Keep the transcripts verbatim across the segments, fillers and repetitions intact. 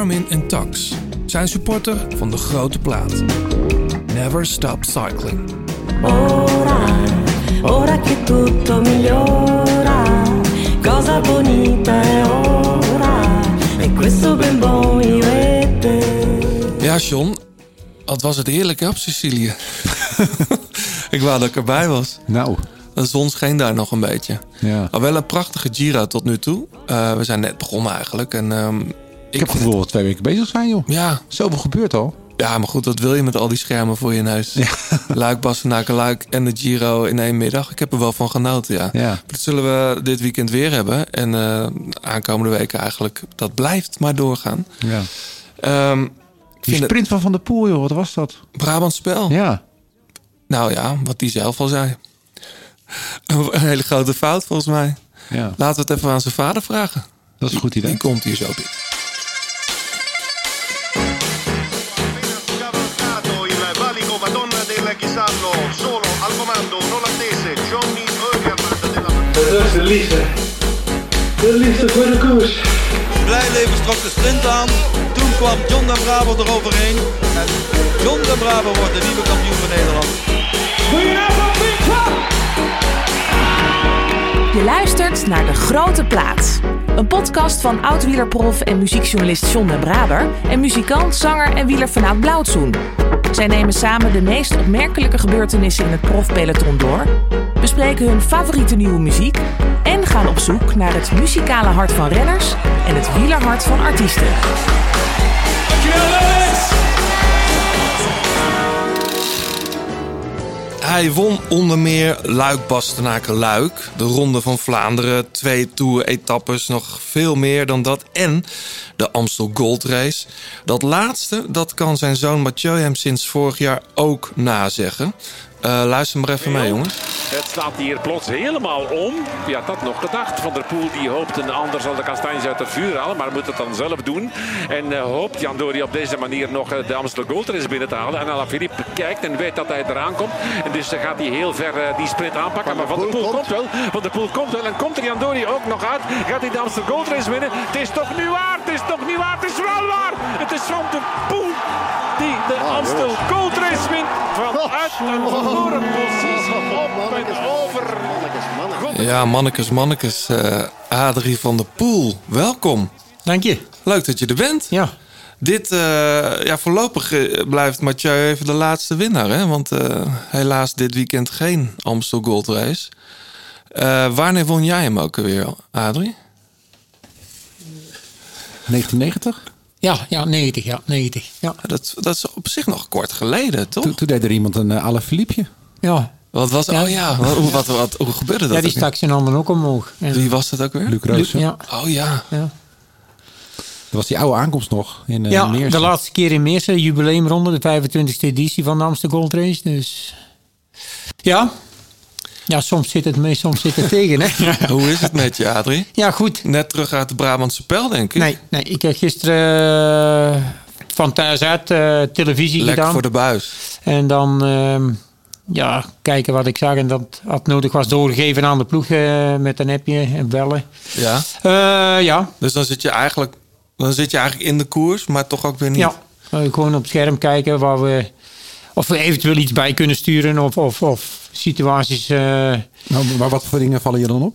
Garmin en Tax zijn supporter van de grote plaat. Never stop cycling. Ora, ora che tutto migliora, cosa bonita è ora, e questo ben buon io e te. Ja, John, wat was het heerlijk hè, op Sicilië. Ik wou dat ik erbij was. Nou. De zon scheen daar nog een beetje. Ja. Al wel een prachtige Giro tot nu toe. Uh, we zijn net begonnen eigenlijk. En, um, ik, ik heb het gevoel dat we twee weken bezig zijn, joh. Ja. Zoveel gebeurt al. Ja, maar goed, wat wil je met al die schermen voor je neus? Ja. Luik, Bastenaken, Luik en de Giro in één middag. Ik heb er wel van genoten, ja. ja. Dat zullen we dit weekend weer hebben. En uh, aankomende weken eigenlijk, dat blijft maar doorgaan. Ja. Um, die sprint het... van Van der Poel, joh, wat was dat? Brabants spel. Ja. Nou ja, wat die zelf al zei. Een hele grote fout volgens mij. Ja. Laten we het even aan zijn vader vragen. Dat is een goed idee. Die komt hier zo binnen. Dat is de liefde. De liefde voor de koers. Blijleven trok de sprint aan. Toen kwam John den Braber eroverheen. En John den Braber wordt de nieuwe kampioen van Nederland. Je luistert naar De Grote Plaat. Een podcast van oud-wielerprof en muziekjournalist John den Braber en muzikant, zanger en wielerfanaat Blauwtsoen. Zij nemen samen de meest opmerkelijke gebeurtenissen in het profpeloton door, bespreken hun favoriete nieuwe muziek en gaan op zoek naar het muzikale hart van renners en het wielerhart van artiesten. Hij won onder meer Luik, Bastenaken, Luik. De Ronde van Vlaanderen, twee Tour-etappes, nog veel meer dan dat. En de Amstel Gold Race. Dat laatste, dat kan zijn zoon Mathieu hem sinds vorig jaar ook nazeggen. Uh, luister maar even mee, jongens. Het staat hier plots helemaal om. Wie had dat nog gedacht? Van der Poel die hoopt een ander zal de kastanjes uit het vuur halen, maar moet het dan zelf doen. En uh, hoopt Jan Dori op deze manier nog uh, de Amstel Gold Race binnen te halen. En Alaphilippe kijkt en weet dat hij eraan komt. En dus uh, gaat hij heel ver uh, die sprint aanpakken. Maar Van der Poel komt wel. Van der Poel komt wel. En komt er Jan Dori ook nog uit? Gaat hij de Amstel Gold Race winnen? Het is toch nu waar? Het is toch niet waar? Het is wel waar! Het is Van der Poel die de Amstel Gold Race wint. Vanuit een verloren positie op en over. Ja, mannekes, mannekes. Uh, Adrie van der Poel, welkom. Dank je. Leuk dat je er bent. Ja. Dit, uh, ja, voorlopig blijft Mathieu even de laatste winnaar, hè? Want uh, helaas dit weekend geen Amstel Gold Race. Uh, wanneer won jij hem ook alweer, Adrie? negentien negentig? Ja, ja, negentig, ja, negentig. Ja. Dat, dat is op zich nog kort geleden, toch? Toen, toen deed er iemand een uh, Alaphilippe. Ja. Wat was, ja. Oh ja, wat, wat, wat, hoe gebeurde dat? Ja, die stak zijn handen ook omhoog. En wie was dat ook weer? Luc Reusen. Ja. Oh ja. ja. Dat was die oude aankomst nog in uh, ja, Meersen. De laatste keer in Meersen, jubileumronde, de vijfentwintigste editie van de Amstel Gold Race. Dus ja. Ja, soms zit het mee, soms zit het tegen. Hè? Hoe is het met je, Adrie? Ja, goed. Net terug uit de Brabantse Pijl, denk ik. Nee, nee ik heb gisteren uh, van thuis uit uh, televisie Lekker gedaan. voor de buis. En dan uh, ja, kijken wat ik zag. En dat had nodig was doorgegeven aan de ploeg uh, met een appje en bellen. Ja? Uh, ja. Dus dan zit je eigenlijk, dan zit je eigenlijk in de koers, maar toch ook weer niet. Ja, uh, gewoon op het scherm kijken waar we, of we eventueel iets bij kunnen sturen of, of, of situaties. Uh... Nou, maar wat voor dingen vallen je dan op?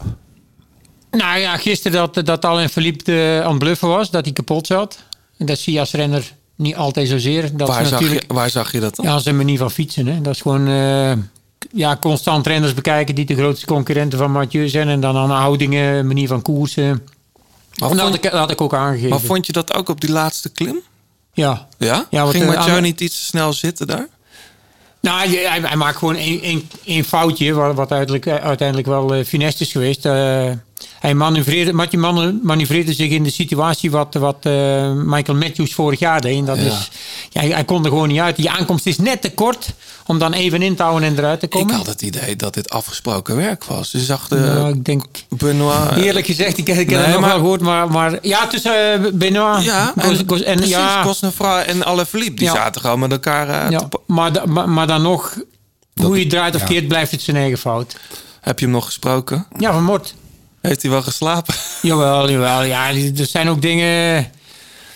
Nou ja, gisteren dat, dat Alaphilippe aan het bluffen was, dat hij kapot zat. En dat zie je als renner niet altijd zozeer. Dat waar, is zag natuurlijk, je, waar zag je dat dan? Ja, zijn manier van fietsen. Hè. Dat is gewoon uh, ja, constant renners bekijken die de grootste concurrenten van Mathieu zijn. En dan aan houdingen, manier van koersen. Maar en dat vond, had, ik, dat had ik ook aangegeven. Maar vond je dat ook op die laatste klim? Ja. Ja? ja Ging uh, Mathieu aan, niet iets te snel zitten daar? Nou, hij, hij maakt gewoon één foutje, wat, wat uiteindelijk, uiteindelijk wel uh, finest is geweest. Uh, hij manoeuvreerde, Mathieu manoeuvreerde zich in de situatie wat, wat uh, Michael Matthews vorig jaar deed. En dat ja. Is, ja, hij, hij kon er gewoon niet uit. Die aankomst is net te kort om dan even in te houden en eruit te komen. Ik had het idee dat dit afgesproken werk was. Je zag de nou, ik denk, Benoit... Eerlijk gezegd, ik, ik heb nee, het nog maar, wel gehoord, maar, maar ja, tussen uh, Benoit... Ja, en, Cos, Cos, en, precies, ja, Cosnefroid en Alaphilippe, die ja. zaten gewoon met elkaar... Uh, ja, te... maar, maar, maar dan nog, dat, hoe je draait of ja. keert, blijft het zijn eigen fout. Heb je hem nog gesproken? Ja, van Mort. Heeft hij wel geslapen? Jawel, jawel. Ja, er zijn ook dingen...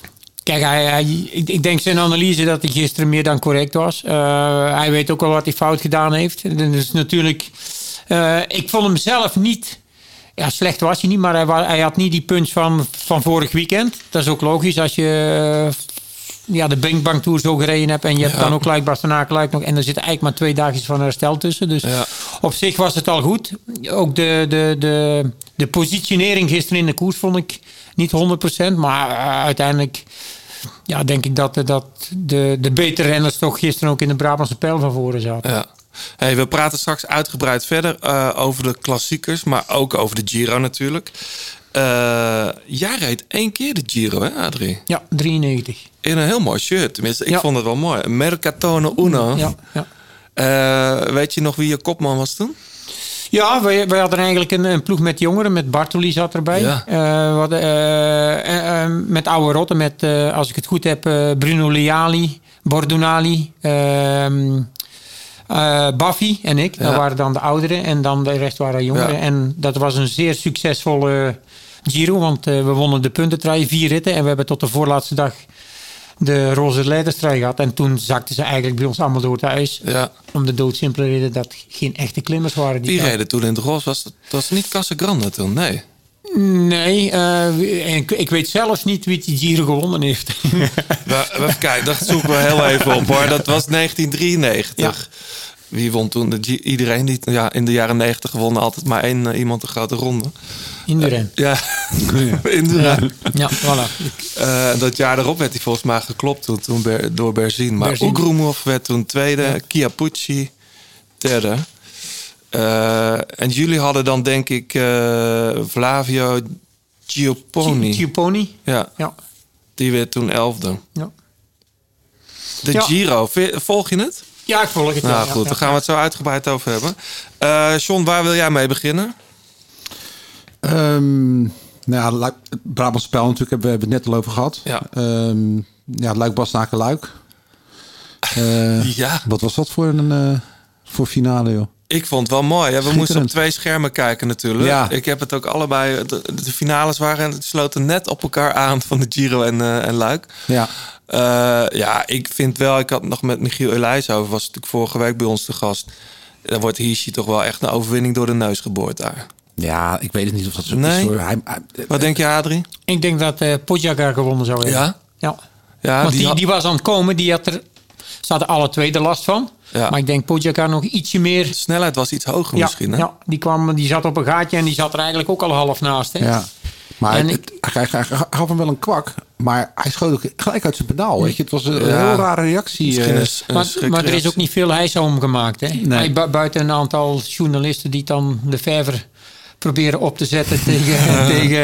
Kijk, hij, hij, ik, ik denk zijn analyse dat hij gisteren meer dan correct was. Uh, hij weet ook wel wat hij fout gedaan heeft. Dus natuurlijk, uh, ik vond hem zelf niet... Ja, slecht was hij niet, maar hij, hij had niet die punch van, van vorig weekend. Dat is ook logisch als je uh, ja, de Binkbank Tour zo gereden hebt. En je hebt ja. dan ook Luik Bastenaken Luik nog. En er zitten eigenlijk maar twee dagjes van herstel tussen. Dus ja. op zich was het al goed. Ook de, de, de, de positionering gisteren in de koers vond ik niet honderd procent. Maar uh, uiteindelijk ja, denk ik dat, dat de, de betere renners toch gisteren ook in de Brabantse pijl van voren zaten. Ja. Hey, we praten straks uitgebreid verder uh, over de klassiekers, maar ook over de Giro natuurlijk. Uh, jij reed één keer de Giro, hè Adrie? Ja, drieënnegentig. In een heel mooi shirt, tenminste. Ik ja. vond het wel mooi. Mercatone Uno. Ja, ja. Uh, weet je nog wie je kopman was toen? Ja, wij, wij hadden eigenlijk een, een ploeg met jongeren. Met Bartoli zat erbij. Ja. Uh, we hadden, uh, uh, uh, met oude rotten. Met, uh, als ik het goed heb, uh, Bruno Liali, Bordonali... Uh, Uh, Baffy en ik, ja. dat waren dan de ouderen. En dan de rest waren jongeren. Ja. En dat was een zeer succesvolle Giro. Want uh, we wonnen de puntentrui, vier ritten. En we hebben tot de voorlaatste dag de roze leiderstrui gehad. En toen zakten ze eigenlijk bij ons allemaal door het ijs. Ja. Om de doodsimpele reden dat geen echte klimmers waren. Die Wie reden toen in de roze? Was dat was niet Casagrande toen? Nee. Nee, uh, ik, ik weet zelfs niet wie die Giro gewonnen heeft. Even kijken, dat zoeken we heel even op hoor. Dat was negentien drieënnegentig. Ja. Wie won toen? De G- iedereen die ja, in de jaren negentig gewonnen altijd maar één uh, iemand de grote ronde. Indurain. Uh, ja, Indurain. Ja, voilà. Uh, dat jaar daarop werd hij volgens mij geklopt toen, toen Ber, door Berzin. Maar Ugrumov werd toen tweede, ja. Chiappucci derde. Uh, en jullie hadden dan denk ik uh, Flavio Gioponi. Gioponi? Ja. ja. Die werd toen elfde. Ja. De ja. Giro, volg je het? Ja, ik volg het. Nou ja, goed, ja, daar gaan we het zo uitgebreid over hebben. Uh, John, waar wil jij mee beginnen? Um, nou ja, het Brabants spel natuurlijk hebben we het net al over gehad. Ja. Um, ja, Luik Bastenaken Luik. Uh, ja. Wat was dat voor een uh, voor finale, joh? Ik vond het wel mooi. Ja, we moesten op twee schermen kijken natuurlijk. Ja. Ik heb het ook allebei... De, de finales waren en sloten net op elkaar aan van de Giro en, uh, en Luik. Ja. Uh, ja, ik vind wel... Ik had nog met Michiel Elijs over. Was natuurlijk vorige week bij ons de gast. Dan wordt Hirschi toch wel echt een overwinning door de neus geboord daar. Ja, ik weet het niet of dat zo nee. is. Hoor. Hij, hij, Wat denk je, Adrie? Ik denk dat uh, Pogačar gewonnen zou hebben. Ja? Ja. ja Want die, die, had... die was aan het komen. Die had er... Ze hadden alle twee de last van. Ja. Maar ik denk Pogačar nog ietsje meer... De snelheid was iets hoger ja, misschien, hè? Ja, die, kwam, die zat op een gaatje en die zat er eigenlijk ook al half naast. Hè? Ja. Maar en het, ik, hij, hij, hij gaf hem wel een kwak. Maar hij schoot ook gelijk uit zijn pedaal. Weet je? Het was een ja. heel rare reactie. Misschien uh, is, maar, maar er is ook niet veel hijs om gemaakt. Hè? Nee. Bu- buiten een aantal journalisten die dan de vijver proberen op te zetten tegen, tegen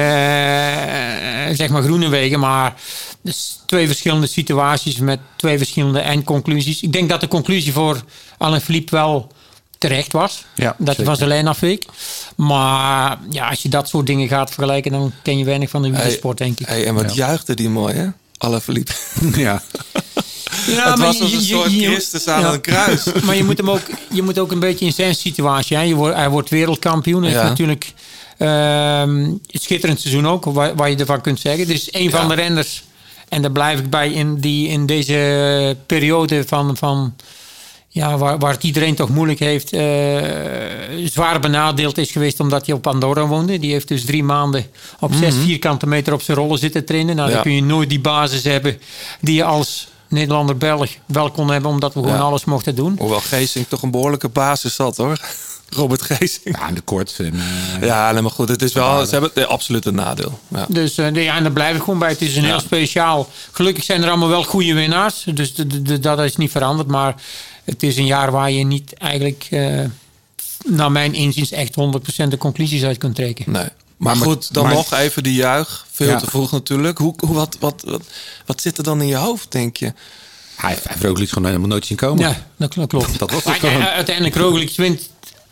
uh, zeg maar Groenewegen. Maar dus twee verschillende situaties met twee verschillende eindconclusies. Ik denk dat de conclusie voor Alaphilippe wel terecht was. Ja, dat zeker. hij van zijn lijn afweek. Maar ja, als je dat soort dingen gaat vergelijken, dan ken je weinig van de wielersport, denk ik. Hey, en wat ja. juichte die mooi, hè? Alaphilippe. Ja. Ja, het maar was als een je, soort je, je, Christus aan ja. een kruis. Maar je moet hem ook, je moet ook een beetje in zijn situatie. Hè. Je wordt, hij wordt wereldkampioen. Hij ja. heeft natuurlijk um, een schitterend seizoen ook, waar, waar je ervan kunt zeggen. Dus een van ja. de renners, en daar blijf ik bij, in, die in deze periode van... van ja, waar, waar het iedereen toch moeilijk heeft, uh, zwaar benadeeld is geweest omdat hij op Andorra woonde. Die heeft dus drie maanden op mm-hmm. zes vierkante meter op zijn rollen zitten trainen. Nou, ja. dan kun je nooit die basis hebben die je als Nederlander Belg wel kon hebben, omdat we gewoon ja. alles mochten doen. Hoewel Geesink toch een behoorlijke basis had, hoor. Robert Geesink. Ja, in de kort. En, uh, ja, nee, maar goed, het is wel, ze hebben het, absoluut een nadeel. Ja. Dus uh, ja, en daar blijf ik gewoon bij. Het is een ja. heel speciaal. Gelukkig zijn er allemaal wel goede winnaars. Dus de, de, de, dat is niet veranderd, maar het is een jaar waar je niet eigenlijk, uh, naar mijn inziens, echt honderd procent de conclusies uit kunt trekken. Nee. Maar, maar goed, dan maar, nog even die juich. Veel ja. te vroeg natuurlijk. Hoe, hoe, wat, wat, wat, wat zit er dan in je hoofd, denk je? Hij heeft Roglic gewoon helemaal nooit zien komen. Ja, dat klopt. Dat was het maar, uh, uiteindelijk, Roglic wint.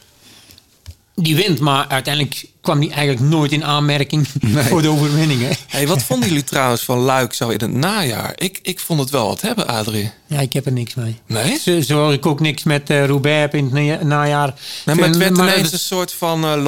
Die wint, maar uiteindelijk kwam hij eigenlijk nooit in aanmerking nee. voor de overwinning. Hè? Hey, wat vonden jullie trouwens van Luik zo in het najaar? Ik, ik vond het wel wat hebben, Adrie. Ja, ik heb er niks mee. Nee? Zo, zoals ik ook niks met uh, Roubaix heb in het najaar. Nee, maar het werd maar ineens het... een soort van uh,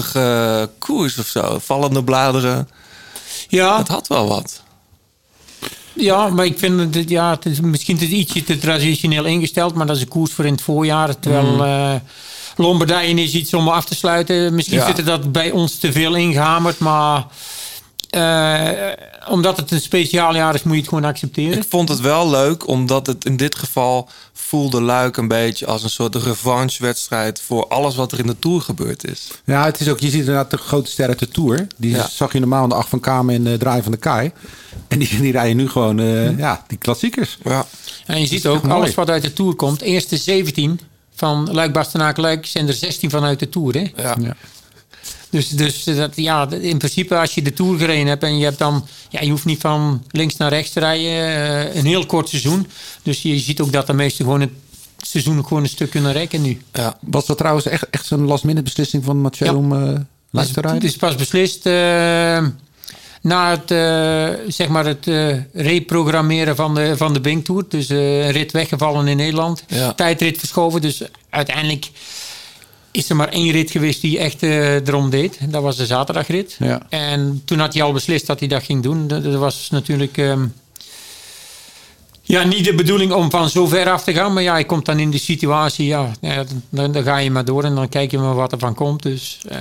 Lombardije-achtige koers of zo. Vallende bladeren. Ja. Het had wel wat. Ja, maar ik vind het, ja, het is misschien het is ietsje te traditioneel ingesteld. Maar dat is een koers voor in het voorjaar. Terwijl mm. uh, Lombardije is iets om af te sluiten. Misschien ja. zit er dat bij ons te veel ingehamerd. Maar uh, omdat het een speciaal jaar is, moet je het gewoon accepteren. Ik vond het wel leuk, omdat het in dit geval voelde Luik een beetje als een soort revanche-wedstrijd voor alles wat er in de Tour gebeurd is. Ja, het is ook, je ziet inderdaad de grote ster uit de Tour. Die ja. zag je normaal in de acht van Kamer en de draai van de Kaai. En die, die rijden nu gewoon uh, hm. ja, die klassiekers. Ja. En je ziet ook, alles wat uit de Tour komt, eerste zeventien van Luik-Bastenaken-Luik zijn er zestien vanuit de Tour. Hè? Ja. ja. Dus, dus dat, ja, in principe als je de Tour gereden hebt en je hebt dan, ja, je hoeft niet van links naar rechts te rijden, uh, een heel kort seizoen. Dus je ziet ook dat de meesten gewoon het seizoen gewoon een stuk kunnen rekken nu. Ja. Was dat trouwens echt, echt zo'n last minute beslissing van Mathieu ja. om uh, Luik te rijden? Het is pas beslist uh, na het, uh, zeg maar het uh, reprogrammeren van de, van de Bing Tour. Dus uh, een rit weggevallen in Nederland. Ja. Tijdrit verschoven. Dus uiteindelijk is er maar één rit geweest die echt uh, erom deed. Dat was de zaterdagrit. Ja. En toen had hij al beslist dat hij dat ging doen. Dat, dat was natuurlijk um, ja, niet de bedoeling om van zo ver af te gaan. Maar ja, je komt dan in de situatie. Ja, ja dan, dan ga je maar door en dan kijk je maar wat er van komt. Dus uh,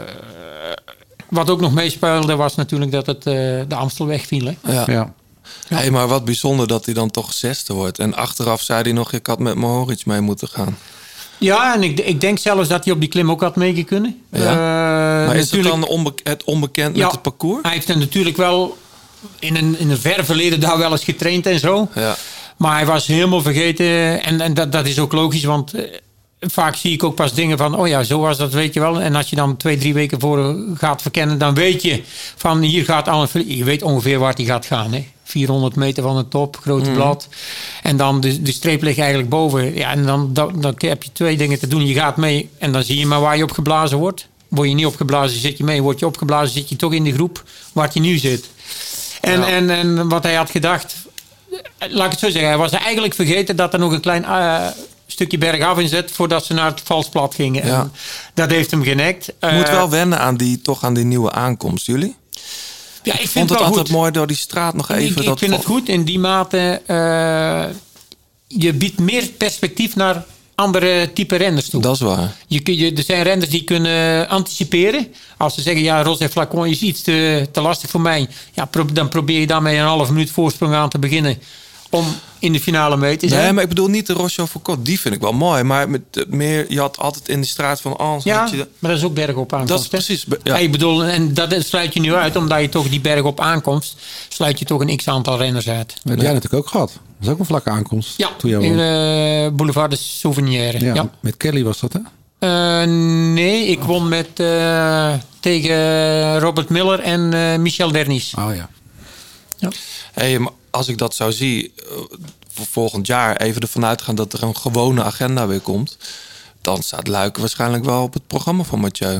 wat ook nog meespeelde was natuurlijk dat het uh, de Amstel wegviel. Hè? Ja. ja. Ja. Hey, maar wat bijzonder dat hij dan toch zesde wordt. En achteraf zei hij nog, ik had met Mohoric mee moeten gaan. Ja, en ik, ik denk zelfs dat hij op die klim ook had meegekunnen. Ja. Uh, maar is het dan onbe- het onbekend ja, met het parcours? Hij heeft er natuurlijk wel in een, in een ver verleden daar wel eens getraind en zo. Ja. Maar hij was helemaal vergeten. En, en dat, dat is ook logisch, want uh, vaak zie ik ook pas dingen van, oh ja, zo was dat, weet je wel. En als je dan twee, drie weken voor gaat verkennen, dan weet je van hier gaat Alain Philippe. Je weet ongeveer waar hij gaat gaan, hè. vierhonderd meter van de top, grote mm. blad. En dan de, de streep ligt eigenlijk boven. Ja, en dan, dan, dan heb je twee dingen te doen. Je gaat mee en dan zie je maar waar je opgeblazen wordt. Word je niet opgeblazen, zit je mee. Word je opgeblazen, zit je toch in de groep waar je nu zit. En, ja. en, en wat hij had gedacht, laat ik het zo zeggen. Hij was eigenlijk vergeten dat er nog een klein uh, stukje bergaf in zit voordat ze naar het valsplat gingen. Ja. En dat heeft hem genekt. Je uh, moet wel wennen aan die, toch aan die nieuwe aankomst, jullie? Ja, ik vind vond het, het altijd goed. mooi door die straat nog even. Ik, dat ik vind val... het goed in die mate. Uh, je biedt meer perspectief naar andere type renners toe. Dat is waar. Je, je, er zijn renners die kunnen anticiperen. Als ze zeggen, ja, Ross en Flacon is iets te, te lastig voor mij. Ja, pro, dan probeer je daarmee een half minuut voorsprong aan te beginnen. Om in de finale mee te zijn. Nee, maar ik bedoel niet de Rochefoucauld. Die vind ik wel mooi. Maar met meer, je had altijd in de straat van Ans. Ja, had je de... maar dat is ook bergop aankomst. Dat is precies. Ja. Ja, ik bedoel, en dat sluit je nu uit. Omdat je toch die bergop aankomst, sluit je toch een x-aantal renners uit. Dat heb jij natuurlijk ook gehad. Dat is ook een vlakke aankomst. Ja, in uh, Boulevard de Souvenir. Ja, ja, met Kelly was dat, hè? Uh, nee, ik won met uh, tegen Robert Miller en uh, Michel Dernis. Oh ja. ja. Hey, maar als ik dat zou zien, voor volgend jaar even ervan uitgaan dat er een gewone agenda weer komt, dan staat Luik waarschijnlijk wel op het programma van Mathieu.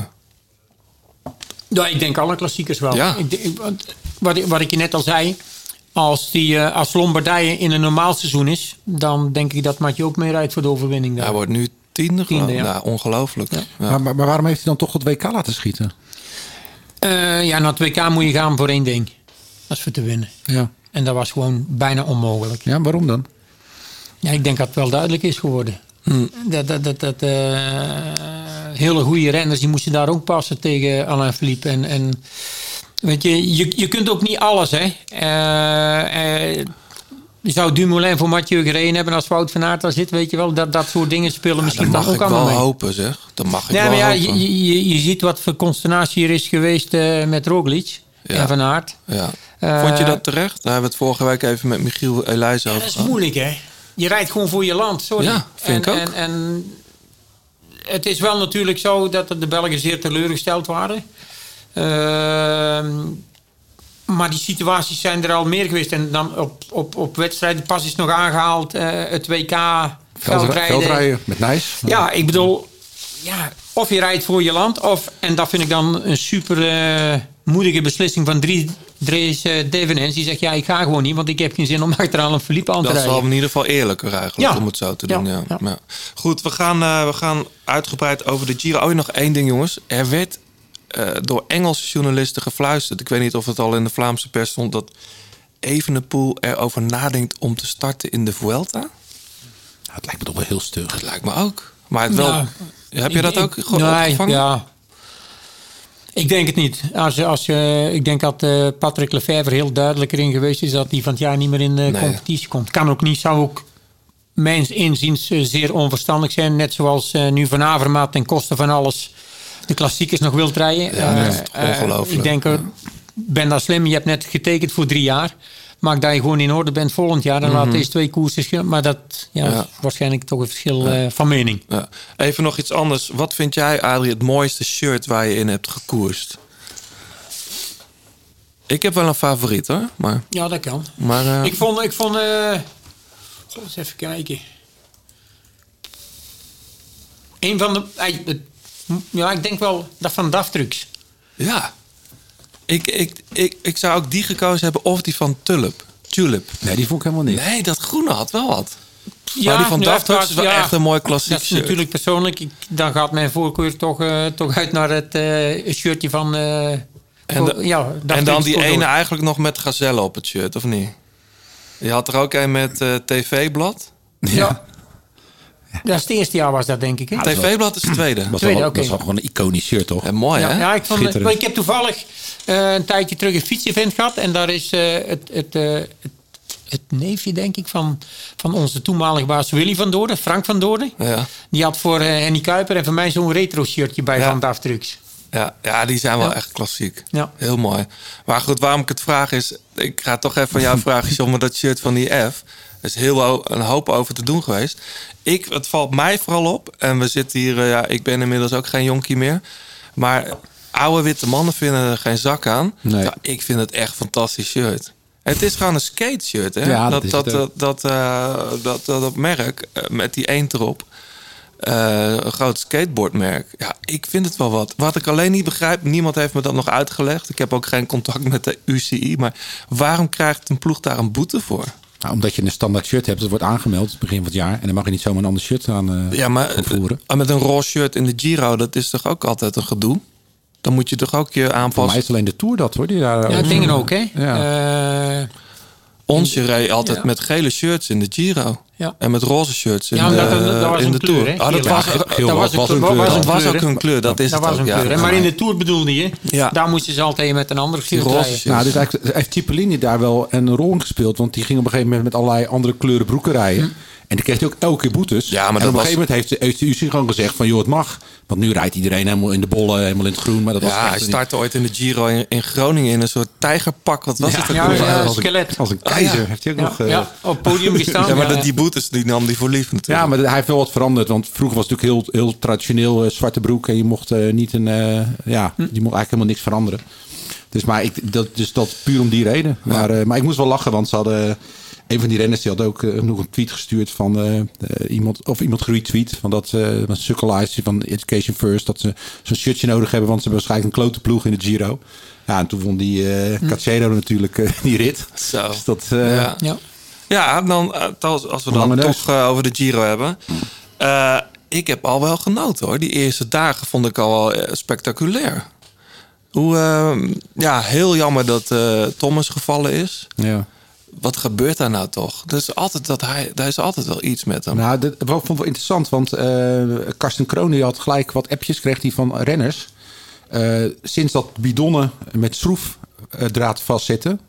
Ja, ik denk alle klassiekers wel. Ja. Ik, ik, wat, wat ik je net al zei, als, die, als Lombardije in een normaal seizoen is, dan denk ik dat Mathieu ook mee rijdt voor de overwinning daar. Hij wordt nu tiende, tiende ja. Nou, ongelooflijk. Ja. Ja. Maar, maar, maar waarom heeft hij dan toch het W K laten schieten? Uh, ja, naar het W K moet je gaan voor één ding. Dat is voor te winnen. Ja. En dat was gewoon bijna onmogelijk. Ja, waarom dan? Ja, ik denk dat het wel duidelijk is geworden. Hmm. Dat, dat, dat, dat uh, hele goede renners, die moesten daar ook passen tegen Alain Philippe. En, en weet je, je, je kunt ook niet alles, hè. Uh, uh, je zou Dumoulin voor Mathieu gereden hebben als Wout van Aert daar zit, weet je wel. Dat, dat soort dingen spelen ja, misschien dan ook allemaal mee. Dat mag ik wel hopen, zeg. Dat mag ik ja, wel maar ja, hopen. Je, je, je ziet wat voor consternatie er is geweest uh, met Roglic. Ja. En Van Aert. Ja. Vond je dat terecht? Daar hebben we het vorige week even met Michiel Elijs over. Ja, dat is moeilijk, hè? Je rijdt gewoon voor je land, sorry. Ja, vind en, ik ook. En, en het is wel natuurlijk zo dat de Belgen zeer teleurgesteld waren. Uh, maar die situaties zijn er al meer geweest. En dan op, op, op wedstrijden pas is nog aangehaald uh, het W K veldrijden. Veldrijden met Nijs. Ja, ik bedoel, ja, of je rijdt voor je land, of, en dat vind ik dan een super uh, moedige beslissing van drie Dries uh, Devenens. Die zegt, ja, ik ga gewoon niet, want ik heb geen zin om achteraan een Philippe aan te rijden. Dat is wel in ieder geval eerlijker eigenlijk, ja. om het zo te doen. Ja. Ja. Ja. Ja. Goed, we gaan, uh, we gaan uitgebreid over de Giro. Oh, nog één ding, jongens. Er werd uh, door Engelse journalisten gefluisterd. Ik weet niet of het al in de Vlaamse pers stond, dat Evenepoel erover nadenkt om te starten in de Vuelta? Ja, het lijkt me toch wel heel stug. Dat lijkt me ook. Maar het wel, Nou, heb je ik- dat ook ik- gewoon nee, opgevangen? Ja. Ik denk het niet. Als, als, je, ik denk dat uh, Patrick Lefevre heel duidelijk erin geweest is dat hij van het jaar niet meer in de Nee. competitie komt. Kan ook niet, zou ook mijns inziens uh, zeer onverstandig zijn. Net zoals uh, nu Van Avermaat ten koste van alles de klassiekers nog wilt rijden. Ja, Uh, dat is uh, ongelooflijk. ik denk, uh, ben daar slim. Je hebt net getekend voor drie jaar. Maak dat je gewoon in orde bent volgend jaar. Dan laat deze twee koersen schillen. Maar dat ja, Ja. is waarschijnlijk toch een verschil uh, van mening. Ja. Even nog iets anders. Wat vind jij, Adrie, het mooiste shirt waar je in hebt gekoerst? Ik heb wel een favoriet hoor. Maar, Ja, dat kan. maar uh, Ik vond... Ik vond uh, goh, eens even kijken. Een van de... Ja, ik denk wel dat van Daftrucks. ja. Ik, ik, ik, ik zou ook die gekozen hebben of die van Tulip. Tulip. Nee, die vond ik helemaal niet. Nee, dat groene had wel wat. Ja, maar die van nu Daft Trucks is wel ja, echt een mooi klassiek Dat is shirt. natuurlijk persoonlijk. Ik, dan gaat mijn voorkeur toch, uh, toch uit naar het uh, shirtje van... Uh, En, de- ja, en Daft dan Trucks die Cordoba. ene eigenlijk nog met gazelle op het shirt, of niet? Je had er ook een met uh, tv-blad. Ja. Dat is het eerste jaar was dat, denk ik. Hè? tv-blad is het tweede. Dat was, Tweede, wel, oké. dat is wel gewoon een iconisch shirt, toch? En mooi, Ja, hè? ja, ik, vond, Schitterend. maar ik heb toevallig uh, een tijdje terug een fietsevent gehad. En daar is uh, het, het, uh, het, het neefje, denk ik, van, van onze toenmalige baas Willy van Doorn, Frank van Doorn. Ja. Die had voor uh, Henny Kuiper en voor mij zo'n retro shirtje bij Ja. van Daft Trucks. Ja, ja, die zijn wel Ja. echt klassiek. Ja. Heel mooi. Maar goed, waarom ik het vraag is... Ik ga toch even van jou vragen, John, met dat shirt van die F. Er is heel o- een hoop over te doen geweest. Ik, het valt mij vooral op. En we zitten hier... uh, ja, ik ben inmiddels ook geen jonkie meer. Maar oude witte mannen vinden er geen zak aan. Nee. Ja, ik vind het echt een fantastisch shirt. Het is gewoon een skate shirt, hè? Ja, dat, dat is dat, het dat, ook. dat, uh, dat, dat, dat merk uh, met die eend erop. Uh, een groot skateboardmerk. Ja, ik vind het wel wat. Wat ik alleen niet begrijp, niemand heeft me dat nog uitgelegd. Ik heb ook geen contact met de U C I. Maar waarom krijgt een ploeg daar een boete voor? Nou, omdat je een standaard shirt hebt, dat wordt aangemeld begin van het jaar. En dan mag je niet zomaar een ander shirt aan uh, Ja, maar voeren. uh, met een roze shirt in de Giro, dat is toch ook altijd een gedoe? Dan moet je toch ook je Voor mij aanpassen. is alleen de Tour dat, hoor. Die daar, Ja, dingen ook, hè? Ja. Uh, Onsje reed altijd Ja. met gele shirts in de Giro. Ja. En met roze shirts in Ja, de, omdat dat- dat was in een de kleur, Tour. hè? Oh, dat Geel. was, Ja, dat geel dat was, was een was een kleur. kleur. was een was kleur, ook hè? een kleur, dat is Dat het was ook. een Ja. kleur. hè? Maar in de Tour bedoelde je, Ja. daar moesten ze altijd met een andere shirt roze rijden. shirt. Nou, dus eigenlijk heeft Cipollini daar wel een rol in gespeeld. Want die ging op een gegeven moment met allerlei andere kleuren broeken rijden. En die kreeg hij ook elke keer boetes. Ja, maar en dat op een was- gegeven moment heeft, heeft de U C I gewoon gezegd van... joh, het mag. Want nu rijdt iedereen helemaal in de bollen, helemaal in het groen. Maar dat was Ja, echt hij niet- startte ooit in de Giro in, in Groningen in een soort tijgerpak. Wat was Ja, het ook Ja, alweer? ja, als, skelet. een, als een keizer ja. heeft hij ook Ja, nog... eh, ja, op het podium gestaan. Ja, maar ja. dat, die boetes die nam die voor lief natuurlijk. Ja, maar hij heeft wel wat veranderd. Want vroeger was het natuurlijk heel, heel traditioneel eh, zwarte broek. En je mocht eh, niet een... eh, ja, Hm. je mocht eigenlijk helemaal niks veranderen. Dus, maar ik, dat, dus dat puur om die reden. Maar, eh, maar ik moest wel lachen, want ze hadden... Een van die renners die had ook eh, nog een tweet gestuurd van eh, eh, iemand... Of iemand geretweet van dat ze... Uh, Sukkelize van Education First. Dat ze zo'n shirtje nodig hebben. Want ze hebben waarschijnlijk een klote ploeg in de Giro. Ja, en toen vond die eh Cacero natuurlijk eh, die rit. Zo. Dus dat... eh, Ja. Ja. Ja, dan, uh, als, als we Lange dan neus. toch uh, over de Giro hebben. Uh, ik heb al wel genoten hoor. Die eerste dagen vond ik al wel uh, spectaculair. Hoe, uh, ja, heel jammer dat uh, Thomas gevallen is. ja. Wat gebeurt daar nou toch? Er is altijd, dat hij, daar is altijd wel iets met hem. Nou, dat vond ik wel interessant, want uh, Karsten Kroon die had gelijk wat appjes kreeg hij van renners. Uh, sinds dat bidonnen met schroefdraad vastzitten,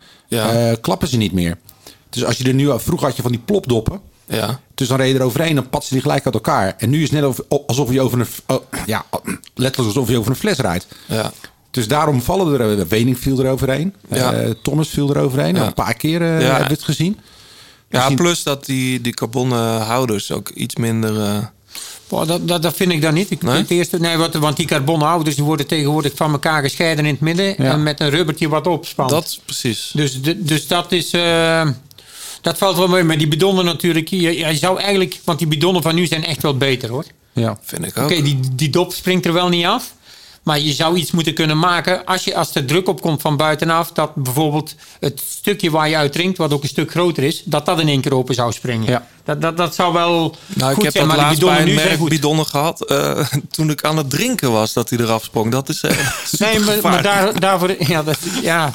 ja. uh, klappen ze niet meer. Dus als je er nu, vroeger had je van die plopdoppen. Ja. Dus dan reed je er overheen, dan patsen die gelijk uit elkaar. En nu is het net alsof je over een, oh, ja, letterlijk alsof je over een fles rijdt. Ja. Dus daarom vallen er... Wening viel er overheen. Ja. Uh, Thomas viel er overheen. Ja. Een paar keer uh, Ja. hebben we het gezien. Ja, Misschien- plus dat die, die carbonnen houders ook iets minder... Uh... Boah, dat, dat, dat vind ik dan niet. Ik, Nee? het eerste, nee, want, want die carbonnen houders die worden tegenwoordig van elkaar gescheiden in het midden. Ja. En met een rubbertje wat opspant. Dat precies. Dus, de, dus dat is... Uh, dat valt wel mee. Maar die bidonnen natuurlijk... Je, je zou eigenlijk... Want die bidonnen van nu zijn echt wel beter hoor. Ja. Vind ik ook. Oké, okay, die, die dop springt er wel niet af. Maar je zou iets moeten kunnen maken als, je, als er druk op komt van buitenaf. Dat bijvoorbeeld het stukje waar je uit drinkt, wat ook een stuk groter is, dat dat in één keer open zou springen. Ja. Dat, dat, dat zou wel Nou, goed ik heb zijn. dat Maar laatst die bij bidonnen een nu zijn merk goed. bidonnen gehad. Uh, toen ik aan het drinken was, dat hij eraf sprong. Dat is uh, Nee, maar, maar daar, daarvoor... Ja, dat, ja.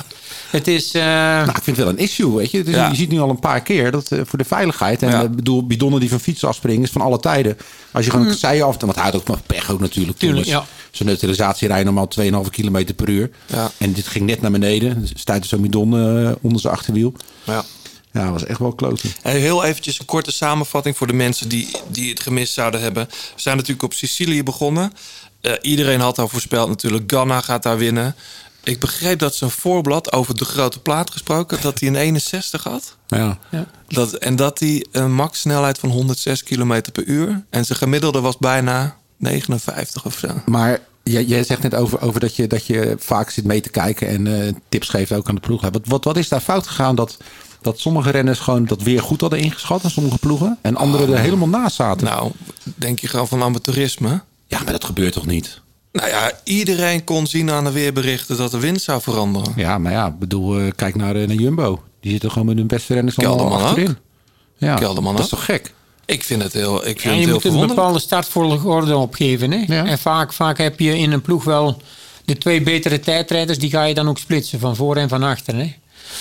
Het is... Uh... Nou, ik vind het wel een issue, weet je. Dus ja. Je ziet nu al een paar keer dat uh, voor de veiligheid. En ik ja. uh, bedoel, bidonnen die van fietsen afspringen is van alle tijden. Als je gewoon een kasseien af... Want hij had ook nog pech ook natuurlijk. Tuurlijk, ja. Zijn neutralisatie rijdt normaal twee komma vijf kilometer per uur. Ja. En dit ging net naar beneden. Dus stuitte zo'n bidon uh, onder zijn achterwiel. Ja. Ja, dat was echt wel kloten. En heel eventjes een korte samenvatting voor de mensen die, die het gemist zouden hebben. We zijn natuurlijk op Sicilië begonnen. Uh, iedereen had al voorspeld natuurlijk. Ganna gaat daar winnen. Ik begreep dat zijn voorblad over de grote plaat gesproken... dat hij een eenenzestig had. Ja. Ja. Dat, en dat hij een maxsnelheid van honderdzes kilometer per uur... en zijn gemiddelde was bijna negenenvijftig of zo. Maar jij, jij zegt net over, over dat, je, dat je vaak zit mee te kijken... en uh, tips geeft ook aan de ploeg. Wat, wat, wat is daar fout gegaan dat... dat sommige renners gewoon dat weer goed hadden ingeschat... en sommige ploegen, en anderen oh. er helemaal naast zaten? Nou, denk je gewoon van amateurisme? Ja, maar dat gebeurt toch niet? Nou ja, iedereen kon zien aan de weerberichten dat de wind zou veranderen. Ja, maar ja, bedoel, uh, kijk naar, uh, naar Jumbo. Die zitten gewoon met hun beste renners allemaal achterin. Ja, Kelderman dat ook. is toch gek? Ik vind het heel, ik vind ja, het je heel moet een bepaalde startvolgorde opgeven. Hè? Ja. En vaak, vaak heb je in een ploeg wel de twee betere tijdrijders. Die ga je dan ook splitsen, van voor en van achter. Hè?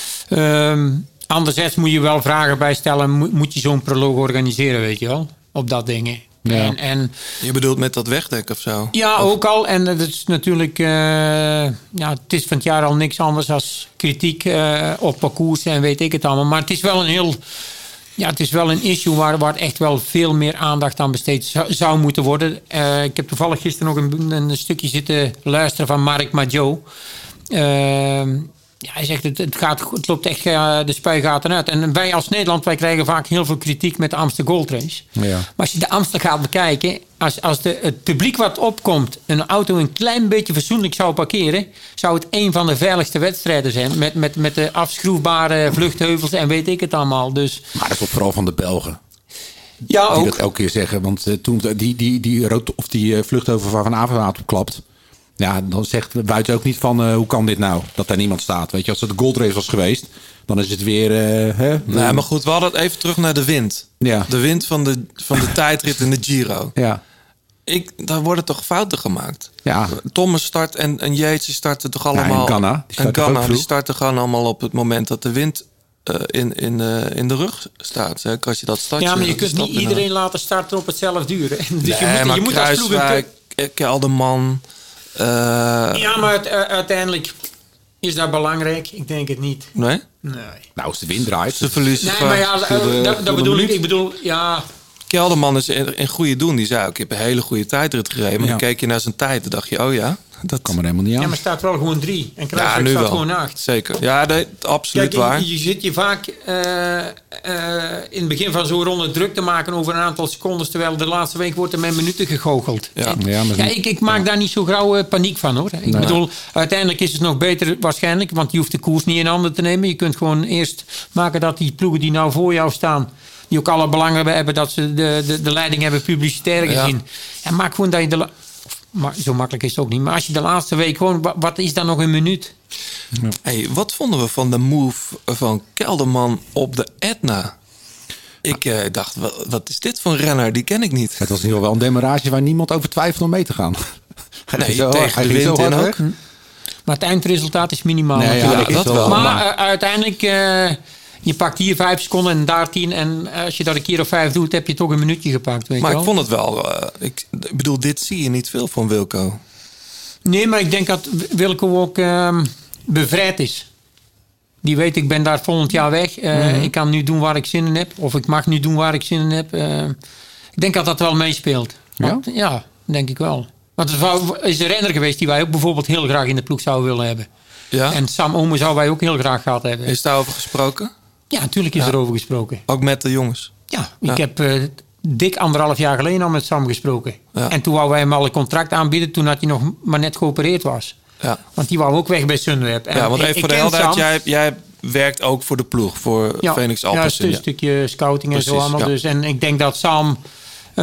Um, anderzijds moet je wel vragen bij stellen. Moet, moet je zo'n proloog organiseren, weet je wel? Op dat dingen. Ja. En, en, je bedoelt met dat wegdek of zo? Ja, of? ook al. En dat is natuurlijk... Uh, ja, het is van het jaar al niks anders dan kritiek uh, op parcours en weet ik het allemaal. Maar het is wel een heel... Ja, het is wel een issue waar, waar echt wel veel meer aandacht aan besteed zou, zou moeten worden. Uh, ik heb toevallig gisteren nog een, een stukje zitten luisteren van Marc Maggio. Uh, Ja, hij zegt, het, het, gaat, het loopt echt uh, de spuigaten uit. En wij als Nederland, wij krijgen vaak heel veel kritiek met de Amstel Gold Race. Ja. Maar als je de Amstel gaat bekijken... als, als de, het publiek wat opkomt... een auto een klein beetje fatsoenlijk zou parkeren... zou het een van de veiligste wedstrijden zijn. Met, met, met de afschroefbare vluchtheuvels en weet ik het allemaal. Dus... Maar dat is ook vooral van de Belgen. Ja, die ook. dat elke keer zeggen. Want uh, toen die, die, die, rood, of die uh, vluchtheuvel van Van Avermaat opklapt... Ja, dan zegt buiten ook niet van uh, hoe kan dit nou? Dat daar niemand staat. Weet je, als het de goldrace was geweest, dan is het weer... Uh, hè? Nee, maar goed, we hadden het even terug naar de wind. Ja. De wind van de, van de tijdrit in de Giro. Ja. Ik, daar worden toch fouten gemaakt? Ja. Thomas start en, en Yates die starten toch allemaal... Ja, en Ganna. Die en Ganna, die starten gewoon allemaal op het moment dat de wind uh, in, in, uh, in de rug staat. Hè? Als je dat startje, ja, maar je kunt niet iedereen een... laten starten op hetzelfde uur. Dus nee, je moet, maar je moet Kruiswijk, als Kelderman... Uh, ja, maar het, uh, uiteindelijk is dat belangrijk. Ik denk het niet. Nee? Nee. Nou, als de wind draait. Ze verliezen. Nee, maar ja, de, dat, dat bedoel ik. Ik bedoel, ja... Kelderman is in, in goede doen. Die zei ook, ik heb een hele goede tijdrit gereden. Maar ja. dan keek je naar zijn tijd en dacht je, oh ja... Dat kan er helemaal niet aan. Ja, maar staat wel gewoon drie. En Kruiswijk ja, nu staat wel. gewoon acht. Zeker. Ja, nee, absoluut Kijk, waar. Je, je zit je vaak uh, uh, in het begin van zo'n ronde druk te maken over een aantal secondes. Terwijl de laatste week wordt er met minuten gegoocheld. Ja. En, ja, maar ja, ik, ik maak ja. daar niet zo gauw uh, paniek van hoor. Ik nee. bedoel, uiteindelijk is het nog beter waarschijnlijk. Want je hoeft de koers niet in handen te nemen. Je kunt gewoon eerst maken dat die ploegen die nou voor jou staan... die ook alle belangen hebben dat ze de, de, de leiding hebben publicitair gezien. Ja. En maak gewoon dat je de... La- Maar zo makkelijk is het ook niet. Maar als je de laatste week gewoon... Wat is dan nog een minuut? Ja. Hey, wat vonden we van de move van Kelderman op de Etna? Ik uh, dacht, wat, wat is dit voor een renner? Die ken ik niet. Het was heel wel een demarrage waar niemand over twijfelde om mee te gaan. Nee, zo tegen hard, de wind in ook. Maar het eindresultaat is minimaal. Nee, ja, dat, dat wel. Maar, maar. Uh, uiteindelijk... Uh, je pakt hier vijf seconden en daar tien. En als je dat een keer of vijf doet, heb je toch een minuutje gepakt. Weet maar je ik wel? vond het wel... Uh, ik, ik bedoel, dit zie je niet veel van Wilco. Nee, maar ik denk dat Wilco ook uh, bevrijd is. Die weet, ik ben daar volgend jaar weg. Uh, mm-hmm. Ik kan nu doen waar ik zin in heb. Of ik mag nu doen waar ik zin in heb. Uh, ik denk dat dat wel meespeelt. Want, ja? Ja, denk ik wel. Want het is een renner geweest die wij ook bijvoorbeeld heel graag in de ploeg zouden willen hebben. Ja? En Sam Omen zou wij ook heel graag gehad hebben. Is daarover gesproken? Ja, natuurlijk is ja. er over gesproken. Ook met de jongens? Ja, ik ja. heb uh, dik anderhalf jaar geleden al met Sam gesproken. Ja. En toen wou wij hem al een contract aanbieden. Toen had hij nog maar net geopereerd was. Ja. Want die wou ook weg bij Sunweb. En ja, want even ik, voor ik de helderheid. Sam, jij, jij werkt ook voor de ploeg. Voor ja, Phoenix Alpecin. Ja, een stukje scouting en Precies, zo allemaal. Ja. Dus, en ik denk dat Sam uh,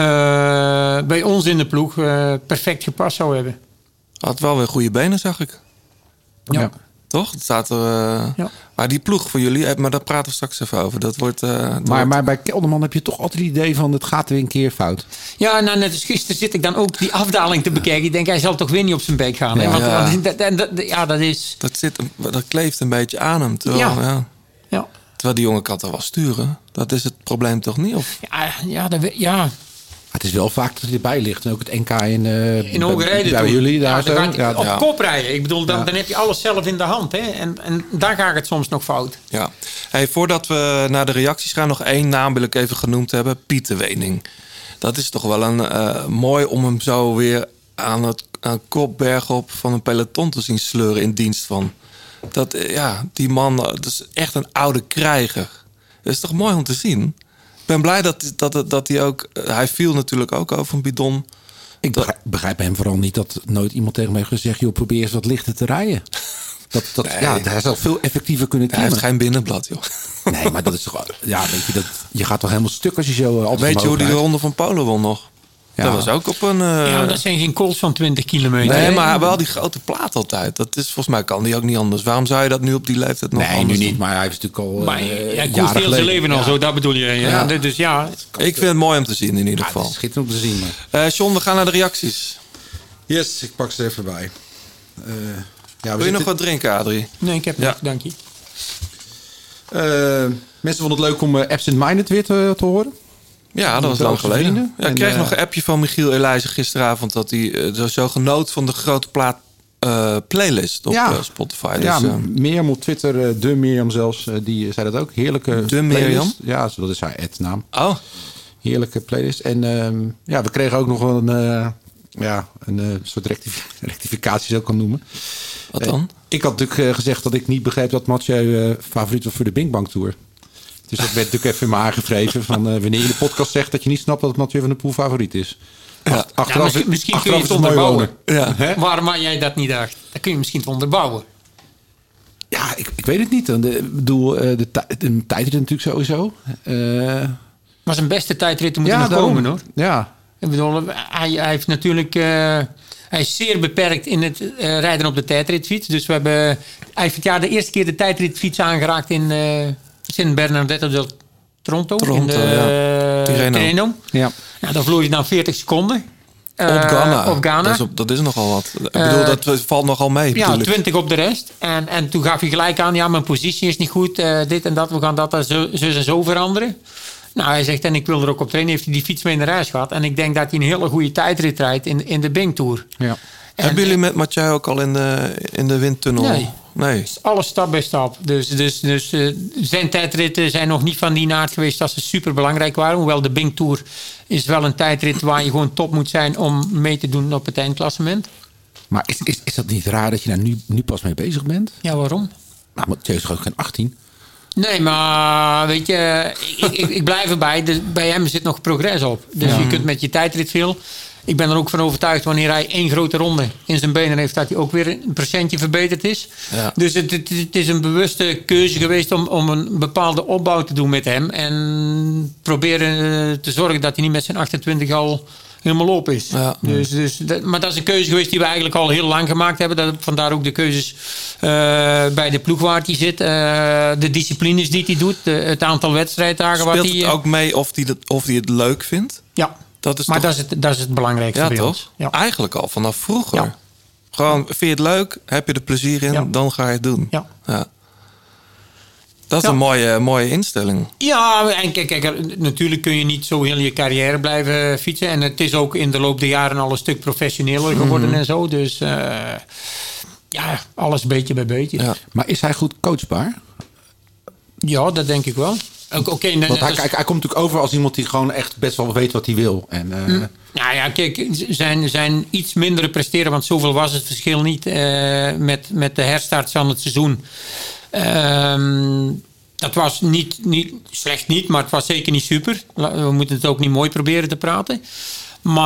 bij ons in de ploeg uh, perfect gepast zou hebben. Had wel weer goede benen, zag ik. Ja. ja. Toch? Het staat er, uh, Ja. Maar die ploeg voor jullie, maar daar praten we straks even over. Dat wordt, uh, dat Maar, wordt... maar bij Kelderman heb je toch altijd het idee van... het gaat weer een keer fout. Ja, nou, net als gisteren zit ik dan ook die afdaling te bekijken. Ik denk, hij zal toch weer niet op zijn bek gaan. Hè? Ja. Want, Ja. want dat, dat, dat, ja, dat is... Dat, zit, dat kleeft een beetje aan hem. Terwijl, Ja. ja. Ja, terwijl die jongen kan toch wel sturen. Dat is het probleem toch niet? Of? ja, ja, dat, ja. Het is wel vaak dat hij erbij ligt. En ook het N K in, uh, in Hongarije. bij, bij jullie daar ja, zo. dan gaat hij Ja, op ja. kop rijden. Ik bedoel, dan, Ja. dan heb je alles zelf in de hand. Hè? En, en daar gaat het soms nog fout. Ja. Hey, voordat we naar de reacties gaan, nog één naam wil ik even genoemd hebben. Pieter Wening. Dat is toch wel een uh, mooi om hem zo weer aan het aan kop bergop van een peloton te zien sleuren in dienst van. Dat, uh, ja, die man, dat is echt een oude krijger. Dat is toch mooi om te zien? Ik ben blij dat, dat, dat hij ook... Hij viel natuurlijk ook over een bidon. Ik begrijp, begrijp hem vooral niet dat nooit iemand tegen mij heeft gezegd... joh, probeer eens wat lichter te rijden. Dat, dat, Nee. ja, hij zou veel effectiever kunnen Hij klimmen. heeft geen binnenblad, joh. Nee, maar dat is toch... Ja, weet je, dat, je gaat toch helemaal stuk als je zo... Uh, Weet je hoe die ronde van Polen won nog? Ja. Dat was ook op een... Uh... Ja, dat zijn geen calls van twintig kilometer. Nee, hè? maar wel die grote plaat altijd. Dat is, volgens mij kan die ook niet anders. Waarom zou je dat nu op die leeftijd nog Nee, nu anders niet, doen? maar hij heeft natuurlijk al... Maar uh, hij jaren koest heel zijn geleden. leven al Ja. zo, dat bedoel je. Ja. Ja. Dus ja, Ik vind het mooi om te zien in ieder Ja, geval. het is schitterend om te zien. Maar. Uh, John, we gaan naar de reacties. Yes, ik pak ze er even bij. Uh, ja, we Wil je zitten- nog wat drinken, Adrie? nee, ik heb Ja. niks, dank je. Uh, mensen vonden het leuk om uh, Absent Minded weer te, te horen. Ja, dat was Belgische lang geleden. vrienden. Ja, ik En, kreeg uh, nog een appje van Michiel Elijzen gisteravond... dat hij uh, zo- zo genoot van de grote plaat uh, playlist op Ja. uh, Spotify. Ja, Dus, uh, Mirjam op Twitter, uh, de Mirjam zelfs, uh, die zei dat ook. Heerlijke De Mirjam? playlist. Ja, dat is haar ad-naam. oh, Heerlijke playlist. En um, ja, we kregen ook nog wel een, uh, ja, een uh, soort rectif- rectificatie, zou ik kan noemen. wat dan? Uh, ik had natuurlijk uh, gezegd dat ik niet begreep dat Mathieu uh, favoriet was voor de Bing Bang Tour. Dus dat werd natuurlijk even in me aangevreven. Van, uh, wanneer je in de podcast zegt dat je niet snapt dat Mathieu van der Poel favoriet is. Ja. Ach- achteraf, Ja, misschien misschien kun je achteraf het is mooi onderbouwen. wonen. Ja. Waarom had jij dat niet dacht? Dan kun je misschien het onderbouwen. Ja, ik, ik weet het niet. De, ik bedoel, uh, de, tij- de tijdrit natuurlijk sowieso. Uh, Maar zijn beste tijdritten moeten ja, nog daarom. komen, hoor. Ja, Ik bedoel, hij, hij heeft natuurlijk... uh, hij is zeer beperkt in het uh, rijden op de tijdritfiets. Dus we hebben... Hij heeft het jaar de eerste keer de tijdritfiets aangeraakt in uh, Sint Bernardette del Tronto. Toronto, in de, ja. uh, Tirreno. Tirreno. ja. Nou, dan vloer je dan veertig seconden. Uh, Op Ghana. Op Ghana. Dat is, op, dat is nogal wat. Ik Uh, bedoel, dat valt nogal mee. Ja, bedoel ik. twintig op de rest. En, en toen gaf hij gelijk aan, ja, mijn positie is niet goed. Uh, dit en dat, we gaan dat en zo, zo en zo veranderen. Nou, hij zegt, en ik wil er ook op trainen. Heeft hij die fiets mee naar huis gehad. En ik denk dat hij een hele goede tijdrit rijdt in, in de Bing Tour. ja. En- Hebben jullie met Mathieu ook al in de, in de windtunnel? Nee. Nee. Alles stap bij stap. Dus, dus, dus uh, zijn tijdritten zijn nog niet van die naad geweest dat ze super belangrijk waren. Hoewel de Bing Tour is wel een tijdrit waar je gewoon top moet zijn om mee te doen op het eindklassement. Maar is, is, is dat niet raar dat je daar nu, nu pas mee bezig bent? Ja, waarom? Nou, Mathieu is toch ook geen achttien? Nee, maar weet je, ik, ik, ik blijf erbij. De, bij hem zit nog progress op. Dus je kunt met je tijdrit veel. Ik ben er ook van overtuigd wanneer hij één grote ronde in zijn benen heeft, dat hij ook weer een procentje verbeterd is. Ja. Dus het, het, het is een bewuste keuze geweest om, om een bepaalde opbouw te doen met hem. En proberen te zorgen dat hij niet met zijn achtentwintig al helemaal op is. Ja. Dus, dus, dat, maar dat is een keuze geweest die we eigenlijk al heel lang gemaakt hebben. Dat, vandaar ook de keuzes uh, bij de ploeg waar hij zit. Uh, de disciplines die hij doet. De, het aantal wedstrijddagen. Speelt wat hij, het ook mee of hij het, of hij het leuk vindt? Ja, Dat is maar toch... dat, is het, dat is het belangrijkste Ja, bij toch? ons. Ja. Eigenlijk al vanaf vroeger. Ja. Gewoon, vind je het leuk? Heb je er plezier in? Ja. Dan ga je het doen. Ja. Ja. Dat is Ja. een mooie, mooie instelling. Ja, en kijk, kijk, natuurlijk kun je niet zo heel je carrière blijven fietsen. En het is ook in de loop der jaren al een stuk professioneler geworden en zo. Dus uh, ja, alles beetje bij beetje. Ja. Ja, Maar is hij goed coachbaar? dat denk ik wel. Oké, okay, nee, Want hij, dat is- hij, hij komt natuurlijk over als iemand die gewoon echt best wel weet wat hij wil. En, uh, Nou ja, kijk, zijn, zijn iets mindere presteren, want zoveel was het verschil niet uh, met, met de herstart van het seizoen. Ehm dat was niet, niet slecht niet, maar het was zeker niet super. We moeten het ook niet mooi proberen te praten.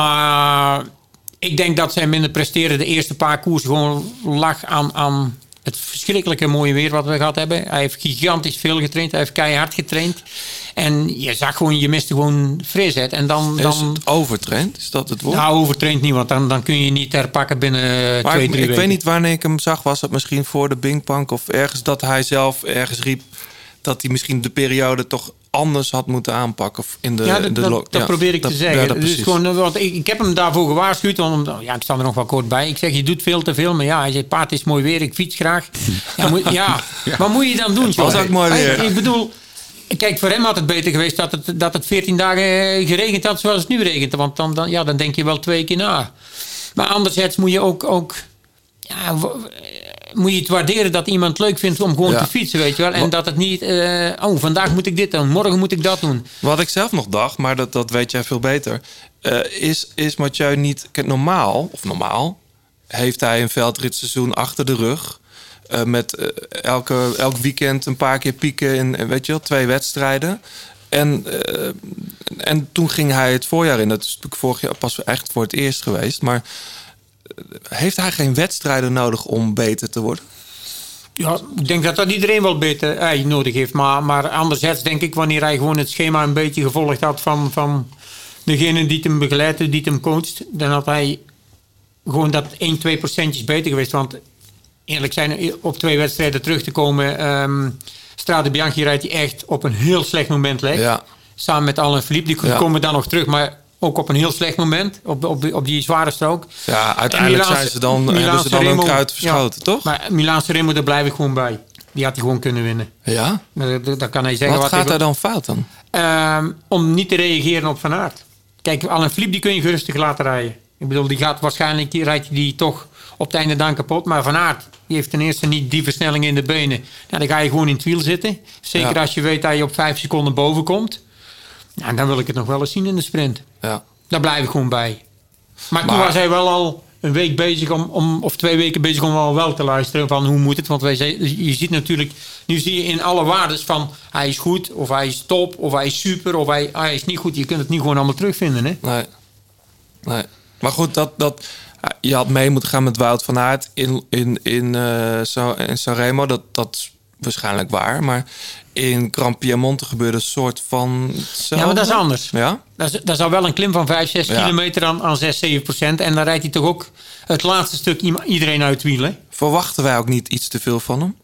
Maar ik denk dat zijn minder presteren de eerste paar koersen gewoon lag aan, aan het verschrikkelijke mooie weer wat we gehad hebben. Hij heeft gigantisch veel getraind. Hij heeft keihard getraind. En je zag gewoon, je miste gewoon frisheid. En dan, dan, is het overtraind? Is dat het woord? Nou, overtraind niet, want dan, dan kun je je niet herpakken binnen maar twee, ik, drie ik weken. weet niet wanneer ik hem zag. Was het misschien voor de Bingpank of ergens dat hij zelf ergens riep dat hij misschien de periode toch anders had moeten aanpakken? Of in de, ja, dat, de dat, lo- dat ja, probeer ik dat, te zeggen. Ja, dat dus precies. gewoon, want ik, ik heb hem daarvoor gewaarschuwd. Want, ja, ik sta er nog wel kort bij. Ik zeg, je doet veel te veel. Maar ja, hij zei, paard is mooi weer. Ik fiets graag. Ja, moet, ja, ja. Wat moet je dan doen? Het was John? ook mooi weer. Ik, ik bedoel, kijk, voor hem had het beter geweest dat het, dat het veertien dagen geregend had zoals het nu regent. Want dan, dan, ja, dan denk je wel twee keer na. Maar anderzijds moet je ook... ook ja, moet je het waarderen dat iemand het leuk vindt om gewoon Ja. te fietsen, weet je wel. En Wat- dat het niet... Uh, oh, vandaag moet ik dit doen. Morgen moet ik dat doen. Wat ik zelf nog dacht, maar dat, dat weet jij veel beter. Uh, is, is Mathieu niet... Kijk, normaal, of normaal... heeft hij een veldritseizoen achter de rug... Uh, met uh, elke, elk weekend een paar keer pieken in, weet je wel, twee wedstrijden. En, uh, en toen ging hij het voorjaar in. Dat is natuurlijk vorig jaar pas echt voor het eerst geweest. Maar uh, heeft hij geen wedstrijden nodig om beter te worden? Ja, ik denk dat dat iedereen wel beter eh, nodig heeft. Maar, maar anderzijds denk ik, wanneer hij gewoon het schema een beetje gevolgd had van, van degene die hem begeleidt, die hem coacht, dan had hij gewoon dat één, twee procentjes beter geweest. Want eerlijk zijn, op twee wedstrijden terug te komen, um, Strade Bianchi rijdt hij echt op een heel slecht moment leg. Ja. Samen met Alain Philippe, die Ja. komen dan nog terug, maar ook op een heel slecht moment, op, op, op die zware strook. Ja, uiteindelijk Milaanse- zijn ze dan, Milaanse hebben ze dan Remo- hun kruid verschoten, ja, toch? Maar Milaanse Remo, daar blijf ik gewoon bij. Die had hij gewoon kunnen winnen. Ja? Dan, dan kan hij zeggen Wat wat gaat hij daar wil. dan fout dan? Um, om niet te reageren op Van Aert. Kijk, Alain Philippe die kun je gerustig laten rijden. Ik bedoel, die gaat waarschijnlijk, die rijdt die toch op het einde dan kapot. Maar Van Aert, die heeft ten eerste niet die versnelling in de benen. Nou, dan ga je gewoon in het wiel zitten. Zeker Ja. als je weet dat je op vijf seconden boven komt. Nou, dan wil ik het nog wel eens zien in de sprint. Ja. Daar blijf ik gewoon bij. Maar, toen Maar- was hij wel al een week bezig om, om of twee weken bezig om al wel te luisteren van hoe moet het. Want wij zei, je ziet natuurlijk, nu zie je in alle waardes van hij is goed, of hij is top, of hij is super, of hij, hij is niet goed. Je kunt het niet gewoon allemaal terugvinden, hè? Nee. nee. Maar goed, dat, dat, je had mee moeten gaan met Wout van Aert in, in, in, uh, San, in Sanremo. Dat, dat is waarschijnlijk waar. Maar in Gran Piemonte gebeurde een soort van hetzelfde. Ja, maar dat is anders. Ja? Dat is, dat is al wel een klim van vijf, zes Ja. kilometer aan, aan zes, zeven procent. En dan rijdt hij toch ook het laatste stuk iem- iedereen uit het wiel, hè? Verwachten wij ook niet iets te veel van hem?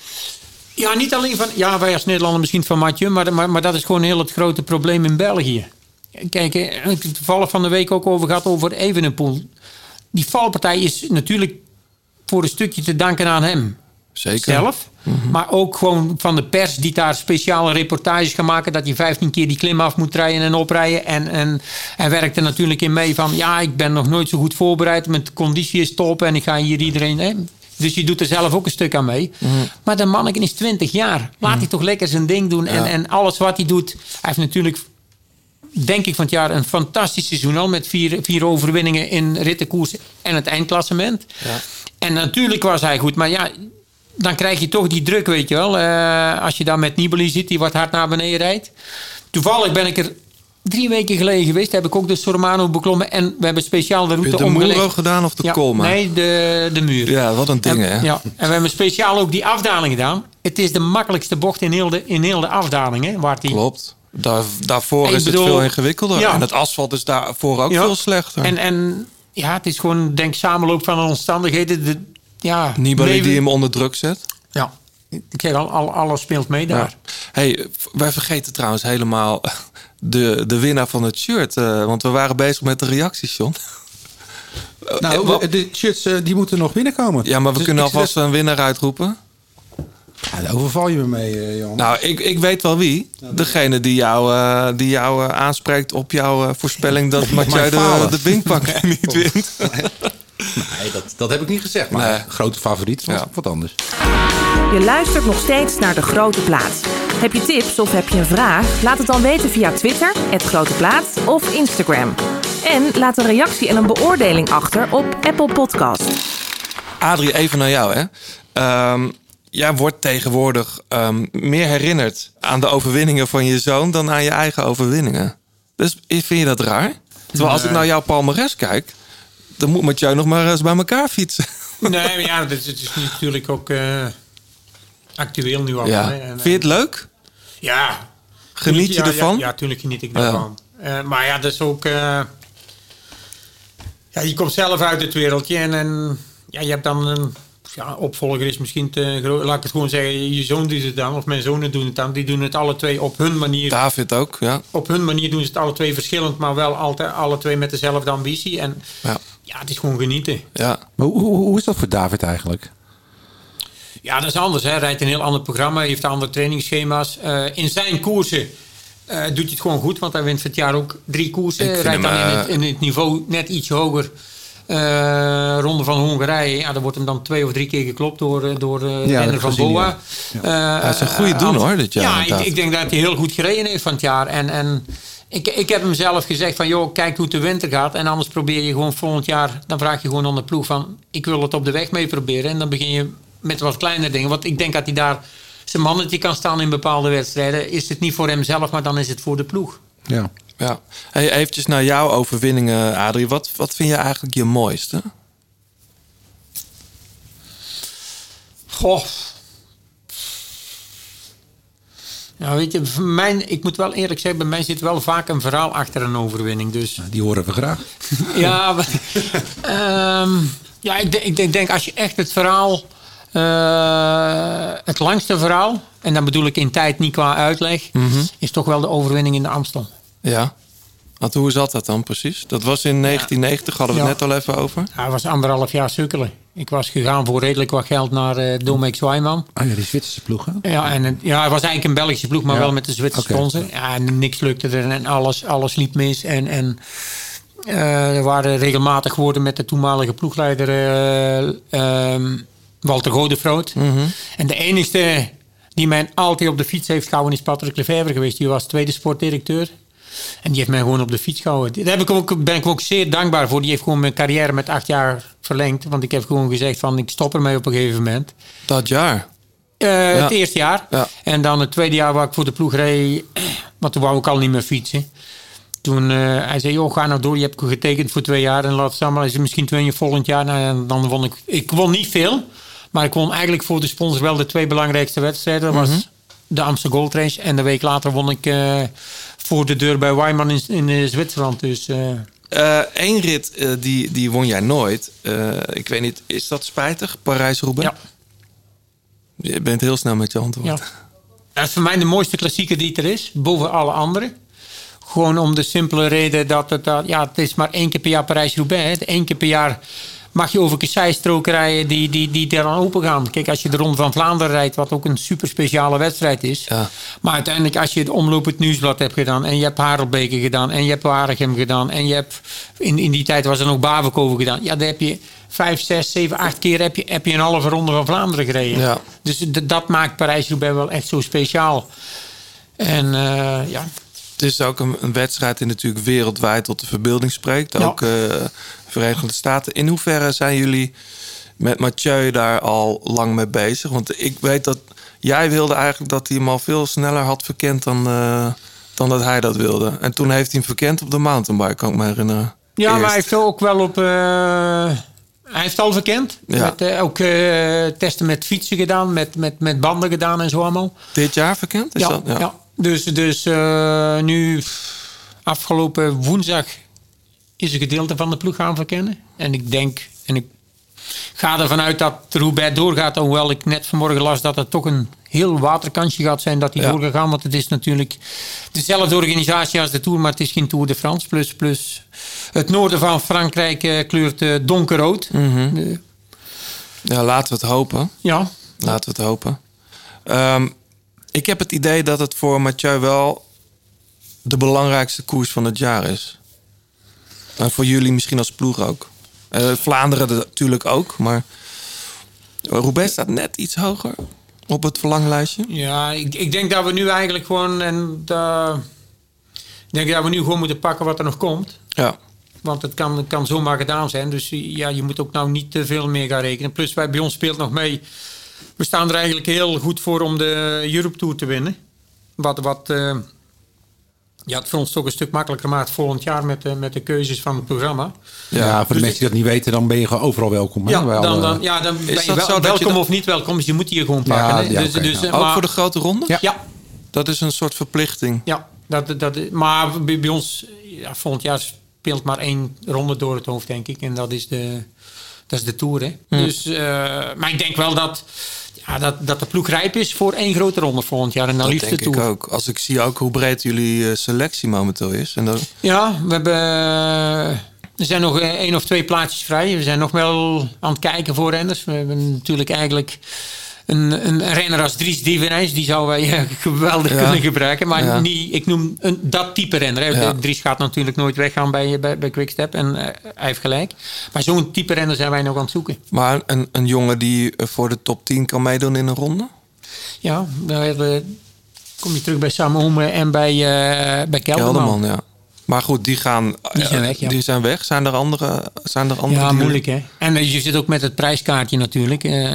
Ja, niet alleen van... Ja, wij als Nederlander misschien van Mathieu, maar, maar, maar dat is gewoon heel het grote probleem in België. Kijk, ik heb het toevallig van de week ook over gehad over Evenepoel. Die valpartij is natuurlijk voor een stukje te danken aan hem. Zeker. Zelf. Mm-hmm. Maar ook gewoon van de pers die daar speciale reportages gaan maken. Dat je vijftien keer die klim af moet rijden en oprijden. En, en hij werkt er natuurlijk in mee van... Ja, ik ben nog nooit zo goed voorbereid. Mijn conditie is top en ik ga hier iedereen... Hè. Dus je doet er zelf ook een stuk aan mee. Mm-hmm. Maar de manneken is twintig jaar. Laat mm-hmm. hij toch lekker zijn ding doen. Ja. En, en alles wat hij doet... Hij heeft natuurlijk... denk ik van het jaar een fantastisch seizoen al. Met vier, vier overwinningen in rittenkoers en het eindklassement. Ja. En natuurlijk was hij goed. Maar ja, dan krijg je toch die druk, weet je wel. Uh, als je daar met Nibali zit, die wat hard naar beneden rijdt. Toevallig ben ik er drie weken geleden geweest. Heb ik ook de Sormano beklommen. En we hebben speciaal de route Heb je de omgelegd. Muro gedaan of de ja, Colma? Nee, de, de muur. Ja, wat een ding, en, hè? Ja. En we hebben speciaal ook die afdaling gedaan. Het is de makkelijkste bocht in heel de, in heel de afdaling. Hè, waar die, Klopt. Daar, daarvoor ik is bedoel, het veel ingewikkelder. Ja. En het asfalt is daarvoor ook ja. veel slechter. En, en ja, het is gewoon, denk samenloop van omstandigheden. De, ja, Nibali leven, die hem onder druk zet. Ja, ik zeg al, al, alles speelt mee daar. Ja. Hey, wij vergeten trouwens helemaal de, de winnaar van het shirt. Uh, want we waren bezig met de reacties, John. Nou, uh, de shirts uh, die moeten nog binnenkomen. Ja, maar we dus kunnen alvast een winnaar uitroepen. Ja, daar overval je me mee, uh, Jan. Nou, ik, ik weet wel wie. Degene die jou, uh, die jou uh, aanspreekt op jouw uh, voorspelling dat Mathieu de, de Bingpank niet wint. Nee, dat, dat heb ik niet gezegd. Maar nee. Grote favoriet was ja. wat anders. Je luistert nog steeds naar De Grote Plaat. Heb je tips of heb je een vraag? Laat het dan weten via Twitter, het Grote Plaat of Instagram. En laat een reactie en een beoordeling achter op Apple Podcast. Adrie, even naar jou, hè. Um, jij wordt tegenwoordig um, meer herinnerd aan de overwinningen van je zoon dan aan je eigen overwinningen. Dus vind je dat raar? Terwijl als ik naar jouw palmares kijk, dan moet Mathieu nog maar eens bij elkaar fietsen. Nee, maar ja, het is, het is natuurlijk ook uh, actueel nu al. Ja. Hè? En, Vind je het leuk? Ja. Geniet je ja, ervan? Ja, natuurlijk ja, geniet ik ervan. Ja. Uh, maar ja, dat is ook... Uh, ja, je komt zelf uit het wereldje en, en ja, je hebt dan een... Ja, opvolger is misschien te groot. Laat ik het gewoon zeggen, je zoon doet het dan, of mijn zonen doen het dan. Die doen het alle twee op hun manier. David ook, ja. Op hun manier doen ze het alle twee verschillend, maar wel altijd alle twee met dezelfde ambitie. En ja, ja het is gewoon genieten. Ja. Maar hoe, hoe, hoe is dat voor David eigenlijk? Ja, dat is anders. Hij rijdt een heel ander programma, hij heeft andere trainingsschema's. Uh, in zijn koersen uh, doet hij het gewoon goed, want hij wint het jaar ook drie koersen. Hij rijdt dan uh... in, het, in het niveau net iets hoger. Uh, Ronde van Hongarije, ja, daar wordt hem dan twee of drie keer geklopt door, door uh, ja, renner van Boa. Ja. Ja. Uh, dat is een goede doen uh, hoor, dit jaar. Ja, ik, ik denk dat hij heel goed gereden heeft van het jaar. En, en ik, ik heb hem zelf gezegd van, joh, kijk hoe het de winter gaat. En anders probeer je gewoon volgend jaar, dan vraag je gewoon aan de ploeg van, ik wil het op de weg mee proberen. En dan begin je met wat kleine dingen. Want ik denk dat hij daar zijn mannetje kan staan in bepaalde wedstrijden. Is het niet voor hemzelf, maar dan is het voor de ploeg. Ja. Ja. Hey, eventjes naar jouw overwinningen, Adrie. Wat, wat vind je eigenlijk je mooiste? Goh. Nou, weet je, voor mij, ik moet wel eerlijk zeggen, bij mij zit wel vaak een verhaal achter een overwinning. Dus. Die horen we graag. Ja, maar, um, ja ik, denk, ik denk, denk als je echt het verhaal, uh, het langste verhaal, en dan bedoel ik in tijd niet qua uitleg, mm-hmm. is toch wel de overwinning in de Amstel. Ja, want hoe zat dat dan precies? Dat was in negentien negentig, hadden we ja. het net al even over. Ja, het was anderhalf jaar sukkelen. Ik was gegaan voor redelijk wat geld naar uh, Domex Wijman. Ah ja, die Zwitserse ploeg, hè? Ja, en het, ja, het was eigenlijk een Belgische ploeg, maar ja. wel met de Zwitserse okay. sponsor. Ja, en niks lukte er en alles, alles liep mis. En, en uh, er waren regelmatig woorden met de toenmalige ploegleider uh, um, Walter Godefroot. Mm-hmm. En de enige die mij altijd op de fiets heeft gehouden is Patrick Lefevre geweest. Die was tweede sportdirecteur. En die heeft mij gewoon op de fiets gehouden. Daar heb ik ook, ben ik ook zeer dankbaar voor. Die heeft gewoon mijn carrière met acht jaar verlengd. Want ik heb gewoon gezegd van ik stop ermee op een gegeven moment. Dat jaar? Uh, ja. Het eerste jaar. Ja. En dan het tweede jaar waar ik voor de ploeg reed. Want toen wou ik al niet meer fietsen. Toen uh, hij zei, joh, ga nou door. Je hebt getekend voor twee jaar. En laat staan, maar is het misschien twee jaar volgend jaar. Nou, en dan won ik. Ik won niet veel. Maar ik won eigenlijk voor de sponsor wel de twee belangrijkste wedstrijden. Dat mm-hmm. was de Amsterdam Gold Race. En de week later won ik uh, voor de deur bij Wijman in, in uh, Zwitserland. Dus... Uh, Eén uh, rit, uh, die, die won jij nooit. Uh, ik weet niet, is dat spijtig? Parijs-Roubaix? Ja. Je bent heel snel met je antwoord. Ja. Dat is voor mij de mooiste klassieker die er is. Boven alle anderen. Gewoon om de simpele reden dat het... Uh, ja, het is maar één keer per jaar Parijs-Roubaix. Eén keer per jaar mag je over kasseistroken rijden die, die, die er dan open gaan. Kijk, als je de Ronde van Vlaanderen rijdt, wat ook een super speciale wedstrijd is. Ja. Maar uiteindelijk, als je het Omloop het Nieuwsblad hebt gedaan, en je hebt Harelbeke gedaan, en je hebt Waregem gedaan, en je hebt, in, in die tijd was er nog Bavenkoven gedaan. Ja, dan heb je vijf, zes, zeven, acht keer heb je, heb je een halve Ronde van Vlaanderen gereden. Ja. Dus d- dat maakt Parijs-Roubaix wel echt zo speciaal. En uh, ja... Het is ook een, een wedstrijd die natuurlijk wereldwijd tot de verbeelding spreekt. Ja. Ook uh, Verenigde Staten. In hoeverre zijn jullie met Mathieu daar al lang mee bezig? Want ik weet dat jij wilde eigenlijk dat hij hem al veel sneller had verkend dan, uh, dan dat hij dat wilde. En toen heeft hij hem verkend op de mountainbike, kan ik me herinneren. Ja, Eerst. Maar hij heeft ook wel op... Uh, hij heeft al verkend. Ja. Met, uh, ook uh, testen met fietsen gedaan, met, met, met banden gedaan en zo allemaal. Dit jaar verkend? Is ja, dat? Ja. ja. Dus, dus uh, nu, afgelopen woensdag, is een gedeelte van de ploeg gaan verkennen. En ik denk, en ik ga ervan uit dat Roubaix doorgaat. Hoewel ik net vanmorgen las dat het toch een heel waterkansje gaat zijn dat hij ja. door gaat gaan. Want het is natuurlijk dezelfde organisatie als de Tour, maar het is geen Tour de France. Plus, plus het noorden van Frankrijk uh, kleurt uh, donkerrood. Mm-hmm. Uh, ja, laten we het hopen. Ja. Laten we het hopen. Um, Ik heb het idee dat het voor Mathieu wel de belangrijkste koers van het jaar is. En voor jullie misschien als ploeg ook. Uh, Vlaanderen natuurlijk ook, maar Roubaix staat net iets hoger op het verlanglijstje. Ja, ik, ik denk dat we nu eigenlijk gewoon... En uh, ik denk dat we nu gewoon moeten pakken wat er nog komt. Ja. Want het kan, het kan zomaar gedaan zijn. Dus ja, je moet ook nou niet te veel meer gaan rekenen. Plus bij, bij ons speelt nog mee... We staan er eigenlijk heel goed voor om de Europe Tour te winnen. Wat, wat uh, ja, het voor ons toch een stuk makkelijker maakt volgend jaar met, uh, met de keuzes van het programma. Ja, ja voor de dus mensen die dat niet weten, dan ben je gewoon overal welkom. Ja, hè, dan, alle... dan, ja, dan ben je wel, zo welkom dan... of niet welkom. Dus je moet hier gewoon pakken. Ja, hè? ja, dus, okay, dus, ja. maar, Ook voor de grote ronde? Ja. ja. Dat is een soort verplichting. Ja, dat, dat, maar bij, bij ons, ja, volgend jaar speelt maar één ronde door het hoofd, denk ik. En dat is de, dat is de Tour. Hè? Hm. Dus, uh, maar ik denk wel dat, ja, dat, dat de ploeg rijp is voor één grote ronde volgend jaar. En dan dat liefst denk de Tour. ik ook. Als ik zie ook hoe breed jullie uh, selectie momenteel is. En dan... Ja, we hebben... Uh, er zijn nog één of twee plaatjes vrij. We zijn nog wel aan het kijken voor renners. We hebben natuurlijk eigenlijk... Een, een renner als Dries Dievenijs, die zouden wij uh, geweldig ja. kunnen gebruiken. Maar ja. niet, ik noem een, dat type renner. Ja. Dries gaat natuurlijk nooit weggaan bij, bij, bij Quickstep. En uh, hij heeft gelijk. Maar zo'n type renner zijn wij nog aan het zoeken. Maar een, een jongen die voor de top tien kan meedoen in een ronde? Ja, dan uh, kom je terug bij Sam Omen en bij, uh, bij Kelderman. Kelderman, ja. Maar goed, die gaan die zijn weg. Ja. Die zijn weg. Zijn er andere? Zijn er andere ja, die... moeilijk hè. En je zit ook met het prijskaartje natuurlijk. Uh,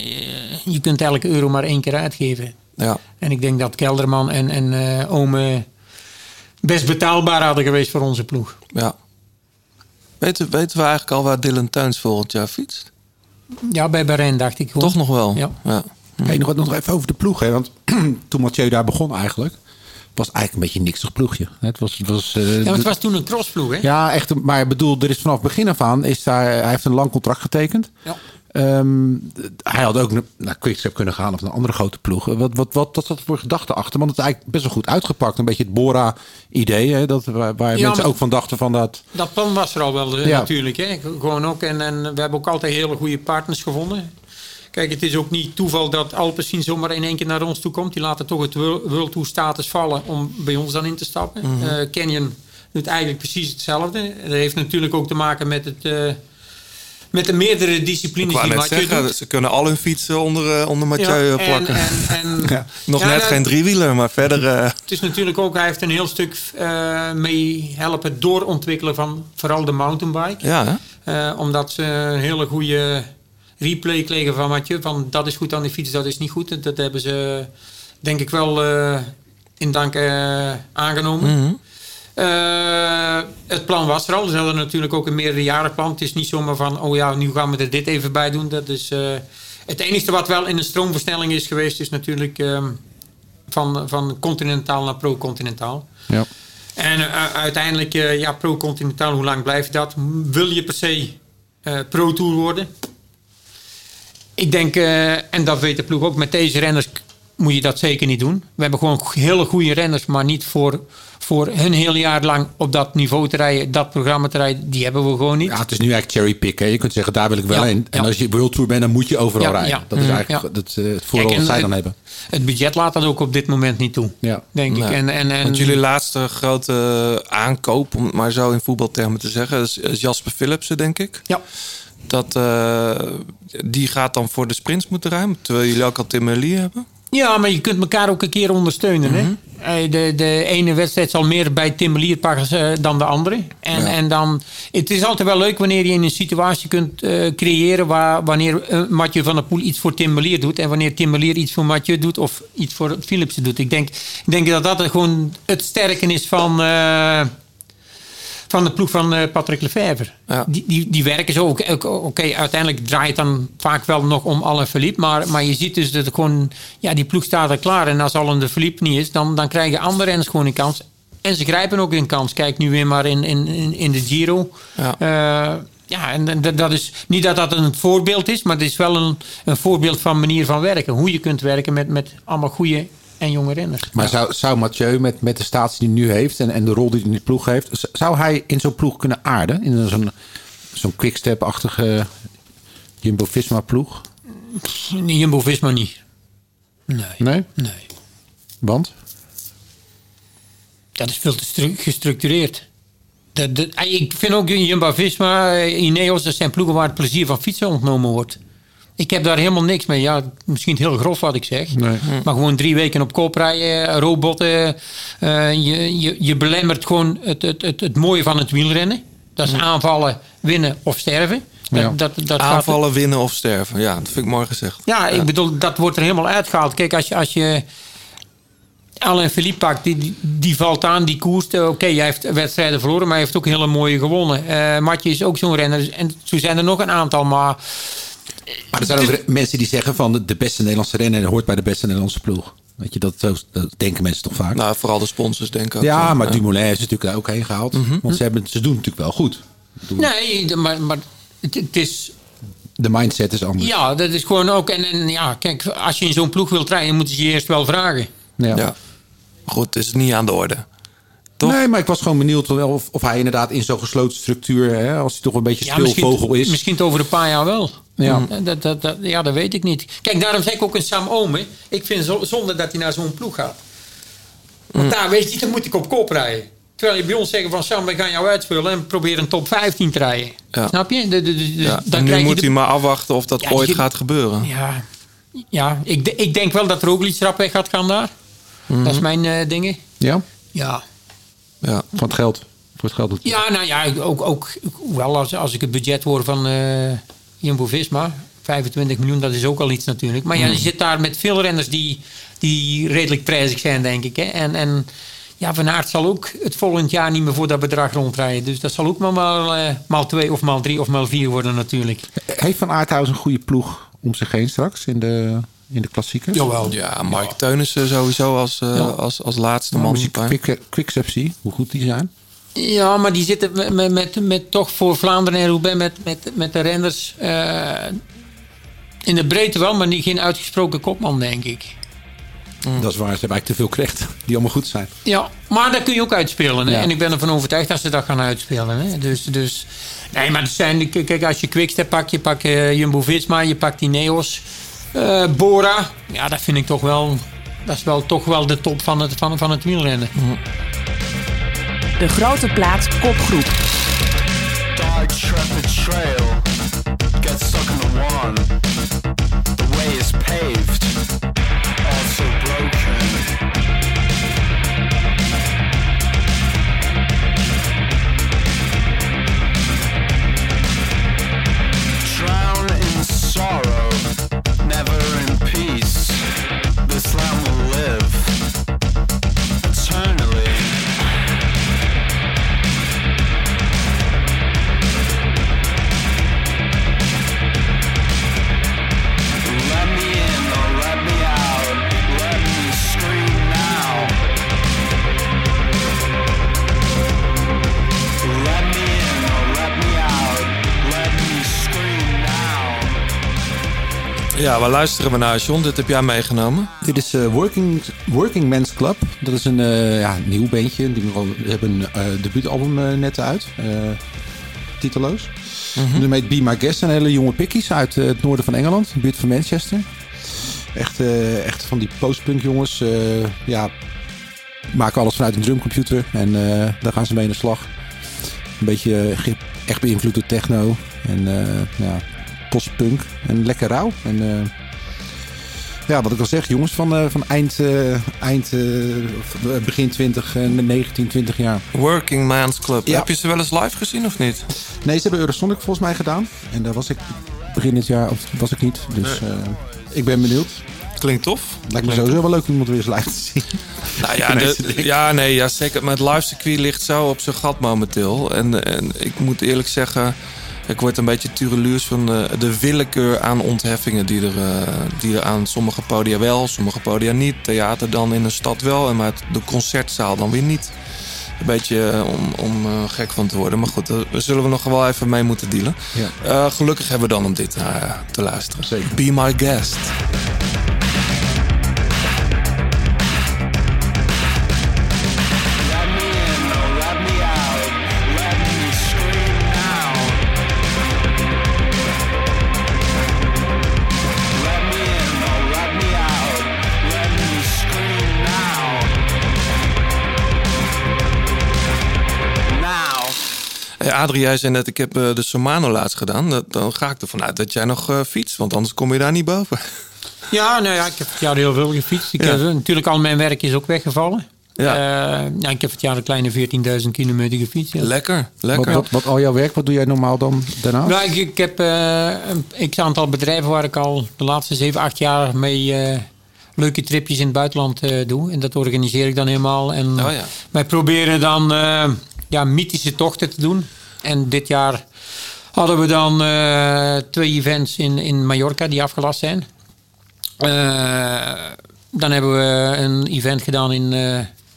je kunt elke euro maar één keer uitgeven. Ja. En ik denk dat Kelderman en, en uh, Ome best betaalbaar hadden geweest voor onze ploeg. Ja. Weten, weten we eigenlijk al waar Dylan Teuns volgend jaar fietst? Ja, bij Bahrein dacht ik gewoon. Toch nog wel? Ja. ja. Hey, nog, nog even over de ploeg. Hè? Want toen Mathieu daar begon eigenlijk... was eigenlijk een beetje een niksig ploegje. Het was, het was, uh, ja, maar het was toen een crossploeg, hè? Ja, echt. Maar ik bedoel, er is vanaf het begin af aan... Is daar, hij heeft een lang contract getekend. Ja. Um, hij had ook naar Quickstep kunnen gaan of naar een andere grote ploeg. Wat, wat, wat, wat zat er voor gedachten achter? Want het is eigenlijk best wel goed uitgepakt. Een beetje het Bora-idee. Hè, dat, waar waar ja, mensen ook van dachten van dat... Dat plan was er al wel ja. natuurlijk. Hè? Gewoon ook. En, en we hebben ook altijd hele goede partners gevonden. Kijk, het is ook niet toeval dat Alpecin zomaar in één keer naar ons toe komt. Die laten toch het World Tour status vallen om bij ons dan in te stappen. Mm-hmm. Uh, Canyon doet eigenlijk precies hetzelfde. Dat heeft natuurlijk ook te maken met het... Uh, met de meerdere disciplines die Mathieu zeggen, doet. Ze kunnen al hun fietsen onder, uh, onder Mathieu ja, plakken. En, en, en, ja. Nog ja, net nou, geen driewieler, maar verder... Uh... Het is natuurlijk ook... Hij heeft een heel stuk uh, mee helpen doorontwikkelen van vooral de mountainbike. Ja, hè? Uh, omdat ze een hele goede replay kregen van Mathieu. Van dat is goed aan de fiets, dat is niet goed. Dat hebben ze denk ik wel uh, in dank uh, aangenomen. Mm-hmm. Uh, het plan was er al. Ze hadden natuurlijk ook een meerderjarenplan. Het is niet zomaar van, oh ja, nu gaan we er dit even bij doen. Dat is, uh, het enige wat wel in een stroomversnelling is geweest... is natuurlijk um, van, van continentaal naar pro-continentaal. Ja. En uh, uiteindelijk, uh, ja, pro-continentaal, hoe lang blijft dat? Wil je per se uh, pro-tour worden? Ik denk, uh, en dat weet de ploeg ook, met deze renners moet je dat zeker niet doen. We hebben gewoon hele goede renners, maar niet voor... voor hun heel jaar lang op dat niveau te rijden, dat programma te rijden, die hebben we gewoon niet. Ja, het is nu eigenlijk cherrypicken. Je kunt zeggen, daar wil ik wel ja, in. En ja. als je World Tour bent, dan moet je overal ja, rijden. Ja. Dat is eigenlijk ja. dat, uh, het voordeel dat zij dan hebben. Het budget laat dat ook op dit moment niet toe, ja. denk nee. ik. En, en, en, Want jullie laatste grote aankoop, om het maar zo in voetbaltermen te zeggen, is, is Jasper Philipsen, denk ik. Ja. Dat, uh, die gaat dan voor de sprints moeten ruimen, terwijl jullie ook al Tim Merlier hebben. Ja, maar je kunt elkaar ook een keer ondersteunen. Mm-hmm. Hè? De, de ene wedstrijd zal meer bij Tim Merlier pakken uh, dan de andere. En, ja. en dan, het is altijd wel leuk wanneer je in een situatie kunt uh, creëren... Waar, wanneer uh, Mathieu van der Poel iets voor Tim Merlier doet... en wanneer Tim Merlier iets voor Mathieu doet of iets voor Philipsen doet. Ik denk, ik denk dat dat gewoon het sterken is van... Uh, van de ploeg van uh, Patrick Lefevre. Ja. Die, die, die werken zo. Oké, okay, okay, uiteindelijk draait het dan vaak wel nog om Alain Philippe. Maar, maar je ziet dus dat het gewoon... Ja, die ploeg staat er klaar. En als Alain de Philippe niet is, dan, dan krijgen andere renners gewoon een kans. En ze grijpen ook een kans. Kijk nu weer maar in, in, in de Giro. Ja. Uh, ja, en dat, dat is niet dat dat een voorbeeld is, maar het is wel een, een voorbeeld van manier van werken. Hoe je kunt werken met, met allemaal goede en jonge renners. Maar ja. zou, zou Mathieu met, met de status die hij nu heeft en, en de rol die hij in de ploeg heeft, zou hij in zo'n ploeg kunnen aarden? In zo'n, zo'n quickstep-achtige Jumbo-Visma ploeg? Jumbo-Visma niet. Nee. Nee? Nee. Want? Dat is veel te stru- gestructureerd. De, de, ik vind ook Jumbo-Visma, Ineos, dat zijn ploegen waar het plezier van fietsen ontnomen wordt. Ik heb daar helemaal niks mee. Ja, misschien heel grof wat ik zeg. Nee. Maar gewoon drie weken op kop rijden, robotten. Uh, je, je, je belemmert gewoon het, het, het, het mooie van het wielrennen. Dat is aanvallen, winnen of sterven. Dat, Ja. dat, dat Aanvallen, gaat... winnen of sterven. Ja, dat vind ik mooi gezegd. Ja, ik ja. bedoel, dat wordt er helemaal uitgehaald. Kijk, als je... Als je Alain Philippe pakt, die, die, die valt aan, die koerst. Oké, okay, hij heeft wedstrijden verloren, maar hij heeft ook hele mooie gewonnen. Uh, Mathieu is ook zo'n renner. En zo zijn er nog een aantal, maar... Maar er zijn ook de, mensen die zeggen van de beste Nederlandse renner hoort bij de beste Nederlandse ploeg. Weet je, dat, dat denken mensen toch vaak. Nou, vooral de sponsors denken ook. Ja, zo. maar ja. Dumoulin is natuurlijk daar ook heen gehaald. Mm-hmm. Want ze, hebben, ze doen het natuurlijk wel goed. Doen... Nee, maar, maar het, het is... De mindset is anders. Ja, dat is gewoon ook... En, en ja, kijk, als je in zo'n ploeg wilt rijden, moeten ze je eerst wel vragen. Ja. ja. Goed, het is niet aan de orde. Toch? Nee, maar ik was gewoon benieuwd of, of hij inderdaad in zo'n gesloten structuur... Hè, als hij toch een beetje ja, speelvogel misschien, is... Misschien over een paar jaar wel. Ja. Dat, dat, dat, ja, dat weet ik niet. Kijk, daarom zeg ik ook een Sam Omen. Ik vind het zonde dat hij naar zo'n ploeg gaat. Want mm. daar weet je, dan moet ik op kop rijden. Terwijl je bij ons zeggen van Sam, we gaan jou uitspullen... en probeer een top vijftien te rijden. Ja. Snap je? De, de, de, ja. dan nu moet de... hij maar afwachten of dat ja, ooit je... gaat gebeuren. Ja, ja ik, ik denk wel dat Roglic rap weg gaat gaan daar. Mm-hmm. Dat is mijn uh, dingen. Ja? Ja. Ja, van het geld. Voor het geld doet ja, nou ja, ook, ook wel als, als ik het budget hoor van uh, Jumbo-Visma, vijfentwintig miljoen, dat is ook al iets natuurlijk. Maar ja, je zit daar met veel renners die, die redelijk prijzig zijn, denk ik. Hè? En, en ja, Van Aert zal ook het volgend jaar niet meer voor dat bedrag rondrijden. Dus dat zal ook maar maal, uh, maal twee of maal drie of maal vier worden natuurlijk. Heeft Van Aert trouwens een goede ploeg om zich heen straks in de... In de klassiekers? Jawel. Ja, Mark ja. Teunissen sowieso als, uh, ja. als, als laatste man. Als je quick, Quickstep zie, hoe goed die zijn. Ja, maar die zitten met, met, met, met toch voor Vlaanderen en Roubaix met, met, met de renners uh, in de breedte wel, maar niet geen uitgesproken kopman, denk ik. Mm. Dat is waar, ze hebben eigenlijk te veel krecht die allemaal goed zijn. Ja, maar dat kun je ook uitspelen. Hè? Ja. En ik ben ervan overtuigd dat ze dat gaan uitspelen. Hè? Dus, dus, nee, maar er zijn, kijk, als je Quickstep pakt, je pakt uh, Jumbo-Visma, je pakt die Neos... Uh, Bora, ja, dat vind ik toch wel... Dat is wel toch wel de top van het, van, van het wielrennen. Mm. De Grote Plaat kopgroep. Dark Traffic Trail. Get stuck in the one. The way is paved. Also broken. Drown in sorrow. Never in peace, this land will live eternally. Let me in or let me out, let me scream now. Let me in or let me out, let me scream now. Ja, waar luisteren we naar, John? Dit heb jij meegenomen. Dit is uh, Working, Working Men's Club. Dat is een uh, ja, nieuw bandje. Die hebben een uh, debuutalbum uh, net uit. Uh, titeloos. Mm-hmm. Nu heet Be My Guest. Een hele jonge pikkies uit uh, het noorden van Engeland. De buurt van Manchester. Echt, uh, echt van die postpunk jongens. Uh, ja, maken alles vanuit een drumcomputer. En uh, daar gaan ze mee in de slag. Een beetje uh, echt beïnvloed door techno. En uh, ja... postpunk en lekker rauw. En uh, ja, wat ik al zeg, jongens van, uh, van eind, uh, eind uh, begin twintig, uh, negentien, twintig jaar. Working Man's Club. Ja. Heb je ze wel eens live gezien of niet? Nee, ze hebben Eurosonic volgens mij gedaan. En daar was ik begin dit jaar, of was ik niet. Dus nee. uh, ik ben benieuwd. Klinkt tof. Lijkt me sowieso wel leuk om iemand weer eens live te zien. Nou ja, de, ja, nee, ja, zeker. Maar het live circuit ligt zo op zijn gat momenteel. En, en ik moet eerlijk zeggen... Ik word een beetje tureluurs van de, de willekeur aan ontheffingen die er, uh, die er aan sommige podia wel, sommige podia niet. Theater dan in een stad wel en maar de concertzaal dan weer niet. Een beetje uh, om, om uh, gek van te worden. Maar goed, daar zullen we nog wel even mee moeten dealen. Ja. Uh, gelukkig hebben we dan om dit uh, te luisteren. Zeker. Be My Guest. Hey Adrie, jij zei net, ik heb uh, de Shimano laatst gedaan. Dat, dan ga ik ervan uit dat jij nog uh, fietst, want anders kom je daar niet boven. Ja, nou ja, ik heb het jaar heel veel gefietst. Ik ja. heb, natuurlijk, al mijn werk is ook weggevallen. Ja. Uh, ja, ik heb het jaar een kleine veertienduizend kilometer gefietst. Ja. Lekker, lekker. Wat, wat, wat al jouw werk, wat doe jij normaal dan daarnaast? Nou, ik, ik heb uh, een x aantal bedrijven waar ik al de laatste zeven, acht jaar mee uh, leuke tripjes in het buitenland uh, doe. En dat organiseer ik dan helemaal. En Oh, ja. wij proberen dan uh, ja, mythische tochten te doen. En dit jaar hadden we dan uh, twee events in, in Mallorca die afgelast zijn. Uh, dan hebben we een event gedaan in uh,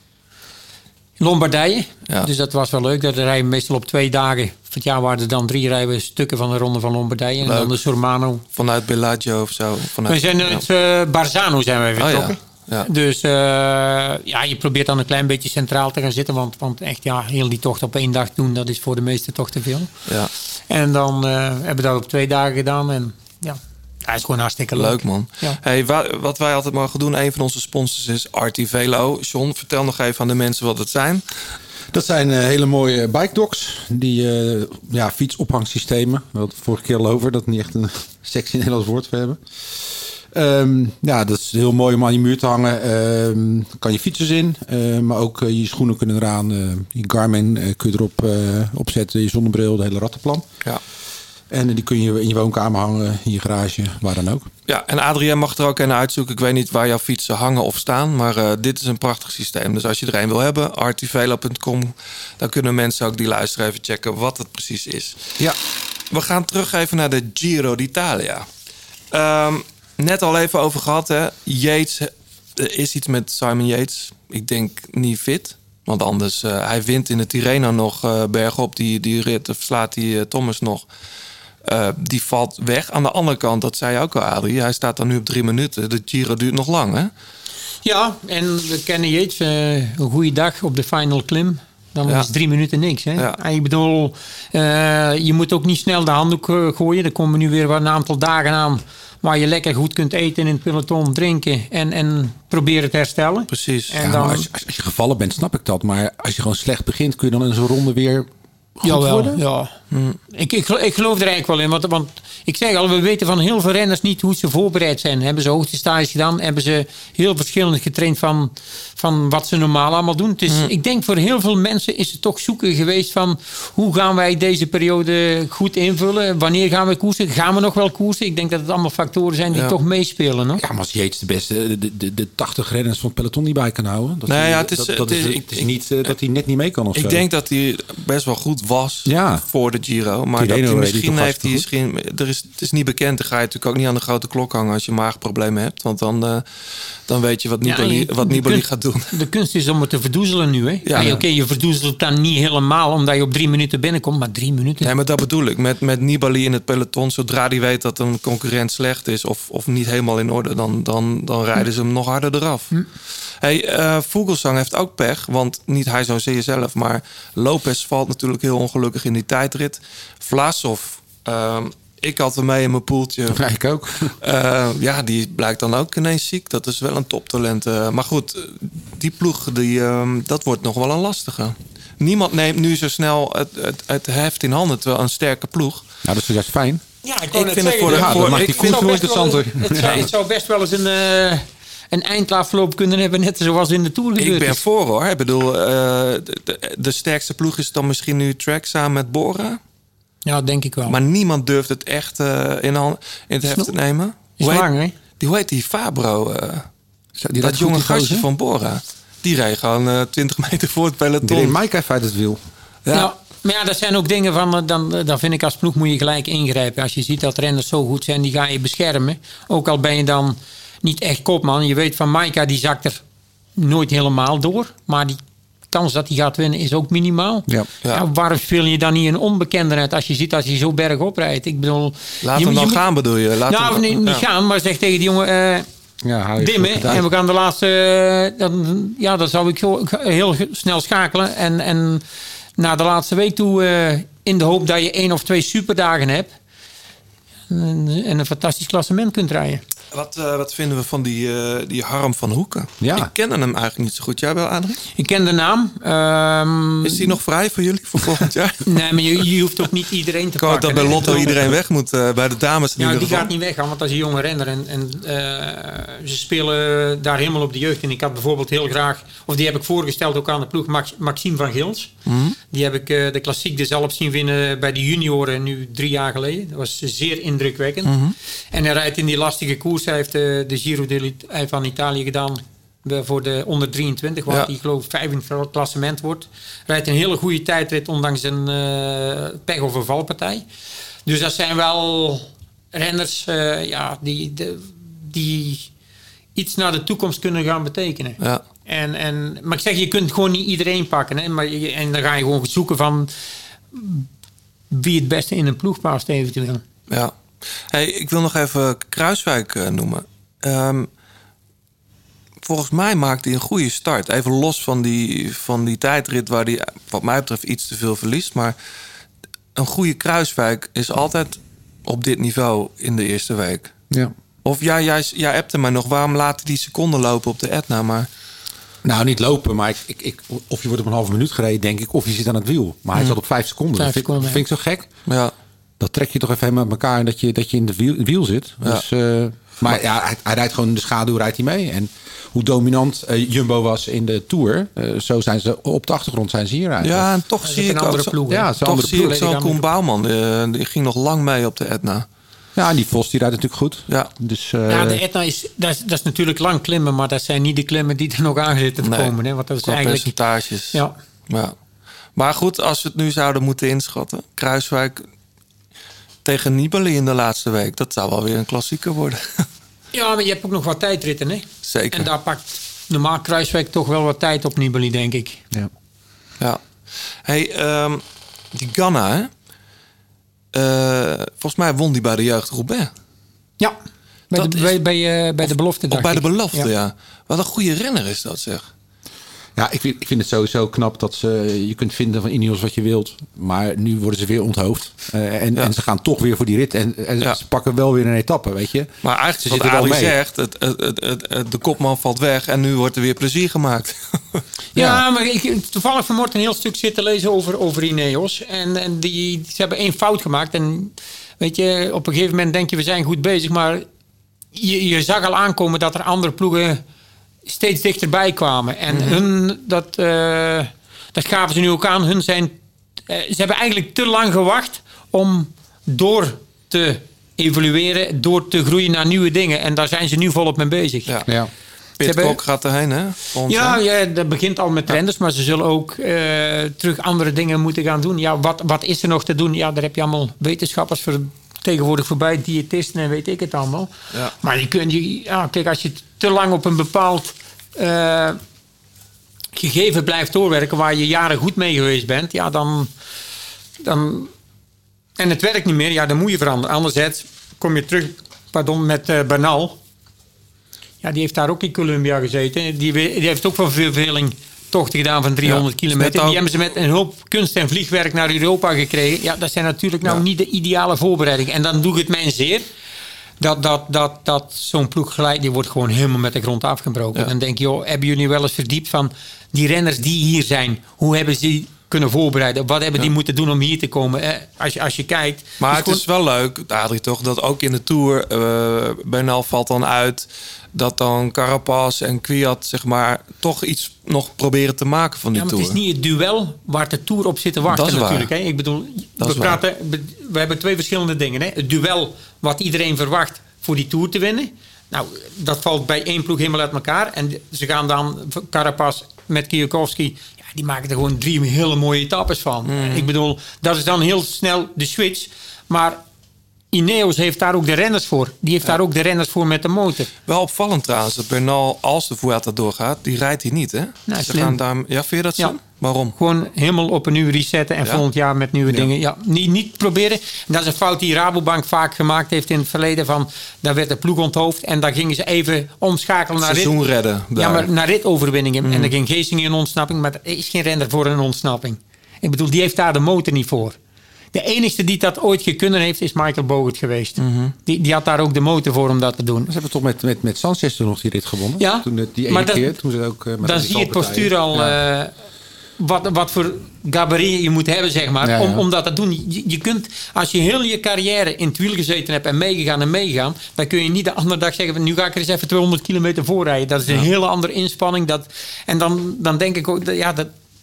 Lombardije. Ja. Dus dat was wel leuk. Dat rijden we meestal op twee dagen. Het jaar waren er dan drie rijden we stukken van de Ronde van Lombardije. En Leuk. dan de Sormano. Vanuit Bellagio of zo? Vanuit, We zijn uit uh, Barzano zijn wij vertrokken. Oh, ja. Ja. Dus uh, ja, je probeert dan een klein beetje centraal te gaan zitten. Want, want echt, ja, heel die tocht op één dag doen, dat is voor de meeste toch te veel. Ja. En dan uh, hebben we dat op twee dagen gedaan. En ja, dat is gewoon hartstikke leuk. Leuk, man. Ja. Hey, wa- wat wij altijd mogen doen, een van onze sponsors is Artie Velo. John, vertel nog even aan de mensen wat het zijn. Dat zijn uh, hele mooie bike docks. Die uh, ja, fietsophangssystemen. We hadden het vorige keer al over. Dat het niet echt een sexy Nederlands woord voor hebben. Um, ja, dat is heel mooi om aan je muur te hangen. Um, kan je fietsers in. Uh, maar ook uh, je schoenen kunnen eraan. Uh, je Garmin uh, kun je erop uh, opzetten. Je zonnebril, de hele rattenplan. Ja. En uh, die kun je in je woonkamer hangen. In je garage, waar dan ook. Ja, en Adrien mag er ook een uitzoeken. Ik weet niet waar jouw fietsen hangen of staan. Maar uh, dit is een prachtig systeem. Dus als je er een wil hebben, artivelo punt com. Dan kunnen mensen ook die luisteren even checken wat het precies is. Ja. We gaan terug even naar de Giro d'Italia. Um, net al even over gehad, hè. Yates, er is iets met Simon Yates. Ik denk niet fit. Want anders, uh, hij wint in de Tirreno nog uh, bergop. Die, die rit verslaat die uh, Thomas nog. Uh, die valt weg. Aan de andere kant, dat zei je ook al, Adrie. Hij staat dan nu op drie minuten. De Giro duurt nog lang, hè? Ja, en we kennen Yates. Uh, een goede dag op de final klim. Dan Ja. is drie minuten niks. Hè? Ja. En ik bedoel, uh, je moet ook niet snel de handdoek uh, gooien. Er komen nu weer een aantal dagen aan waar je lekker goed kunt eten in het peloton, drinken en, en proberen te herstellen. Precies. En Ja, dan, maar als, als, als je gevallen bent, snap ik dat. Maar als je gewoon slecht begint, kun je dan in zo'n ronde weer goed Jawel, worden? ja. Ik, ik, ik geloof er eigenlijk wel in. Want, want ik zeg al, we weten van heel veel renners niet hoe ze voorbereid zijn. Hebben ze hoogtestages gedaan? Hebben ze heel verschillend getraind van, van wat ze normaal allemaal doen? Dus ik denk voor heel veel mensen is het toch zoeken geweest van hoe gaan wij deze periode goed invullen? Wanneer gaan we koersen? Gaan we nog wel koersen? Ik denk dat het allemaal factoren zijn die Ja. toch meespelen. Hoor. Ja, maar als Yates de beste, de, de, de tachtig renners van het peloton niet bij kan houden. Dat Nee, is, ja, het is- dat, dat het is, is- het is niet uh, dat hij net niet mee kan of Ik zo. denk dat hij best wel goed was Ja. voor de Giro. Maar Tirreno dat hij reed hij misschien toch heeft hij hartstikke misschien. Er is, het is niet bekend. Dan ga je natuurlijk ook niet aan de grote klok hangen als je maagproblemen hebt. Want dan, uh, dan weet je wat Ja, Nibali, je- wat de Nibali kunst- gaat doen. De kunst is om het te verdoezelen nu. Hè? Ja. Ja, Oké, je verdoezelt dan niet helemaal omdat je op drie minuten binnenkomt. Maar drie minuten. Nee, maar dat bedoel ik. Met, met Nibali in het peloton, zodra hij weet dat een concurrent slecht is of, of niet helemaal in orde, dan, dan, dan rijden ze hem nog harder eraf. Hey, uh, Vogelsang heeft ook pech, want niet hij zozeer zelf, maar Lopez valt natuurlijk heel ongelukkig in die tijdrit. Vlasov, uh, ik had hem mee in mijn poeltje. Ja, ik ook. Uh, ja, die blijkt dan ook ineens ziek. Dat is wel een toptalent. Uh, maar goed, die ploeg, die, uh, dat wordt nog wel een lastige. Niemand neemt nu zo snel het, het, het heft in handen, terwijl een sterke ploeg. Nou, dat is juist fijn. Ja, ik, Ik vind het voor de- Ja, voor- dat maakt ik die vind koers het veel zou best wel- interessanter. Het zou, het zou best wel eens een, uh, een eindlaafloop kunnen hebben, net zoals in de Tour gebeurd Ik ben is. voor hoor. Ik bedoel, uh, de, de, de sterkste ploeg is dan misschien nu Trek samen met Bora. Ja, denk ik wel. Maar niemand durft het echt uh, in, hand, in het heft te nemen. is Hoe heet- lang, hè? Die, hoe heet die? Fabro. Uh, Die dat jonge gastje van Bora. Die reed gewoon uh, twintig meter voor het Die reed peloton. Mike even uit het wiel. Ja. Ja. Maar ja, dat zijn ook dingen van, uh, dan, dan vind ik als ploeg moet je gelijk ingrijpen. Als je ziet dat renners zo goed zijn, die ga je beschermen. Ook al ben je dan niet echt kopman. Je weet van Maika, die zakt er nooit helemaal door. Maar die kans dat hij gaat winnen is ook minimaal. Ja. Ja. Ja, waarom speel je dan niet een onbekende uit als je ziet dat hij zo bergop rijdt? Ik bedoel, Laat je- hem je dan moet- gaan, bedoel je? Laat Nou, hem, niet, niet ja. gaan, maar zeg tegen die jongen, uh, Ja, hou je dimmen. goed uit. En we gaan de laatste, uh, dan, ja, dan zou ik zo heel snel schakelen. En, en naar de laatste week toe, uh, in de hoop dat je één of twee superdagen hebt. En, en een fantastisch klassement kunt rijden. Wat, uh, wat vinden we van die, uh, die Harm van Hoeken? Ja. Ik ken hem eigenlijk niet zo goed. Jij wel, Adrie? Ik ken de naam. Um, Is die nog vrij voor jullie voor volgend jaar? Nee, maar je, je hoeft ook niet iedereen te Ik hoop pakken. dat bij hè. Lotto Ik bedoel, iedereen weg moet. Uh, bij de dames in Ja, ieder die geval. gaat niet weggaan, want dat is een jonge renner. En, en uh, ze spelen daar helemaal op de jeugd. En ik had bijvoorbeeld heel graag, of die heb ik voorgesteld ook aan de ploeg, Max, Maxime van Gils. Mm-hmm. Die heb ik uh, de klassiek er zelf zien winnen bij de junioren nu drie jaar geleden. Dat was zeer indrukwekkend. Mm-hmm. En hij rijdt in die lastige koers. Hij heeft uh, de Giro van Italië gedaan voor de onder drieëntwintig. Waar Ja. hij geloof ik vijf in het klassement wordt. Rijdt een hele goede tijdrit ondanks een uh, pech- of een valpartij. Dus dat zijn wel renners uh, ja, die, de, die iets naar de toekomst kunnen gaan betekenen. Ja. En, en, maar ik zeg, je kunt gewoon niet iedereen pakken. Hè? Maar je, en dan ga je gewoon zoeken van wie het beste in een ploeg past eventueel. Ja. Hey, ik wil nog even Kruiswijk uh, noemen. Um, volgens mij maakt hij een goede start. Even los van die, van die tijdrit waar hij wat mij betreft iets te veel verliest. Maar een goede Kruiswijk is altijd op dit niveau in de eerste week. Ja. Of ja, jij, jij appte mij nog. Waarom laat hij die seconden lopen op de Etna? Maar... Nou, niet lopen, maar ik, ik, ik, of je wordt op een halve minuut gereden, denk ik. Of je zit aan het wiel. Maar hij Hmm. zat op vijf seconden. Vijf dat vind, seconden, vind ik zo gek. Ja. Dat trek je toch even met elkaar en dat je, dat je in de wiel, wiel zit. Ja. Dus, uh, maar, maar ja, hij, hij rijdt gewoon in de schaduw, rijdt hij mee. En hoe dominant uh, Jumbo was in de Tour, uh, zo zijn ze op de achtergrond zijn ze hier eigenlijk. Ja, en toch Dat is zie ook ik een ook andere zo, ploeg, hè? Ja, het is een toch andere zie ik ploeg. zo'n andere Koen Bouwman. Uh, die ging nog lang mee op de Etna. Ja, en die Vos die rijdt natuurlijk goed. Ja. Dus, uh, Ja, de Etna is dat, is, dat is natuurlijk lang klimmen, maar dat zijn niet de klimmen die er nog aan zitten te Nee, komen. Hè? Want dat is qua eigenlijk. percentages. Ja. Ja. Maar goed, als we het nu zouden moeten inschatten. Kruiswijk tegen Nibali in de laatste week. Dat zou wel weer een klassieker worden. Ja, maar je hebt ook nog wat tijdritten, hè? Zeker. En daar pakt normaal Kruiswijk toch wel wat tijd op Nibali, denk ik. ja. Ja. Hey, um, die Ganna, hè? Uh, volgens mij won die bij de jeugd Roubaix. Ja, bij, Dat de, is- bij, bij, uh, bij de belofte. Of dacht bij de ik. belofte, ja. Ja. Wat een goede renner is dat, zeg. Ja, ik vind, ik vind het sowieso knap dat ze... Je kunt vinden van Ineos wat je wilt. Maar nu worden ze weer onthoofd. Uh, en, Ja. en ze gaan toch weer voor die rit. En, en Ja. ze pakken wel weer een etappe, weet je. Maar Ze eigenlijk zitten wat wel Ali mee. zegt, het, het, het, het, het- de kopman valt weg en nu wordt er weer plezier gemaakt. Ja, Ja. maar ik toevallig vanmorgen een heel stuk zitten lezen over, over Ineos. En, en die, ze hebben één fout gemaakt. En weet je, op een gegeven moment denk je, we zijn goed bezig. Maar je, je zag al aankomen dat er andere ploegen steeds dichterbij kwamen. En hun, dat, eh, dat gaven ze nu ook aan. Hun zijn, eh, ze hebben eigenlijk te lang gewacht om door te evolueren, door te groeien naar nieuwe dingen. En daar zijn ze nu volop mee bezig. Ja. Ja. Pitcock hebben- gaat erheen, hè? Volgens Ja, hem. ja, dat begint al met renders, maar ze zullen ook eh, terug andere dingen moeten gaan doen. Ja, wat, wat is er nog te doen? Ja, daar heb je allemaal wetenschappers voor, tegenwoordig voorbij, diëtisten en weet ik het allemaal. Ja. Maar je kunt, je, ja, kijk, als je te lang op een bepaald eh, gegeven blijft doorwerken waar je jaren goed mee geweest bent, ja, dan, dan en het werkt niet meer, ja, dan moet je veranderen. Anderzijds kom je terug, pardon, met eh Bernal. Ja, die heeft daar ook in Colombia gezeten. Die, we- die heeft ook van verveling tochten gedaan van driehonderd Ja, kilometer. net ook- Die hebben ze met een hoop kunst en vliegwerk naar Europa gekregen. Ja, dat zijn natuurlijk nou Ja. niet de ideale voorbereidingen. En dan doe ik het mij zeer dat, dat, dat, dat zo'n ploeg gelijk, die wordt gewoon helemaal met de grond afgebroken. Ja. Dan denk je, joh, hebben jullie wel eens verdiept van die renners die hier zijn? Hoe hebben ze die kunnen voorbereiden? Wat hebben die moeten doen om hier te komen? Eh, als, je, als je kijkt. Maar is het gewoon- is wel leuk, Adrie, toch? Dat ook in de Tour, uh, Bernal valt dan uit. Dat dan Carapaz en Kwiat, zeg maar, toch iets nog proberen te maken van die Ja, maar het Tour. is niet het duel waar de Tour op zit te wachten Dat is waar. natuurlijk. Hè? Ik bedoel, Dat we, is waar. praten, we hebben twee verschillende dingen. Hè? Het duel wat iedereen verwacht voor die Tour te winnen. Nou, dat valt bij één ploeg helemaal uit elkaar. En ze gaan dan, Carapaz met Kwiatkowski, ja, die maken er gewoon drie hele mooie etappes van. Mm. Ik bedoel, dat is dan heel snel de switch. Maar Ineos heeft daar ook de renners voor. Die heeft daar ook de renners voor met de motor. Wel opvallend trouwens dat Bernal, als de Vuelta doorgaat, die rijdt hij niet, hè? Nou, Ze slim. gaan daar, ja, vind je dat Ja. zo? Waarom? Gewoon helemaal op een nieuw resetten en Ja. volgend jaar met nieuwe Ja. dingen. Ja, niet, niet proberen. En dat is een fout die Rabobank vaak gemaakt heeft in het verleden. Van, daar werd de ploeg onthoofd en dan gingen ze even omschakelen naar rit. Seizoen redden. Ja, daar. maar naar ritoverwinningen. En dan ging Geesing in ontsnapping, maar er is geen renner voor een ontsnapping. Ik bedoel, die heeft daar de motor niet voor. De enige die dat ooit gekunnen heeft, is Michael Bogert geweest. die, die had daar ook de motor voor om dat te doen. Ze hebben toch met, met, met Sanchez toen nog die rit gewonnen? Ja, Toen, het- die ene maar dat- keer, toen ze ook uh, met Dan die zie je het valpartijen. postuur al, Ja. eh, wat, wat voor gabarit je moet hebben, zeg maar, Ja, ja. Om, om dat te doen. Je, je kunt, als je heel je carrière in het wiel gezeten hebt en meegegaan en meegegaan, dan kun je niet de andere dag zeggen, van, nu ga ik er eens even tweehonderd kilometer voorrijden. Dat is een hele andere inspanning. Dat, en dan, dan denk ik ook, dat, ja, dat,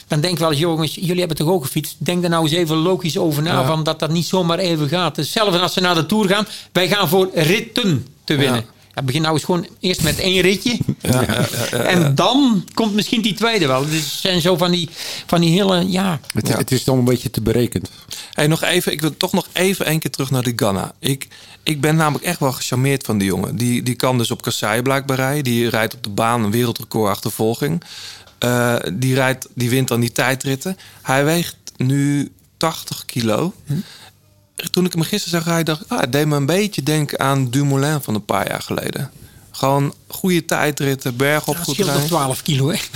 Dan denk ik wel eens, jongens, jullie hebben toch ook gefietst? Denk er nou eens even logisch over na, Ja. van dat dat niet zomaar even gaat. Hetzelfde als ze naar de Tour gaan. Wij gaan voor ritten te winnen. Ja. Ja, begin nou eens gewoon eerst met één ritje. Ja, ja, ja, ja, ja. En dan komt misschien die tweede wel. Dus het zijn zo van die, van die hele, ja... Het, het is dan een beetje te berekend. Hey, nog even, ik wil toch nog even één keer terug naar die Ganna. Ik, ik ben namelijk echt wel gecharmeerd van die jongen. Die, die kan dus op kasseien blijkbaar rijden. Die rijdt op de baan een wereldrecord achtervolging. Uh, die, rijdt, die wint dan die tijdritten. Hij weegt nu tachtig kilo. Hm? Toen ik hem gisteren zag rijden, dacht ik... Ah, het deed me een beetje denken aan Dumoulin van een paar jaar geleden. Gewoon goede tijdritten, bergop Dat goed scheelt nog rijden. twaalf kilo, hè?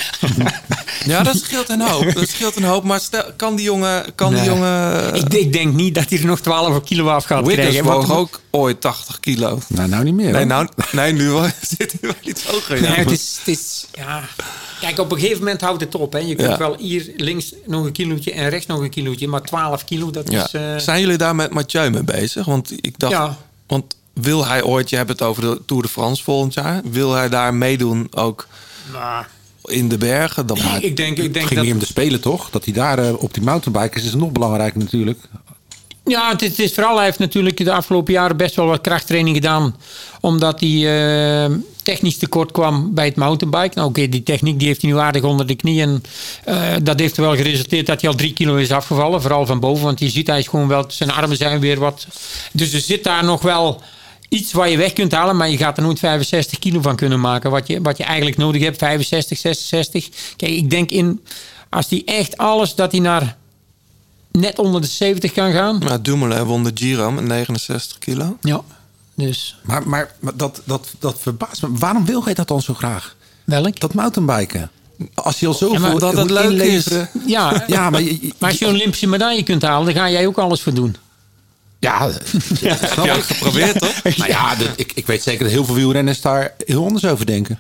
Ja, dat scheelt een hoop. Dat scheelt een hoop. Maar stel, kan die jongen... Kan Nee. die jongen Ik, ik denk niet dat hij er nog twaalf kilo af gaat Wiggins krijgen. woog Want- ook ooit tachtig kilo. Nou, nou niet meer. Nee, hoor. nou, nee nu wel- zit hij wel iets hoger. Ja. Nee, het is, het is, ja. Kijk, op een gegeven moment houdt het op. Hè. Je kunt Ja. wel hier links nog een kilootje en rechts nog een kilootje. Maar twaalf kilo, dat Ja. is... eh, Zijn jullie daar met Mathieu mee bezig? Want ik dacht... Ja. Want wil hij ooit... Je hebt het over de Tour de France volgend jaar. Wil hij daar meedoen ook nou, in de bergen? Dan ik denk, ik Het denk ging dat... niet om de Spelen, toch? Dat hij daar uh, op die mountainbikers is nog belangrijker natuurlijk. Ja, het is, het is vooral... Hij heeft natuurlijk de afgelopen jaren best wel wat krachttraining gedaan. Omdat hij eh, technisch tekort kwam bij het mountainbike. Nou, oké, die techniek die heeft hij nu aardig onder de knie. En uh, dat heeft er wel geresulteerd dat hij al drie kilo is afgevallen. Vooral van boven. Want je ziet, hij is gewoon wel... Zijn armen zijn weer wat... Dus er zit daar nog wel iets waar je weg kunt halen. Maar je gaat er nooit vijfenzestig kilo van kunnen maken. Wat je, wat je eigenlijk nodig hebt. vijfenzestig, zesenzestig. Kijk, ik denk in... Als hij echt alles... Dat hij naar... net onder de zeventig kan gaan. Nou, Dumoulin won de Giro met negenenzestig kilo. Ja, dus... Maar, maar, maar dat, dat, dat verbaast me. Waarom wil hij dat dan zo graag? Welk? Dat mountainbiken. Als je al zoveel Ja, maar dat het moet leuk inleveren. Ja, Ja, maar, je, maar als je een Olympische medaille kunt halen, dan ga jij ook alles voor doen. ja, Ja, heb je ook geprobeerd, toch? nou ja, dat- ik, ik weet zeker dat heel veel wielrenners daar heel anders over denken.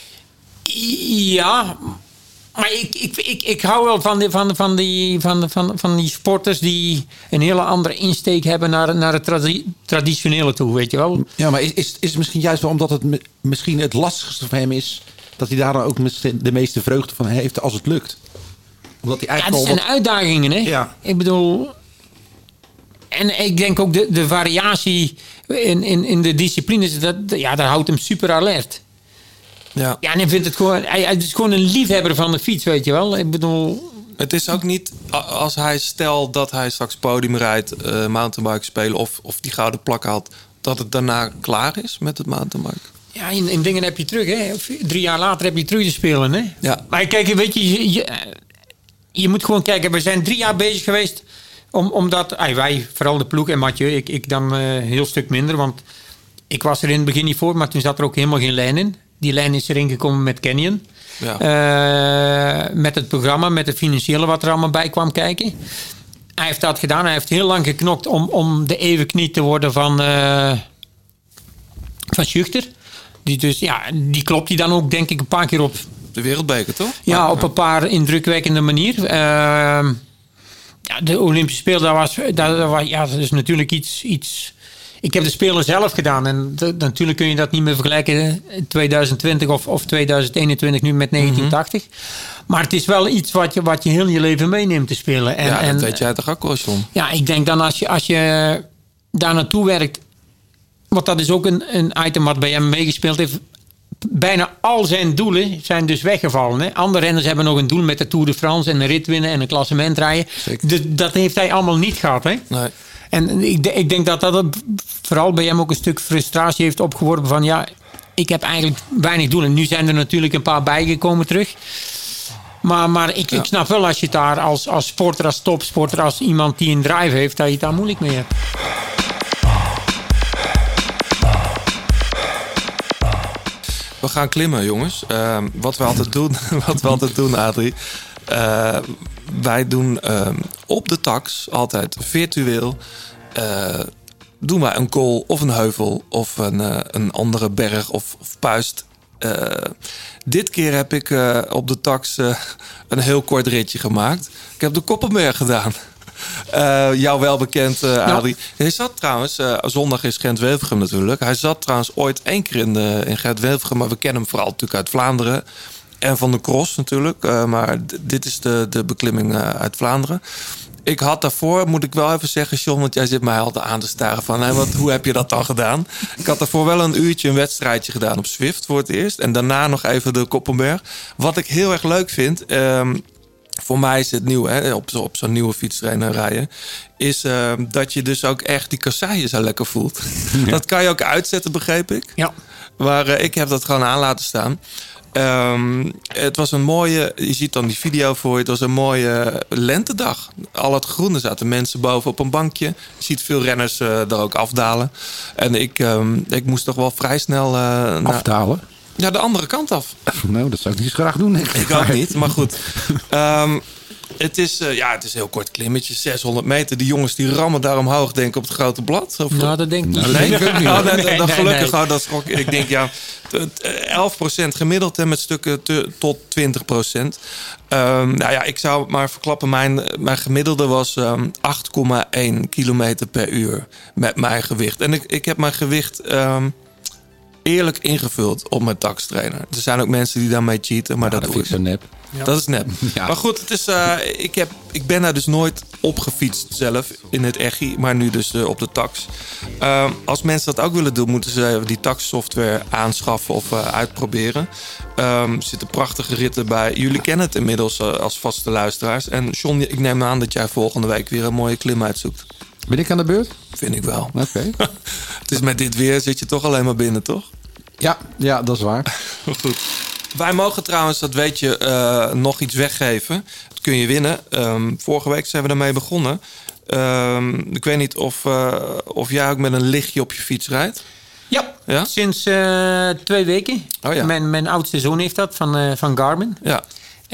Ja, maar ik, ik, ik, ik hou wel van, die, van, van, die, van, van, van die sporters die een hele andere insteek hebben naar, naar het tradi- traditionele toe, weet je wel. Ja, maar is, is, is het misschien juist wel omdat het me- misschien het lastigste voor hem is... dat hij daar dan ook misschien de meeste vreugde van heeft als het lukt? Omdat hij Ja, het eigenlijk zijn al wat- uitdagingen, hè? Ja. Ik bedoel... En ik denk ook de, de variatie in, in, in de disciplines, dat, ja, dat houdt hem super alert. Ja. Ja, en hij vindt het gewoon... Hij, hij is gewoon een liefhebber van de fiets, weet je wel. Ik bedoel... Het is ook niet, a- als hij stel dat hij straks podium rijdt, uh, mountainbike spelen of, of die gouden plak haalt, dat het daarna klaar is met het mountainbike. Ja, in, in dingen heb je terug, hè. Of Drie jaar later heb je terug te spelen, hè. Ja. Maar kijk, weet je, je, je, je moet gewoon kijken. We zijn drie jaar bezig geweest om, omdat... ay, wij, vooral de ploeg en Mathieu, ik, ik dan uh, een heel stuk minder, want ik was er in het begin niet voor, maar toen zat er ook helemaal geen lijn in. Die lijn is erin gekomen met Canyon. Ja. Uh, met het programma, met het financiële wat er allemaal bij kwam kijken. Hij heeft dat gedaan. Hij heeft heel lang geknokt om, om de evenknie te worden van, uh, van Schuchter. Die, dus, ja, die klopt hij dan ook denk ik een paar keer op. De wereldbeker, toch? Ja, op een paar indrukwekkende manier. Uh, ja, de Olympische Spelen, dat was, dat, dat was, ja, dat is natuurlijk iets... iets ik heb de Spelen zelf gedaan. En de, natuurlijk kun je dat niet meer vergelijken twintig twintig of, of twintig eenentwintig nu met negentien tachtig. Mm-hmm. Maar het is wel iets wat je, wat je heel je leven meeneemt te spelen. En, ja, dat en, weet jij toch ook wel, John? Ja, ik denk dan als je, als je daar naartoe werkt... Want dat is ook een, een item wat bij hem meegespeeld heeft. Bijna al zijn doelen zijn dus weggevallen. Hè? Andere renners hebben nog een doel met de Tour de France... en een rit winnen en een klassement rijden. De, dat heeft hij allemaal niet gehad, hè? Nee. En ik, ik denk dat dat vooral bij hem ook een stuk frustratie heeft opgeworpen van ja, ik heb eigenlijk weinig doelen. Nu zijn er natuurlijk een paar bijgekomen terug. Maar, maar ik, ja. ik snap wel als je het daar als, als sporter, als topsporter, als iemand die een drive heeft, dat je het daar moeilijk mee hebt. We gaan klimmen, jongens. Uh, wat we altijd doen, wat we altijd doen, Adrie. Uh, wij doen uh, op de tax altijd virtueel. Uh, doen wij een kool of een heuvel of een, uh, een andere berg of, of puist. Uh, dit keer heb ik uh, op de tax uh, een heel kort ritje gemaakt. Ik heb de Koppenberg gedaan. Uh, jou wel bekend, uh, Adrie. Ja. Hij zat trouwens, uh, zondag is Gent-Wevelgem natuurlijk. Hij zat trouwens ooit één keer in, de, in Gent-Wevelgem, maar we kennen hem vooral natuurlijk uit Vlaanderen. En van de cross natuurlijk. Uh, maar d- dit is de, de beklimming uh, uit Vlaanderen. Ik had daarvoor, moet ik wel even zeggen, John, want jij zit mij altijd aan te staren van, hé, wat, hoe heb je dat dan gedaan? Ik had daarvoor wel een uurtje een wedstrijdje gedaan op Zwift voor het eerst. En daarna nog even de Koppenberg. Wat ik heel erg leuk vind, um, voor mij is het nieuw, hè, op, op zo'n nieuwe fietstrainer rijden, is uh, dat je dus ook echt die kasseien zo lekker voelt. Ja. Dat kan je ook uitzetten, begreep ik. Ja. Maar uh, ik heb dat gewoon aan laten staan. Um, het was een mooie, je ziet dan die video voor je, het was een mooie lentedag. Al het groen, er zaten mensen boven op een bankje. Je ziet veel renners uh, daar ook afdalen. En ik, um, ik moest toch wel vrij snel... Uh, afdalen? Na... Ja, de andere kant af. Nou, dat zou ik niet zo graag doen. Ik ook niet, maar goed. Um, Het is, uh, ja, het is een heel kort klimmetje, zeshonderd meter. Die jongens die rammen daar omhoog, denk ik, op het grote blad. Of, nou, dat denk ik niet. Nee, nee, denk ik niet. Oh, nee, nee, dan nee, gelukkig, nee. Oh, dat schrok ik. Ik denk, ja, elf procent gemiddeld en met stukken te, tot twintig procent. Um, nou ja, ik zou maar verklappen, mijn, mijn gemiddelde was um, acht komma één kilometer per uur met mijn gewicht. En ik, ik heb mijn gewicht... Um, eerlijk ingevuld op mijn takstrainer. Er zijn ook mensen die daarmee cheaten, maar ja, dat, dat doe vind ik zo nep. Ja. Dat is nep. Ja. Maar goed, het is, uh, ik, heb, ik ben daar dus nooit opgefietst zelf in het Echi, maar nu dus uh, op de tax. Uh, als mensen dat ook willen doen, moeten ze die taxsoftware aanschaffen of uh, uitproberen. Um, er zitten prachtige ritten bij. Jullie kennen het inmiddels uh, als vaste luisteraars. En John, ik neem aan dat jij volgende week weer een mooie klim uitzoekt. Ben ik aan de beurt? Vind ik wel. Oké. Okay. Het is met dit weer zit je toch alleen maar binnen, toch? Ja, ja, dat is waar. Goed. Wij mogen trouwens, dat weet je, uh, nog iets weggeven. Dat kun je winnen. Um, vorige week zijn we daarmee begonnen. Um, ik weet niet of, uh, of jij ook met een lichtje op je fiets rijdt. Ja, ja? sinds uh, twee weken. Oh, ja. mijn, mijn oudste zoon heeft dat, van, uh, van Garmin. Ja.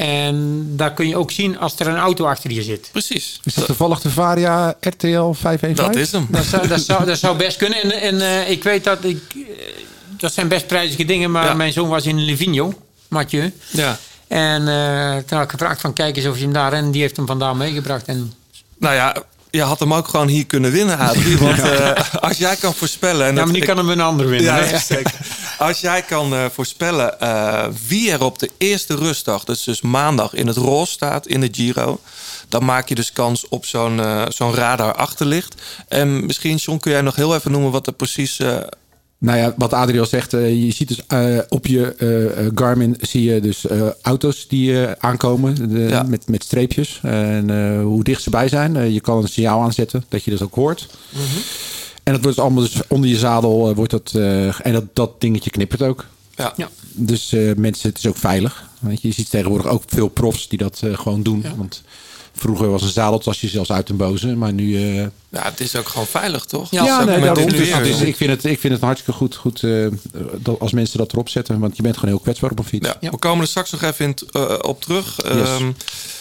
En daar kun je ook zien als er een auto achter je zit. Precies. Is dat toevallig de Varia R T L vijfhonderdvijftien? Dat is hem. Dat zou, dat zou, dat zou best kunnen. En, en uh, ik weet dat ik... Uh, dat zijn best prijzige dingen, maar ja. Mijn zoon was in Livigno, Mathieu. Ja. En uh, toen had ik gevraagd van kijk eens of je hem daar... En die heeft hem vandaan meegebracht. En... Nou ja... Je had hem ook gewoon hier kunnen winnen, Adrie. Want uh, als jij kan voorspellen... En ja, maar die ik, kan hem een ander winnen. Ja, ja, zeker. Als jij kan uh, voorspellen uh, wie er op de eerste rustdag... dus, dus maandag in het roze staat in de Giro... dan maak je dus kans op zo'n, uh, zo'n radar achterlicht. En misschien, John, kun jij nog heel even noemen wat er precies... Uh, Nou ja, wat Adrie al zegt, uh, je ziet dus uh, op je uh, Garmin zie je dus uh, auto's die uh, aankomen de, ja. met, met streepjes. En uh, hoe dicht ze bij zijn. Uh, je kan een signaal aanzetten dat je dat ook hoort. Mm-hmm. En dat wordt dus allemaal dus onder je zadel uh, wordt dat uh, en dat, dat dingetje knippert ook. Ja. Ja. Dus uh, mensen, het is ook veilig. Weet je, je ziet tegenwoordig ook veel profs die dat uh, gewoon doen. Ja. Want vroeger was een zadeltasje zelfs uit een boze, maar nu... Uh... Ja, het is ook gewoon veilig, toch? Ja, ja nee, daarom. Dus, weer, dus ik, vind het, ik vind het hartstikke goed, goed uh, dat als mensen dat erop zetten. Want je bent gewoon heel kwetsbaar op een fiets. Ja, ja. We komen er straks nog even in t, uh, op terug. Yes. Um,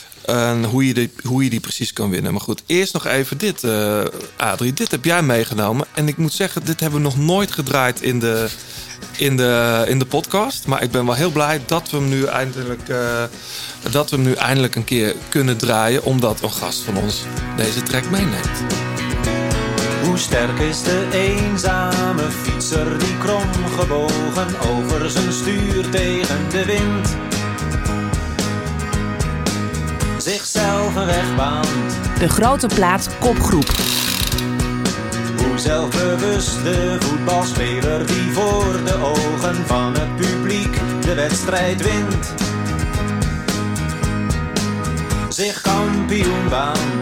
en hoe je, die, hoe je die precies kan winnen. Maar goed, eerst nog even dit, uh, Adrie. Dit heb jij meegenomen. En ik moet zeggen, dit hebben we nog nooit gedraaid in de... In de, in de podcast. Maar ik ben wel heel blij dat we hem nu eindelijk, uh, dat we hem nu eindelijk een keer kunnen draaien. Omdat een gast van ons deze track meeneemt. Hoe sterk is de eenzame fietser die krom gebogen over zijn stuur tegen de wind zichzelf een weg baant. De Grote Plaat kopgroep. Hoe zelfbewust de voetbalspeler die voor de ogen van het publiek de wedstrijd wint, zich kampioen baant.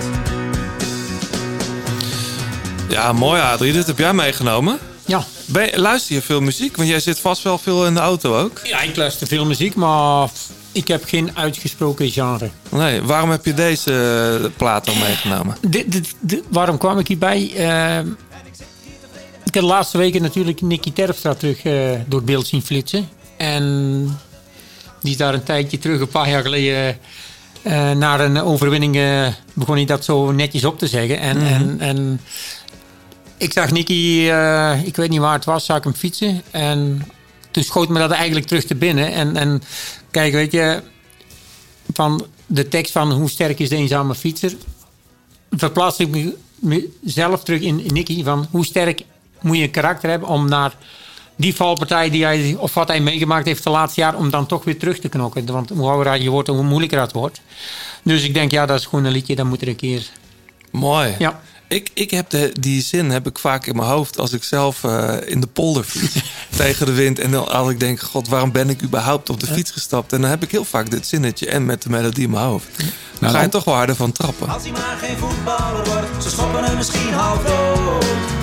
Ja, mooi Adrie. Dit heb jij meegenomen. Ja. Ben, luister je veel muziek? Want jij zit vast wel veel in de auto ook. Ja, ik luister veel muziek, maar ik heb geen uitgesproken genre. Nee, waarom heb je deze plaat dan meegenomen? De, de, de, waarom kwam ik hierbij? Uh, ik heb de laatste weken natuurlijk Nicky Terpstra terug uh, door het beeld zien flitsen. En die is daar een tijdje terug, een paar jaar geleden... Uh, naar een overwinning uh, begon hij dat zo netjes op te zeggen. En, mm-hmm. en, en ik zag Nicky, uh, ik weet niet waar het was, zag ik hem fietsen. En toen schoot me dat eigenlijk terug te binnen. En, en kijk, weet je, van de tekst van hoe sterk is de eenzame fietser, verplaats ik mezelf terug in Nicky van hoe sterk moet je een karakter hebben om naar die valpartij die hij, of wat hij meegemaakt heeft de laatste jaar, om dan toch weer terug te knokken. Want hoe ouder je wordt, hoe moeilijker het wordt. Dus ik denk, ja, dat is gewoon een liedje, dat moet er een keer. Mooi. Ja. Ik, ik heb de, die zin heb ik vaak in mijn hoofd als ik zelf uh, in de polder fiets tegen de wind. En dan als ik denk, god, waarom ben ik überhaupt op de fiets gestapt? En dan heb ik heel vaak dit zinnetje en met de melodie in mijn hoofd. Dan nou, ga je toch wel harder van trappen. Als hij maar geen voetballer wordt, ze schoppen hem misschien half dood.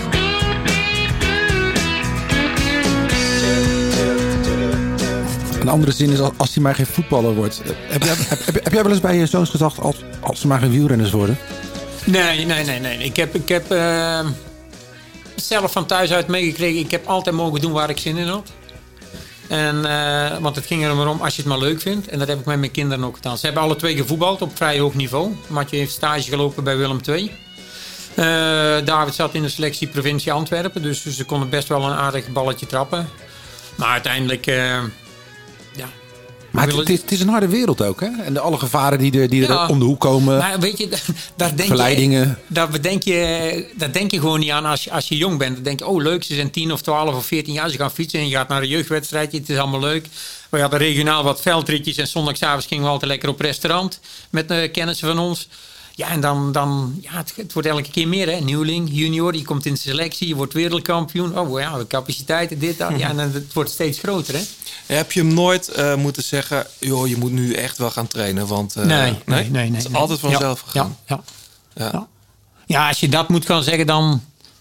Een andere zin is, als hij maar geen voetballer wordt. Heb jij, heb, heb, heb jij wel eens bij je zoons gedacht, als, als ze maar geen wielrenners worden? Nee, nee, nee. nee. Ik heb, ik heb uh, zelf van thuis uit meegekregen. Ik heb altijd mogen doen waar ik zin in had. En, uh, want het ging er maar om als je het maar leuk vindt. En dat heb ik met mijn kinderen ook gedaan. Ze hebben alle twee gevoetbald op vrij hoog niveau. Matje heeft stage gelopen bij Willem twee. Uh, David zat in de selectie provincie Antwerpen. Dus ze konden best wel een aardig balletje trappen. Maar uiteindelijk... Uh, ja... Maar het, het, is, het is een harde wereld ook, hè? En de, alle gevaren die, er, die ja, er om de hoek komen. Maar weet je, daar denk verleidingen. Je, daar, bedenk je, daar denk je gewoon niet aan als je, als je jong bent. Dan denk je, oh leuk, ze zijn tien of twaalf of veertien jaar. Ze gaan fietsen en je gaat naar een jeugdwedstrijdje. Het is allemaal leuk. We hadden regionaal wat veldritjes. En zondagsavonds gingen we altijd lekker op restaurant. Met uh, kennissen van ons. Ja, en dan, dan ja, het, het wordt elke keer meer, hè. Nieuweling, junior, je komt in de selectie. Je wordt wereldkampioen. Oh ja, de capaciteiten, dit, dat. Ja, en het wordt steeds groter, hè. Heb je hem nooit uh, moeten zeggen, joh, je moet nu echt wel gaan trainen? Want, uh, nee, nee, nee, nee, nee. Het is nee. altijd vanzelf ja, gegaan. Ja, ja, ja. Ja. ja, als je dat moet gaan zeggen, dan...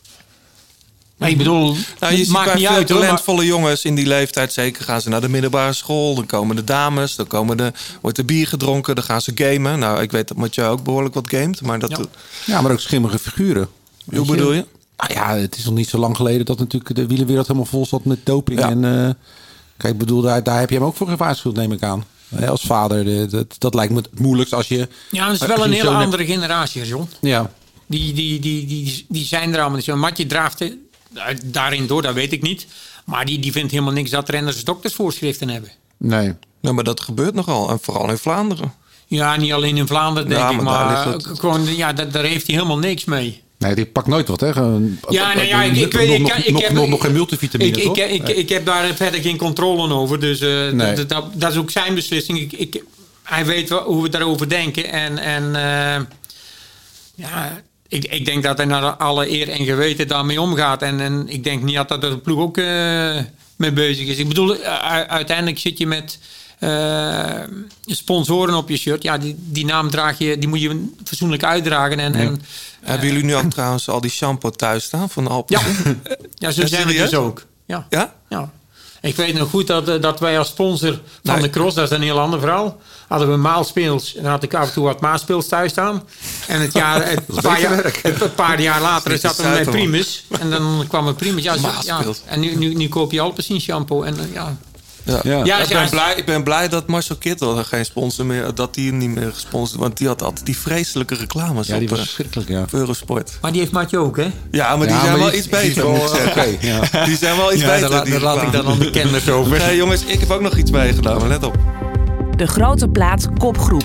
Maar ik bedoel, nou, je het ziet maakt bij niet veel uit, talentvolle hoor, maar... jongens in die leeftijd, zeker gaan ze naar de middelbare school. Dan komen de dames, dan komen de, wordt er bier gedronken, dan gaan ze gamen. Nou, ik weet dat Mathieu ook behoorlijk wat gamet. Maar dat... ja. ja, maar ook schimmige figuren. Hoe bedoel je? Nou ja, het is nog niet zo lang geleden dat natuurlijk de wielerwereld helemaal vol zat met doping. Ja. En uh, kijk, ik bedoel, daar, daar heb je hem ook voor gewaarschuwd, neem ik aan. He, als vader, de, dat, dat lijkt me het moeilijkst als je... Ja, dat is wel een hele andere hebt... generatie, John. Ja. Die, die, die, die, die zijn er allemaal niet zo. Matje draaft daarin door, dat weet ik niet. Maar die, die vindt helemaal niks dat renners doktersvoorschriften hebben. Nee. Nou, maar dat gebeurt nogal. En vooral in Vlaanderen. Ja, niet alleen in Vlaanderen, denk ja, ik. Maar, maar het... gewoon, ja, daar, daar heeft hij helemaal niks mee. Nee, die pakt nooit wat, hè? Gewoon, ja, nee, ja, ik, ik weet nog, ik, ik, nog, heb, nog, nog geen multivitamine, ik, toch? Ik, ik, nee. ik heb daar verder geen controle over. Dus uh, nee. dat, dat, dat is ook zijn beslissing. Ik, ik, hij weet wel hoe we daarover denken. En, en uh, ja... Ik, ik denk dat hij naar alle eer en geweten daarmee omgaat. En, en ik denk niet dat dat de ploeg ook uh, mee bezig is. Ik bedoel, uh, uiteindelijk zit je met uh, sponsoren op je shirt. Ja, die, die naam draag je, die moet je fatsoenlijk uitdragen. En, ja. en, uh, Hebben jullie nu ook trouwens al die shampoo thuis staan van Alpen? Ja, ja zo zijn we dus ook. Ja? Ja? Ja. Ik weet nog goed dat, dat wij als sponsor van nee. de cross, dat is een heel ander verhaal, hadden we maalspeels. En dan had ik af en toe wat maalspeels thuis staan. En het, jaar, het, paar, jaar, het paar jaar later zaten we met Primus. En dan kwam een Primus. Ja, ja, en nu, nu, nu koop je Alpecin shampoo. En ja... Ja. Ja. Ja, ik, ben blij, ik ben blij dat Marcel Kittel geen sponsor meer, dat die niet meer gesponsord, want die had altijd die vreselijke reclames. Ja, die op, was verschrikkelijk, ja. Eurosport. Maar die heeft Matje ook, hè? Ja, maar die ja, zijn maar wel die, iets beter. Wel, okay, ja. Die zijn wel iets ja, beter. Daar, daar laat ik dan aan de kenners over. Nee, jongens, ik heb ook nog iets meegedaan, maar let op. De Grote Plaat kopgroep.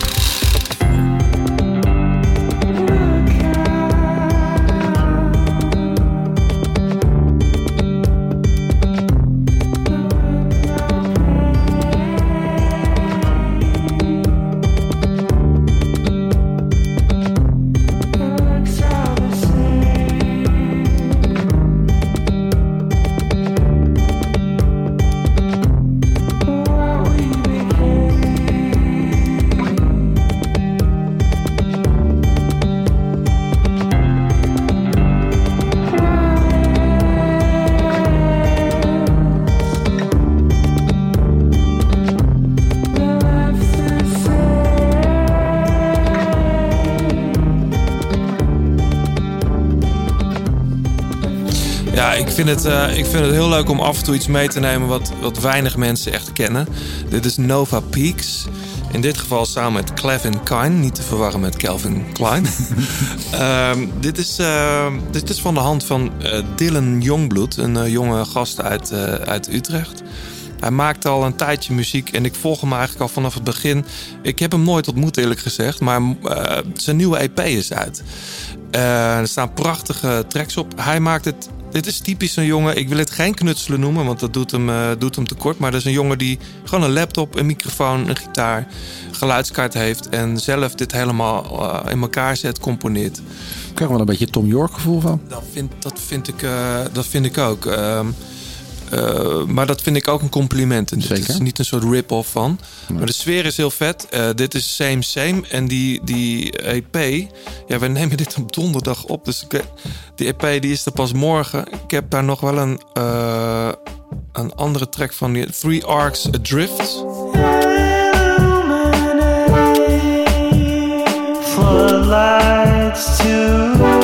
Ik vind, het, uh, ik vind het heel leuk om af en toe iets mee te nemen wat, wat weinig mensen echt kennen. Dit is Nova Peaks. In dit geval samen met Calvin Klein. Niet te verwarren met Calvin Klein. uh, dit, is, uh, dit is van de hand van uh, Dylan Jongbloed. Een uh, jonge gast uit, uh, uit Utrecht. Hij maakt al een tijdje muziek en ik volg hem eigenlijk al vanaf het begin. Ik heb hem nooit ontmoet, eerlijk gezegd. Maar uh, zijn nieuwe E P is uit. Uh, er staan prachtige tracks op. Hij maakt het Dit is typisch een jongen, ik wil het geen knutselen noemen, want dat doet hem, uh, doet hem tekort. Maar dat is een jongen die gewoon een laptop, een microfoon, een gitaar, geluidskaart heeft. En zelf dit helemaal uh, in elkaar zet, componeert. Ik krijg wel een beetje Tom York gevoel van. Dat vind, dat vind, ik, uh, dat vind ik ook. Uh, Uh, maar dat vind ik ook een compliment. En dit is niet een soort rip-off van. Nee. Maar de sfeer is heel vet. Uh, dit is Same Same. En die, die E P... Ja, we nemen dit op donderdag op. Dus ik, die E P die is er pas morgen. Ik heb daar nog wel een, uh, een andere track van. Die Three Arcs Adrift. Floodlights to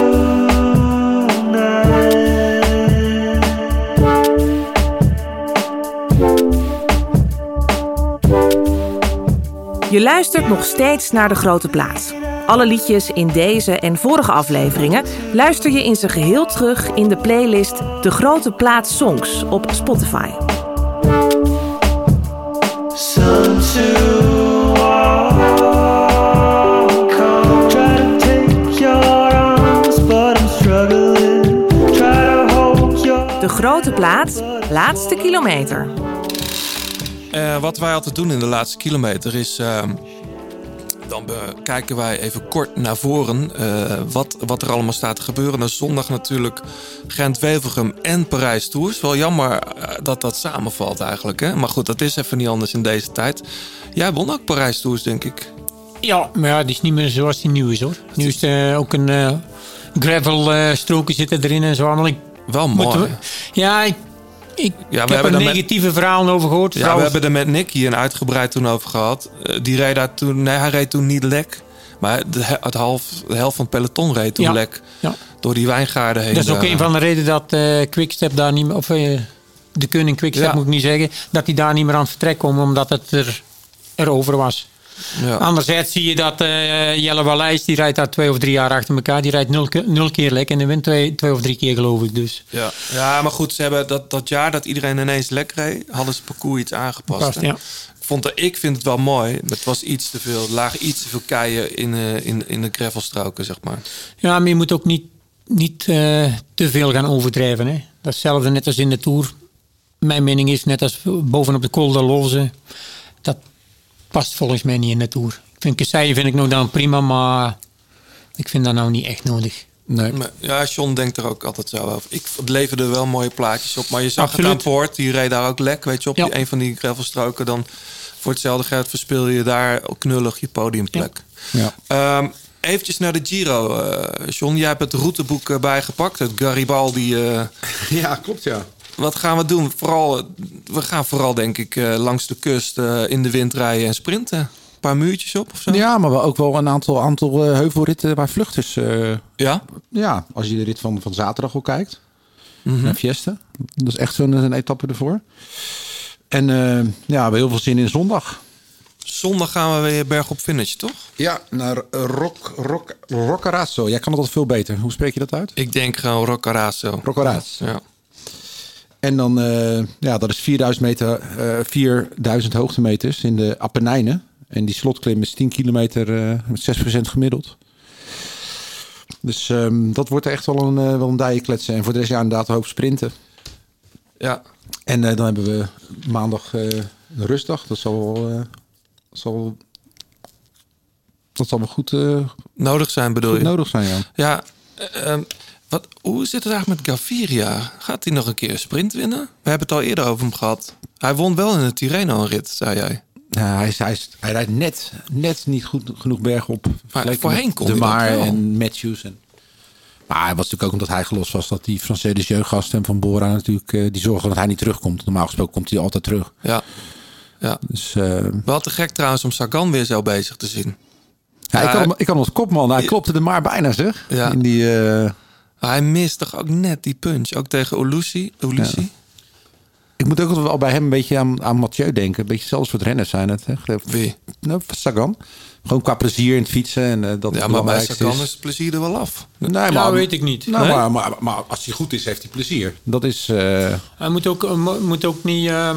Je luistert nog steeds naar De Grote Plaat. Alle liedjes in deze en vorige afleveringen luister je in zijn geheel terug in de playlist De Grote Plaat Songs op Spotify. De Grote Plaat, laatste kilometer. Uh, wat wij altijd doen in de laatste kilometer is... Uh, dan kijken wij even kort naar voren uh, wat, wat er allemaal staat te gebeuren. Dan zondag natuurlijk Gent-Wevelgem en Parijs-Tours. Wel jammer uh, dat dat samenvalt eigenlijk. Hè? Maar goed, dat is even niet anders in deze tijd. Jij won ook Parijs-Tours, denk ik. Ja, maar ja, die is niet meer zoals die nieuw is, hoor. Nu is uh, ook een uh, gravel uh, stroken zitten erin en zo allemaal. Ik, Wel mooi. We, ja, ik... Ik, ja, ik we heb er negatieve met, verhalen over gehoord. Ja, we hebben er met Nick hier een uitgebreid toen over gehad. Uh, die reed daar toen, nee, hij reed toen niet lek. Maar de, het half, de helft van het peloton reed toen ja. lek. Ja. Door die wijngaarden heen. Dat is ook uh, een van de redenen dat uh, Quickstep daar niet meer... Of uh, de Koning Quickstep ja. moet ik niet zeggen. Dat die daar niet meer aan het vertrek komen. Omdat het er, er over was. Ja. Anderzijds zie je dat uh, Jelle Wallijs, die rijdt daar twee of drie jaar achter elkaar. Die rijdt nul, nul keer lek en die wint twee, twee of drie keer, geloof ik. Dus. Ja. ja, maar goed, ze hebben dat, dat jaar dat iedereen ineens lek reed, hadden ze het parcours iets aangepast. Past, ja. ik, vond er, ik vind het wel mooi. Het was iets te veel, lagen iets te veel keien in, uh, in, in de gravelstroken, zeg maar. Ja, maar je moet ook niet, niet uh, te veel gaan overdrijven. Hè? Dat is hetzelfde net als in de Tour. Mijn mening is, net als bovenop de Col de Loze, dat past volgens mij niet in de Tour. Ik vind Kasseien vind ik nog dan prima, maar ik vind dat nou niet echt nodig. Nee. Maar, ja, John denkt er ook altijd zo over. Ik, het leverde wel mooie plaatjes op, maar je zag Absoluut. het aan Poort, die reed daar ook lek, weet je, op ja. die, een van die gravelstroken. Dan voor hetzelfde geld verspil je daar knullig je podiumplek. Ja. Ja. Um, eventjes naar de Giro, uh, John. Jij hebt het routeboek uh, bijgepakt, het Garibaldi. Uh, ja, klopt, ja. Wat gaan we doen? Vooral, we gaan vooral, denk ik, uh, langs de kust uh, in de wind rijden en sprinten. Een paar muurtjes op of zo? Ja, maar wel ook wel een aantal, aantal uh, heuvelritten waar vluchters... Uh, ja? Ja, als je de rit van, van zaterdag al kijkt. Mm-hmm. Naar Fiesta. Dat is echt zo'n een etappe ervoor. En uh, ja, we hebben heel veel zin in zondag. Zondag gaan we weer bergop finish, toch? Ja, naar Roc, Roc, Roccaraso. Jij kan het altijd veel beter. Hoe spreek je dat uit? Ik denk gewoon Roccaraso. Roccaraso. Ja. En dan, uh, ja, dat is vierduizend meter, uh, vierduizend hoogtemeters in de Apennijnen. En die slotklim is tien kilometer uh, met zes procent gemiddeld. Dus um, dat wordt echt wel een, uh, wel een daaie kletsen. En voor de rest, ja, inderdaad een hoop sprinten. Ja. En uh, dan hebben we maandag uh, een rustdag. Dat zal wel... Uh, zal, dat zal wel goed... Uh, nodig zijn, bedoel goed je? Nodig zijn, ja. Ja, uh, um, wat, hoe zit het eigenlijk met Gaviria? Gaat hij nog een keer een sprint winnen? We hebben het al eerder over hem gehad. Hij won wel in de Tirreno een rit, zei jij. Ja, hij, is, hij, is, hij rijdt net, net niet goed genoeg bergop. Maar voorheen kon De Maar en Matthews. En, maar het was natuurlijk ook omdat hij gelost was dat die Français de Jeu-gast en Van Bora natuurlijk... Uh, die zorgen dat hij niet terugkomt. Normaal gesproken komt hij altijd terug. Ja. Ja. Dus, uh, wel te gek trouwens om Sagan weer zo bezig te zien. Ja, ja, ik kan hem, ik kan als kopman. Hij klopte er maar bijna, zeg. Ja. In die, uh... Hij mist toch ook net die punch. Ook tegen Ulissi. Ulissi. Ja. Ik moet ook wel bij hem een beetje aan, aan Mathieu denken. Een beetje zelfs voor het rennen zijn het. Hè? Wie? Nou, Sagan. Gewoon qua plezier in het fietsen. En, uh, dat ja, maar bij Sagan is het plezier er wel af. Nee, maar nou, weet ik niet. Nou, nee? maar, maar, maar als hij goed is, heeft hij plezier. Dat is... Uh... Hij moet ook, moet ook niet... Uh...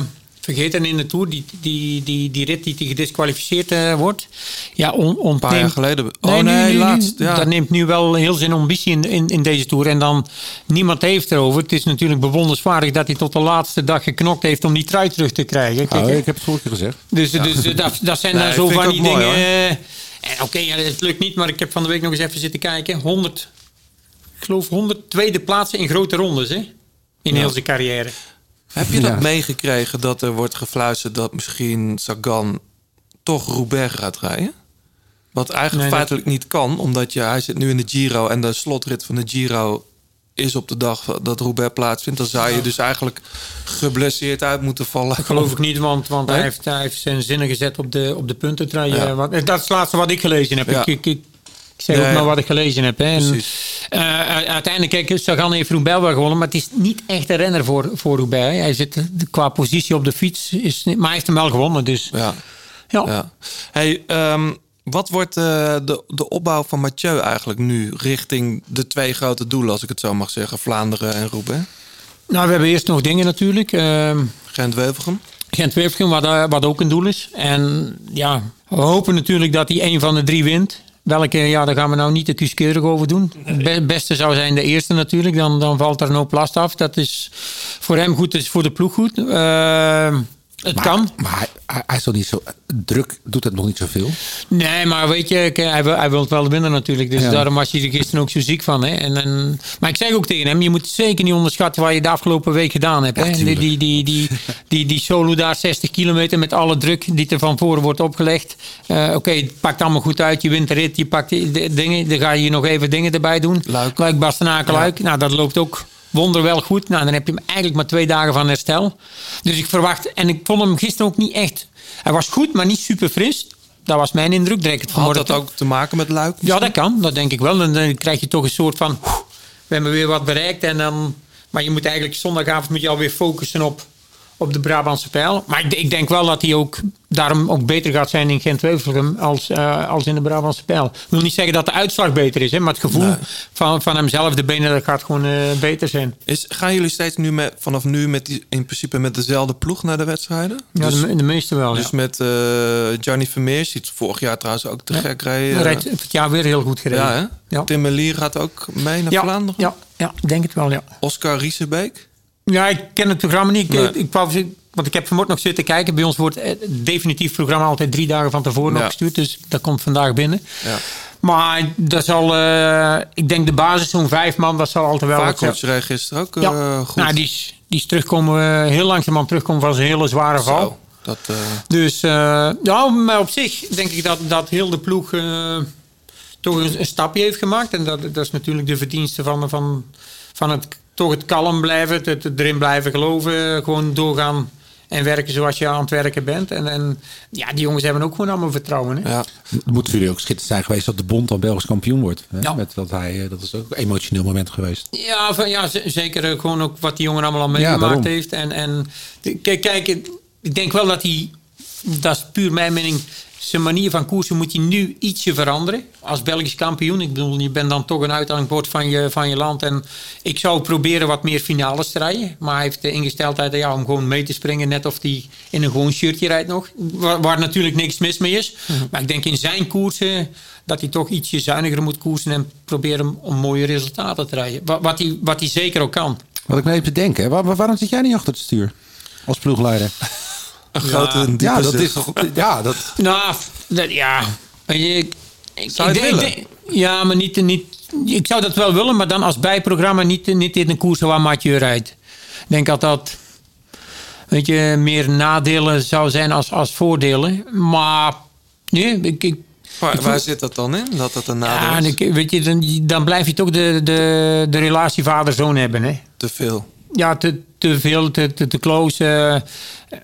vergeten in de Tour, die, die, die, die rit die, die gedisqualificeerd uh, wordt. Ja, on, Een paar jaar geleden. Oh nee, nee, nu, nu, laatst. Nu, ja. Dat neemt nu wel heel zijn ambitie in, in, in deze Tour. En dan, niemand heeft erover. Het is natuurlijk bewonderenswaardig dat hij tot de laatste dag geknokt heeft om die trui terug te krijgen. Kijk, Oh, ik heb het vorige keer gezegd. Dus, ja. dus dat, dat zijn nee, dan zo van die mooi, dingen. Hoor. En oké, okay, ja, het lukt niet, maar ik heb van de week nog eens even zitten kijken. honderd, ik geloof honderd tweede plaatsen in grote rondes, hè? In ja. heel zijn carrière. Heb je dat Ja. meegekregen dat er wordt gefluisterd dat misschien Sagan toch Roubaix gaat rijden? Wat eigenlijk Nee, feitelijk dat... niet kan, omdat je, hij zit nu in de Giro en de slotrit van de Giro is op de dag dat Roubaix plaatsvindt. Dan zou je dus eigenlijk geblesseerd uit moeten vallen. Dat geloof ik niet, want, want nee? hij, heeft, hij heeft zijn zinnen gezet op de, op de puntentrui. Ja. Want, dat is het laatste wat ik gelezen heb. Ja. Ik, ik, ik, ik zeg nee, ook maar wat ik gelezen heb. Hè. En, precies. uh, uiteindelijk, kijk, Sagan heeft Roubaix wel gewonnen, maar het is niet echt een renner voor, voor Roubaix. Hij zit qua positie op de fiets, is niet, maar hij heeft hem wel gewonnen. Dus. Ja. Ja. Ja. Hey, um, wat wordt uh, de, de opbouw van Mathieu eigenlijk nu richting de twee grote doelen, als ik het zo mag zeggen, Vlaanderen en Roubaix? Nou, we hebben eerst nog dingen natuurlijk. Uh, Gent-Wevelgem. Gent-Wevelgem, wat, wat ook een doel is. En ja, we hopen natuurlijk dat hij een van de drie wint. Welke, ja, daar gaan we nou niet te kieskeurig over doen. Het beste zou zijn de eerste natuurlijk. Dan, dan valt er een hoop last af. Dat is voor hem goed, dat is voor de ploeg goed. Uh, het maar, kan. Maar hij, hij, hij is toch niet zo... Druk doet het nog niet zoveel? Nee, maar weet je, hij wil, hij wil het wel winnen natuurlijk. Dus ja. daarom was hij er gisteren ook zo ziek van. Hè. En, en, maar ik zeg ook tegen hem, je moet zeker niet onderschatten wat je de afgelopen week gedaan hebt. Hè. Ja, die, die, die, die, die, die solo daar, zestig kilometer met alle druk die er van voren wordt opgelegd. Uh, Oké, okay, het pakt allemaal goed uit. Je wint de rit, je pakt die, de dingen. Dan ga je nog even dingen erbij doen. Luik. Luik, Bastenaken, ja. Luik. Nou, dat loopt ook wonderwel goed. Nou, dan heb je hem eigenlijk maar twee dagen van herstel. Dus ik verwacht, en ik vond hem gisteren ook niet echt... Hij was goed, maar niet super fris. Dat was mijn indruk. Direct het Had dat ook te maken met Luik? Ja, dat kan. Dat denk ik wel. En dan krijg je toch een soort van... We hebben weer wat bereikt. En dan, maar je moet eigenlijk zondagavond moet je alweer focussen op, op de Brabantse pijl. Maar ik, ik denk wel dat hij ook daarom ook beter gaat zijn in Gent-Wevelgem als, uh, als in de Brabantse pijl. Ik wil niet zeggen dat de uitslag beter is. Hè, maar het gevoel nee. van, van hemzelf, de benen, dat gaat gewoon uh, beter zijn. Is, gaan jullie steeds nu met, vanaf nu met die, in principe met dezelfde ploeg naar de wedstrijden? Ja, dus, de, de meeste wel. Dus ja. met uh, Gianni Vermeers, die het vorig jaar trouwens ook te ja. gek reed. Hij rijdt het jaar weer heel goed gereden. Ja, hè? Ja. Tim Merlier gaat ook mee naar ja. Vlaanderen? Ja, ja, ik denk het wel, ja. Oscar Riesebeek? Ja, ik ken het programma niet. Ik, nee. ik, ik wou, want ik heb vanmorgen nog zitten kijken. Bij ons wordt het definitief programma altijd drie dagen van tevoren ja. opgestuurd. Dus dat komt vandaag binnen. Ja. Maar dat zal, uh, ik denk de basis, zo'n vijf man, dat zal altijd wel... Vaartcoach reed gisteren ook uh, ja. goed. Nou, die is, die is terugkomen, uh, heel langzaam terugkomen van zijn hele zware val. Zo, dat, uh... Dus uh, ja, maar op zich denk ik dat, dat heel de ploeg uh, toch een, een stapje heeft gemaakt. En dat, dat is natuurlijk de verdienste van, van, van het... toch het kalm blijven, het, het erin blijven geloven. Gewoon doorgaan en werken zoals je aan het werken bent. En, en ja, die jongens hebben ook gewoon allemaal vertrouwen. Hè? Ja. Het moet voor jullie ook schitterend zijn geweest dat de Bond al Belgisch kampioen wordt. Hè? Ja. Met dat, hij, dat is ook een emotioneel moment geweest. Ja, van, ja z- zeker gewoon ook wat die jongen allemaal al meegemaakt ja, heeft. En, en kijk, kijk, ik denk wel dat hij, dat is puur mijn mening... Zijn manier van koersen moet hij nu ietsje veranderen. Als Belgisch kampioen. Ik bedoel, je bent dan toch een uithangbord van je, van je land. En ik zou proberen wat meer finales te rijden. Maar hij heeft de ingesteldheid ja, om gewoon mee te springen. Net of hij in een gewoon shirtje rijdt nog. Waar, waar natuurlijk niks mis mee is. Mm-hmm. Maar ik denk in zijn koersen dat hij toch ietsje zuiniger moet koersen. En proberen om mooie resultaten te rijden. Wat, wat, hij, wat hij zeker ook kan. Wat ik me even te denken. Waar, waarom zit jij niet achter het stuur? Als ploegleider? Een grote en diepe ja, dat zit. is toch... Ja, dat... Nou, dat, ja... Ik, ik, zou je ik, het willen? Ik, ja, maar niet, niet... Ik zou dat wel willen, maar dan als bijprogramma niet, niet in een koers waar Mathieu rijdt. Ik denk dat dat... Weet je, meer nadelen zou zijn als, als voordelen. Maar... Nee, ik... ik Waar, ik waar voel, zit dat dan in? Dat dat een nadeel ja, is? ik, weet je, dan, dan blijf je toch de, de, de relatie vader-zoon hebben, hè? Te veel. Ja, te, te veel, te, te, te close. Uh,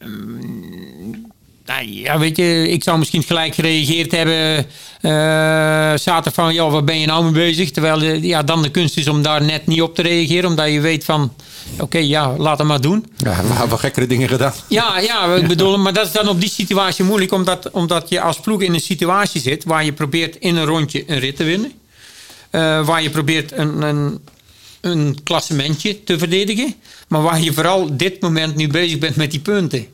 um, nou, ja, weet je, ik zou misschien gelijk gereageerd hebben. Uh, zaterdag van, ja, waar ben je nou mee bezig? Terwijl ja, dan de kunst is om daar net niet op te reageren. Omdat je weet van, oké, okay, ja, laat het maar doen. Ja, we hebben wel gekkere dingen gedaan. Ja, ja, ik bedoel, maar dat is dan op die situatie moeilijk. Omdat, omdat je als ploeg in een situatie zit waar je probeert in een rondje een rit te winnen. Uh, waar je probeert een... een een klassementje te verdedigen. Maar waar je vooral dit moment nu bezig bent met die punten.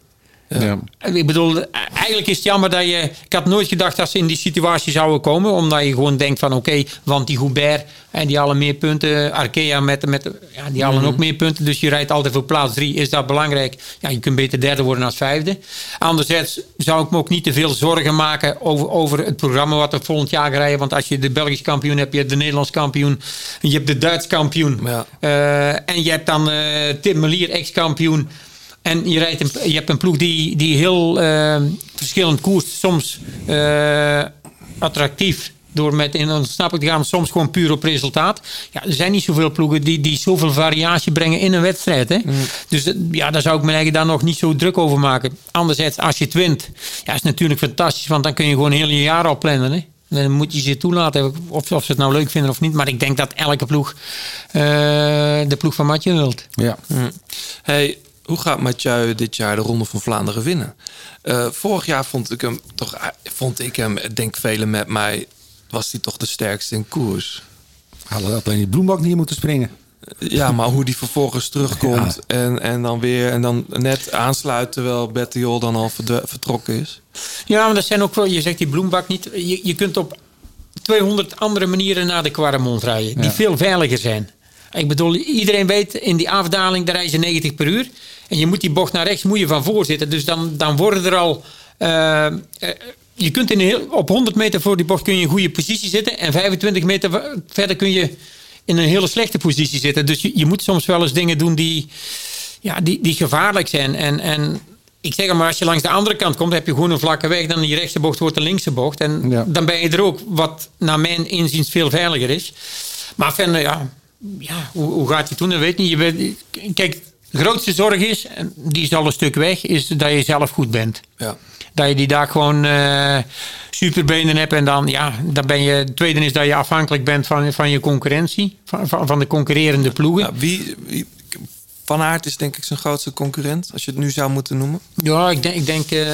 Ja. Ik bedoel, eigenlijk is het jammer dat je... Ik had nooit gedacht dat ze in die situatie zouden komen. Omdat je gewoon denkt van oké, okay, want die Goubert en die halen meer punten. Arkea met, met ja, die halen mm. ook meer punten. Dus je rijdt altijd voor plaats drie. Is dat belangrijk? Ja, je kunt beter derde worden als vijfde. Anderzijds zou ik me ook niet te veel zorgen maken over, over het programma wat er volgend jaar gaat rijden. Want als je de Belgisch kampioen hebt, je hebt de Nederlands kampioen. Je hebt de Duits kampioen. Ja. Uh, en je hebt dan uh, Tim Merlier, ex-kampioen. En je, rijdt een, je hebt een ploeg die, die heel uh, verschillend koerst. Soms uh, attractief door met in ontsnapping te gaan. Soms gewoon puur op resultaat. Ja, er zijn niet zoveel ploegen die, die zoveel variatie brengen in een wedstrijd. Hè? Mm. Dus ja, daar zou ik me eigenlijk daar nog niet zo druk over maken. Anderzijds, als je het wint, ja, is natuurlijk fantastisch. Want dan kun je gewoon een hele jaar al plannen. Hè? Dan moet je ze toelaten of, of ze het nou leuk vinden of niet. Maar ik denk dat elke ploeg uh, de ploeg van Mathieu wilt. Ja. Mm. Hey, hoe gaat Mathieu dit jaar de Ronde van Vlaanderen winnen? Uh, vorig jaar vond ik hem toch, vond ik hem, denk velen met mij, was hij toch de sterkste in koers. Hadden alleen die Bloembak niet moeten springen. Ja, maar hoe die vervolgens terugkomt ja. en, en dan weer en dan net aansluit terwijl Bettiol dan al vertrokken is. Ja, maar dat zijn ook wel, je zegt die Bloembak niet. Je, je kunt op tweehonderd andere manieren naar de Quaremont rijden, die ja. veel veiliger zijn. Ik bedoel, iedereen weet in die afdaling, daar rijden ze negentig per uur. En je moet die bocht naar rechts, moet je van voor zitten. Dus dan, dan worden er al... Uh, uh, je kunt in een heel, op honderd meter voor die bocht kun je in een goede positie zitten. En vijfentwintig meter verder kun je in een hele slechte positie zitten. Dus je, je moet soms wel eens dingen doen die, ja, die, die gevaarlijk zijn. En, en ik zeg maar, als je langs de andere kant komt, heb je gewoon een vlakke weg. Dan die rechtse bocht wordt de linkse bocht. En ja. dan ben je er ook, wat naar mijn inziens veel veiliger is. Maar verder, ja... Ja, hoe, hoe gaat hij toen? Dat weet ik niet. Je weet, kijk, de grootste zorg is, en die is al een stuk weg, is dat je zelf goed bent. Ja. Dat je die daar gewoon uh, superbenen hebt en dan, ja, dan ben je... Het tweede is dat je afhankelijk bent van, van je concurrentie, van, van de concurrerende ploegen. Ja, wie, wie, Van Aert is denk ik zijn grootste concurrent, als je het nu zou moeten noemen. Ja, ik denk... Ik denk uh,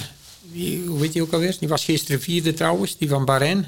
wie, hoe weet je ook alweer? Die was gisteren vierde trouwens, die van Bahrein.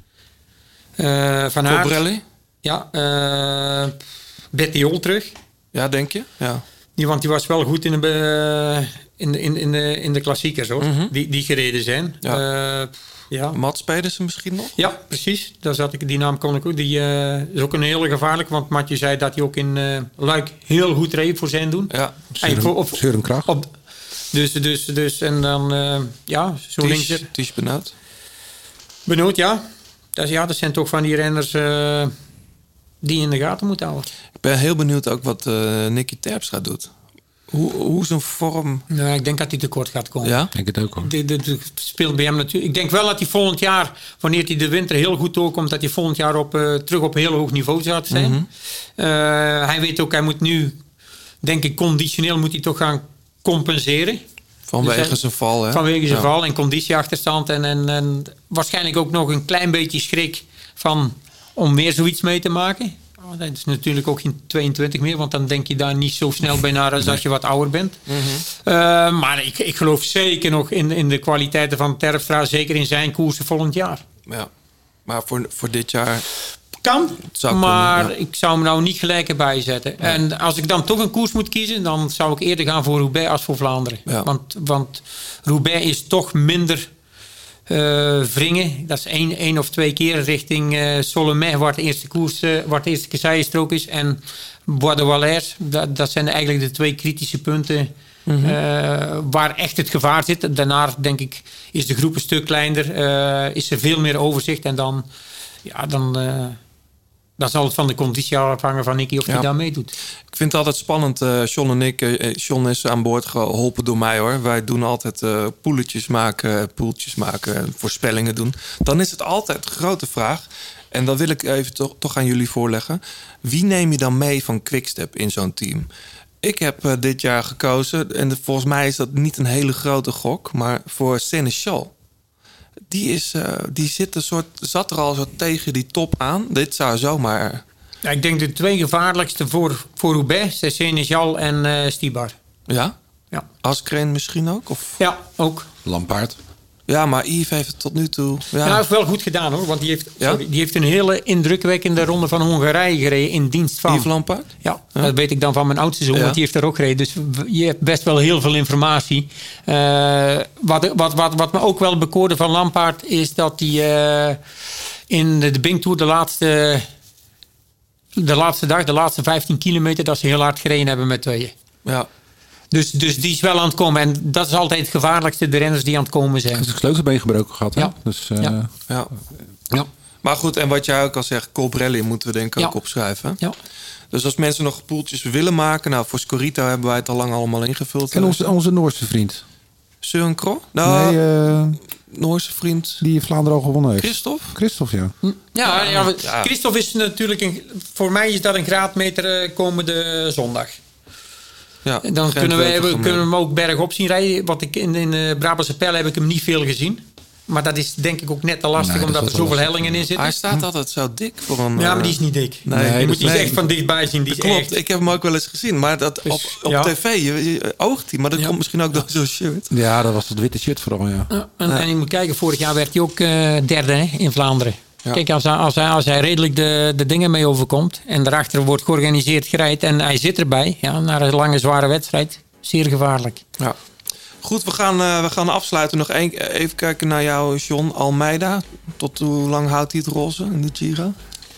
Uh, van Aert. Colbrelli? Ja, uh, Bettiol terug. Ja, denk je? Ja. Die, want die was wel goed in de, in de, in de, in de klassiekers, hoor. Mm-hmm. Die, die gereden zijn. Ja. Uh, ja. Mats Pedersen misschien nog? Ja, precies. Daar zat ik, die naam kon ik ook. Die uh, is ook een hele gevaarlijk. Want Matje zei dat hij ook in uh, Luik heel goed reed voor zijn doen. Ja, Zeurenkracht. Dus, dus, dus, en dan, uh, ja, zo links. Ties Benoot. Benoot, ja. Dat, ja. Dat zijn toch van die renners... Uh, die in de gaten moet houden. Ik ben heel benieuwd ook wat uh, Nicky Terpstra doet. Hoe, hoe zijn vorm... Nou, ik denk dat hij tekort gaat komen. Ja? Ik denk het ook hoor. De, de, de speelt bij hem natuurlijk. Ik denk wel dat hij volgend jaar, wanneer hij de winter heel goed doorkomt, dat hij volgend jaar op, uh, terug op een heel hoog niveau gaat zijn. Mm-hmm. Uh, hij weet ook, hij moet nu, denk ik, conditioneel moet hij toch gaan compenseren. Vanwege dus, zijn val, hè? Vanwege zijn ja. val en conditieachterstand. En, en, en waarschijnlijk ook nog een klein beetje schrik van... om meer zoiets mee te maken. Oh, dat is natuurlijk ook geen tweeëntwintig meer... want dan denk je daar niet zo snel bij naar... als nee. je wat ouder bent. Mm-hmm. Uh, maar ik, ik geloof zeker nog in, in de kwaliteiten van Terpstra... zeker in zijn koersen volgend jaar. Ja, maar voor, voor dit jaar... Kan, maar kunnen, ja. ik zou hem nou niet gelijk erbij zetten. Ja. En als ik dan toch een koers moet kiezen... dan zou ik eerder gaan voor Roubaix als voor Vlaanderen. Ja. Want, want Roubaix is toch minder... Uh, wringen, dat is één, één of twee keer richting uh, Solomé, waar de eerste koers, uh, waar de eerste kasseienstrook is, en Bois de Valais. Dat, dat zijn eigenlijk de twee kritische punten mm-hmm. uh, waar echt het gevaar zit. Daarna denk ik is de groep een stuk kleiner, uh, is er veel meer overzicht en dan, ja, dan, uh, dan zal het van de conditie afhangen van Nicky of hij ja. daar meedoet. Ik vind het altijd spannend. Uh, John en ik, uh, John is aan boord geholpen door mij hoor. Wij doen altijd uh, poeletjes maken, poeltjes maken, voorspellingen doen. Dan is het altijd de grote vraag. En dat wil ik even toch, toch aan jullie voorleggen. Wie neem je dan mee van Quickstep in zo'n team? Ik heb uh, dit jaar gekozen, en de, volgens mij is dat niet een hele grote gok, maar voor Sénéchal. Die, is, uh, die zit een soort, zat er al zo tegen die top aan. Dit zou zomaar... Ja, ik denk de twee gevaarlijkste voor, voor Roubaix zijn Sénéchal en uh, Stibar. Ja? Ja. Askreen misschien ook? Of? Ja, ook. Lampaard. Ja, maar Yves heeft het tot nu toe... Ja, Ja, hij heeft wel goed gedaan hoor. Want die heeft, Ja? sorry, die heeft een hele indrukwekkende ronde van Hongarije gereden in dienst van... Yves Lampaert? Ja, dat weet ik dan van mijn oudste zoon, Ja. want die heeft er ook gereden. Dus w- je hebt best wel heel veel informatie. Uh, wat, wat, wat, wat me ook wel bekoorde van Lampaert is dat hij uh, in de, de Bing Tour de laatste, de laatste dag, de laatste vijftien kilometer, dat ze heel hard gereden hebben met tweeën. Ja. Dus, dus die is wel aan het komen. En dat is altijd het gevaarlijkste, de renners die aan het komen zijn. Hij heeft een sleutelbeen gebroken gehad. Hè? Ja. Dus, uh, Ja. Ja. ja. Maar goed, en wat jij ook al zegt, Colbrelli moeten we denk ik Ja. ook opschrijven. Ja. Dus als mensen nog poeltjes willen maken... Nou, voor Scorito hebben wij het al lang allemaal ingevuld. En onze, onze Noorse vriend. Søren Krogh? Nou, nee, uh, Noorse vriend. Die in Vlaanderen al gewonnen heeft. Christophe? Christophe, ja. Ja, ja, we- Ja. Christophe is natuurlijk... Een, voor mij is dat een graadmeter eh, komende zondag. Ja, En dan Gent kunnen we, Wevelgem, hebben, kunnen we hem ook bergop zien rijden. Wat ik in, in de Brabantse Pijl heb ik hem niet veel gezien. Maar dat is denk ik ook net te lastig, Nee, dat omdat is er wel zoveel lastig. hellingen in zitten. Hij staat altijd zo dik voor een... Ja, maar eh, die is niet dik. Nee, je dat moet die is- echt van dichtbij zien. Die is Klopt, echt... ik heb hem ook wel eens gezien. Maar dat Dus, op, op ja. tv, je, je oogt hij. Maar dat Ja. komt misschien ook door zo'n shirt. Ja, dat was het witte shirt vooral, ja. Ja, en, en je moet kijken, vorig jaar werd hij ook eh, derde hè, in Vlaanderen. Ja. Kijk, als hij, als, hij, als hij redelijk de, de dingen mee overkomt... en daarachter wordt georganiseerd gereid en hij zit erbij... Ja, naar een lange, zware wedstrijd, zeer gevaarlijk. Ja. Goed, we gaan, uh, we gaan afsluiten. Nog één, even kijken naar jou, John Almeida. Tot hoe lang houdt hij het roze in de Giro?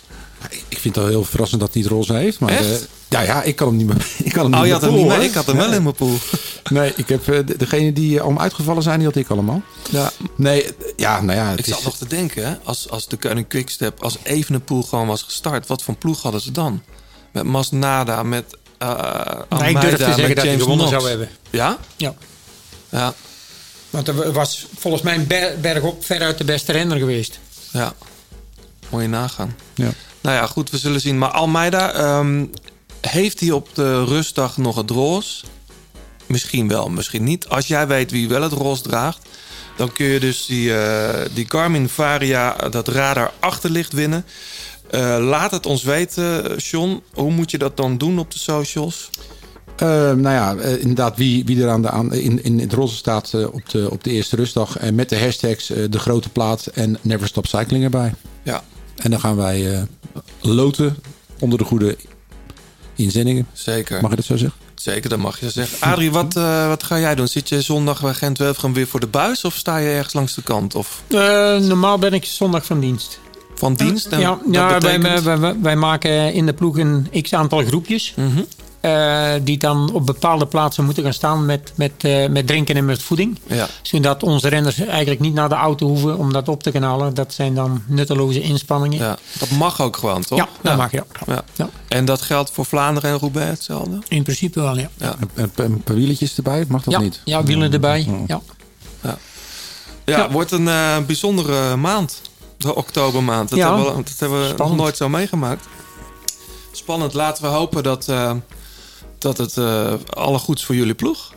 Ik, ik vind het wel heel verrassend dat hij het roze heeft. Maar, Echt? uh, ja, ja, ik kan hem niet meer. Ik kan hem Oh, niet je had meer hem niet pool, mee. hoor. Ik had hem wel Nee. in mijn pool. Nee, ik heb uh, de- degene die uh, allemaal uitgevallen zijn, die had ik allemaal. Ja. Nee, uh, ja, nou ja. Het Ik is, zat nog te denken, hè, als, als de Koning Quickstep, als Evenepoel gewoon was gestart, wat voor ploeg hadden ze dan? Met Masnada, met uh, Almeida, Nee, ik durf te zeggen met dat hij James gewonnen Knox. zou hebben. Ja? Ja. Ja. Want er was volgens mij ber- bergop veruit de beste renner geweest. Ja. Moet je nagaan. ja. Nou ja, goed, we zullen zien. Maar Almeida, um, heeft hij op de rustdag nog het roze? Misschien wel, misschien niet. Als jij weet wie wel het roze draagt, dan kun je dus die, uh, die Garmin Varia, dat radar achterlicht winnen. Uh, laat het ons weten, John. Hoe moet je dat dan doen op de socials? Uh, nou ja, uh, inderdaad, wie, wie er aan de, aan, in, in het roze staat uh, op, de, op de eerste rustdag. En met de hashtags uh, de grote plaat en Never Stop Cycling erbij. Ja. En dan gaan wij uh, loten onder de goede inzendingen. Zeker. Mag ik dat zo zeggen? Zeker, dat mag je zeggen. Adrie, wat, uh, wat ga jij doen? Zit je zondag bij Gent-Wevelgem weer voor de buis? Of sta je ergens langs de kant? Of Uh, normaal ben ik zondag van dienst. van dienst? En ja, dat ja wij, betekent... wij, wij, wij maken in de ploeg een x-aantal groepjes. Mm-hmm. Uh, die dan op bepaalde plaatsen moeten gaan staan met, met, uh, met drinken en met voeding. Ja. Zodat onze renners eigenlijk niet naar de auto hoeven om dat op te gaan halen. Dat zijn dan nutteloze inspanningen. Ja, dat mag ook gewoon, toch? Ja, dat mag je. Ja. Ja. Ja. En dat geldt voor Vlaanderen en Roubaix hetzelfde? In principe wel, ja. Ja. Een, een, een paar wieletjes erbij, mag dat Ja, niet? ja, wielen erbij. Oh. Ja. Ja, ja, Ja. wordt een uh, bijzondere maand. De oktobermaand. Dat Ja. hebben we, dat hebben we nog Spannend. nooit zo meegemaakt. Spannend. Laten we hopen dat, uh, dat het uh, alle goeds voor jullie ploeg.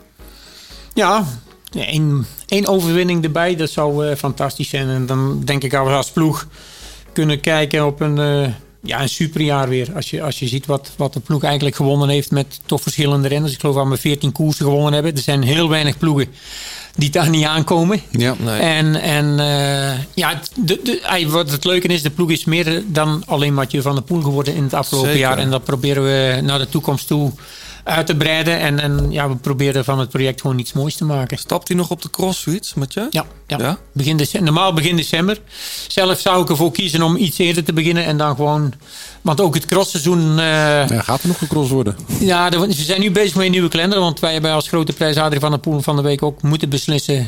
Ja, één, één overwinning erbij, dat zou uh, fantastisch zijn. En dan denk ik dat we als ploeg kunnen kijken op een, uh, ja, een superjaar weer. Als je, als je ziet wat, wat de ploeg eigenlijk gewonnen heeft met toch verschillende renners. Ik geloof dat we veertien koersen gewonnen hebben. Er zijn heel weinig ploegen die daar niet aankomen. Ja. Nee. En, en uh, ja, de, de, wat het leuke is, de ploeg is meer dan alleen Mathieu van der Poel geworden in het afgelopen Zeker. jaar. En dat proberen we naar de toekomst toe uit te breiden. En, en ja, we proberen van het project gewoon iets moois te maken. Stapt hij nog op de crossfiets, Mathieu? Ja, ja. Ja? Begin december, normaal begin december. Zelf zou ik ervoor kiezen om iets eerder te beginnen. En dan gewoon... Want ook het crossseizoen... Uh, Ja, gaat er nog gecrossed worden? ja, de, ze zijn nu bezig met een nieuwe kalender. Want wij hebben als grote prijs Adrie van der Poel van de week ook moeten beslissen...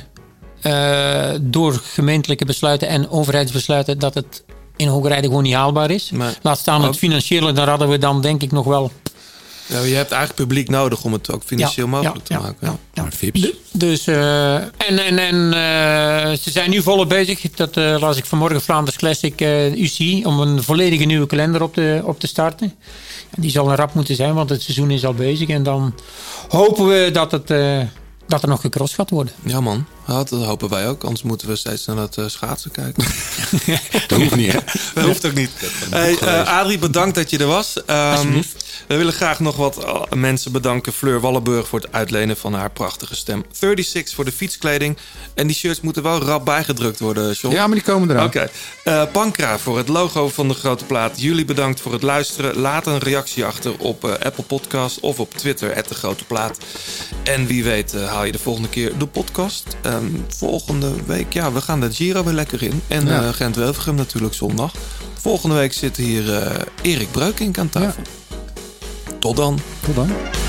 Uh, door gemeentelijke besluiten en overheidsbesluiten... dat het in Hongarije gewoon niet haalbaar is. Nee. Laat staan het Ook- financiële. Daar hadden we dan denk ik nog wel... Ja, je hebt eigenlijk publiek nodig om het ook financieel Ja, mogelijk ja, te maken. ja, ja. Maar Vips. De- dus, uh, en en, en uh, ze zijn nu volop bezig. Dat uh, las ik vanmorgen Vlaanders Classic uh, U C. Om een volledige nieuwe kalender op te, op te starten. En die zal een rap moeten zijn, want het seizoen is al bezig. En dan hopen we dat, het, uh, dat er nog gecrossed gaat worden. Ja, man. Ja, dat hopen wij ook. Anders moeten we steeds naar het uh, schaatsen kijken. Dat hoeft niet, hè? Dat hoeft ook niet. Hey, uh, Adrie, bedankt dat je er was. Um, we willen graag nog wat uh, mensen bedanken. Fleur Wallenburg voor het uitlenen van haar prachtige stem. drieëndertig voor de fietskleding. En die shirts moeten wel rap bijgedrukt worden, John. Ja, maar die komen eraan. Oké. Okay. Uh, Pankra voor het logo van de Grote Plaat. Jullie bedankt voor het luisteren. Laat een reactie achter op uh, Apple Podcast of op Twitter, at de Grote Plaat. En wie weet uh, haal je de volgende keer de podcast. Um, volgende week, ja, we gaan de Giro weer lekker in. En ja. uh, Gent-Wevelgem natuurlijk zondag. Volgende week zit hier uh, Erik Breukink aan tafel. Ja. Tot dan. Tot dan.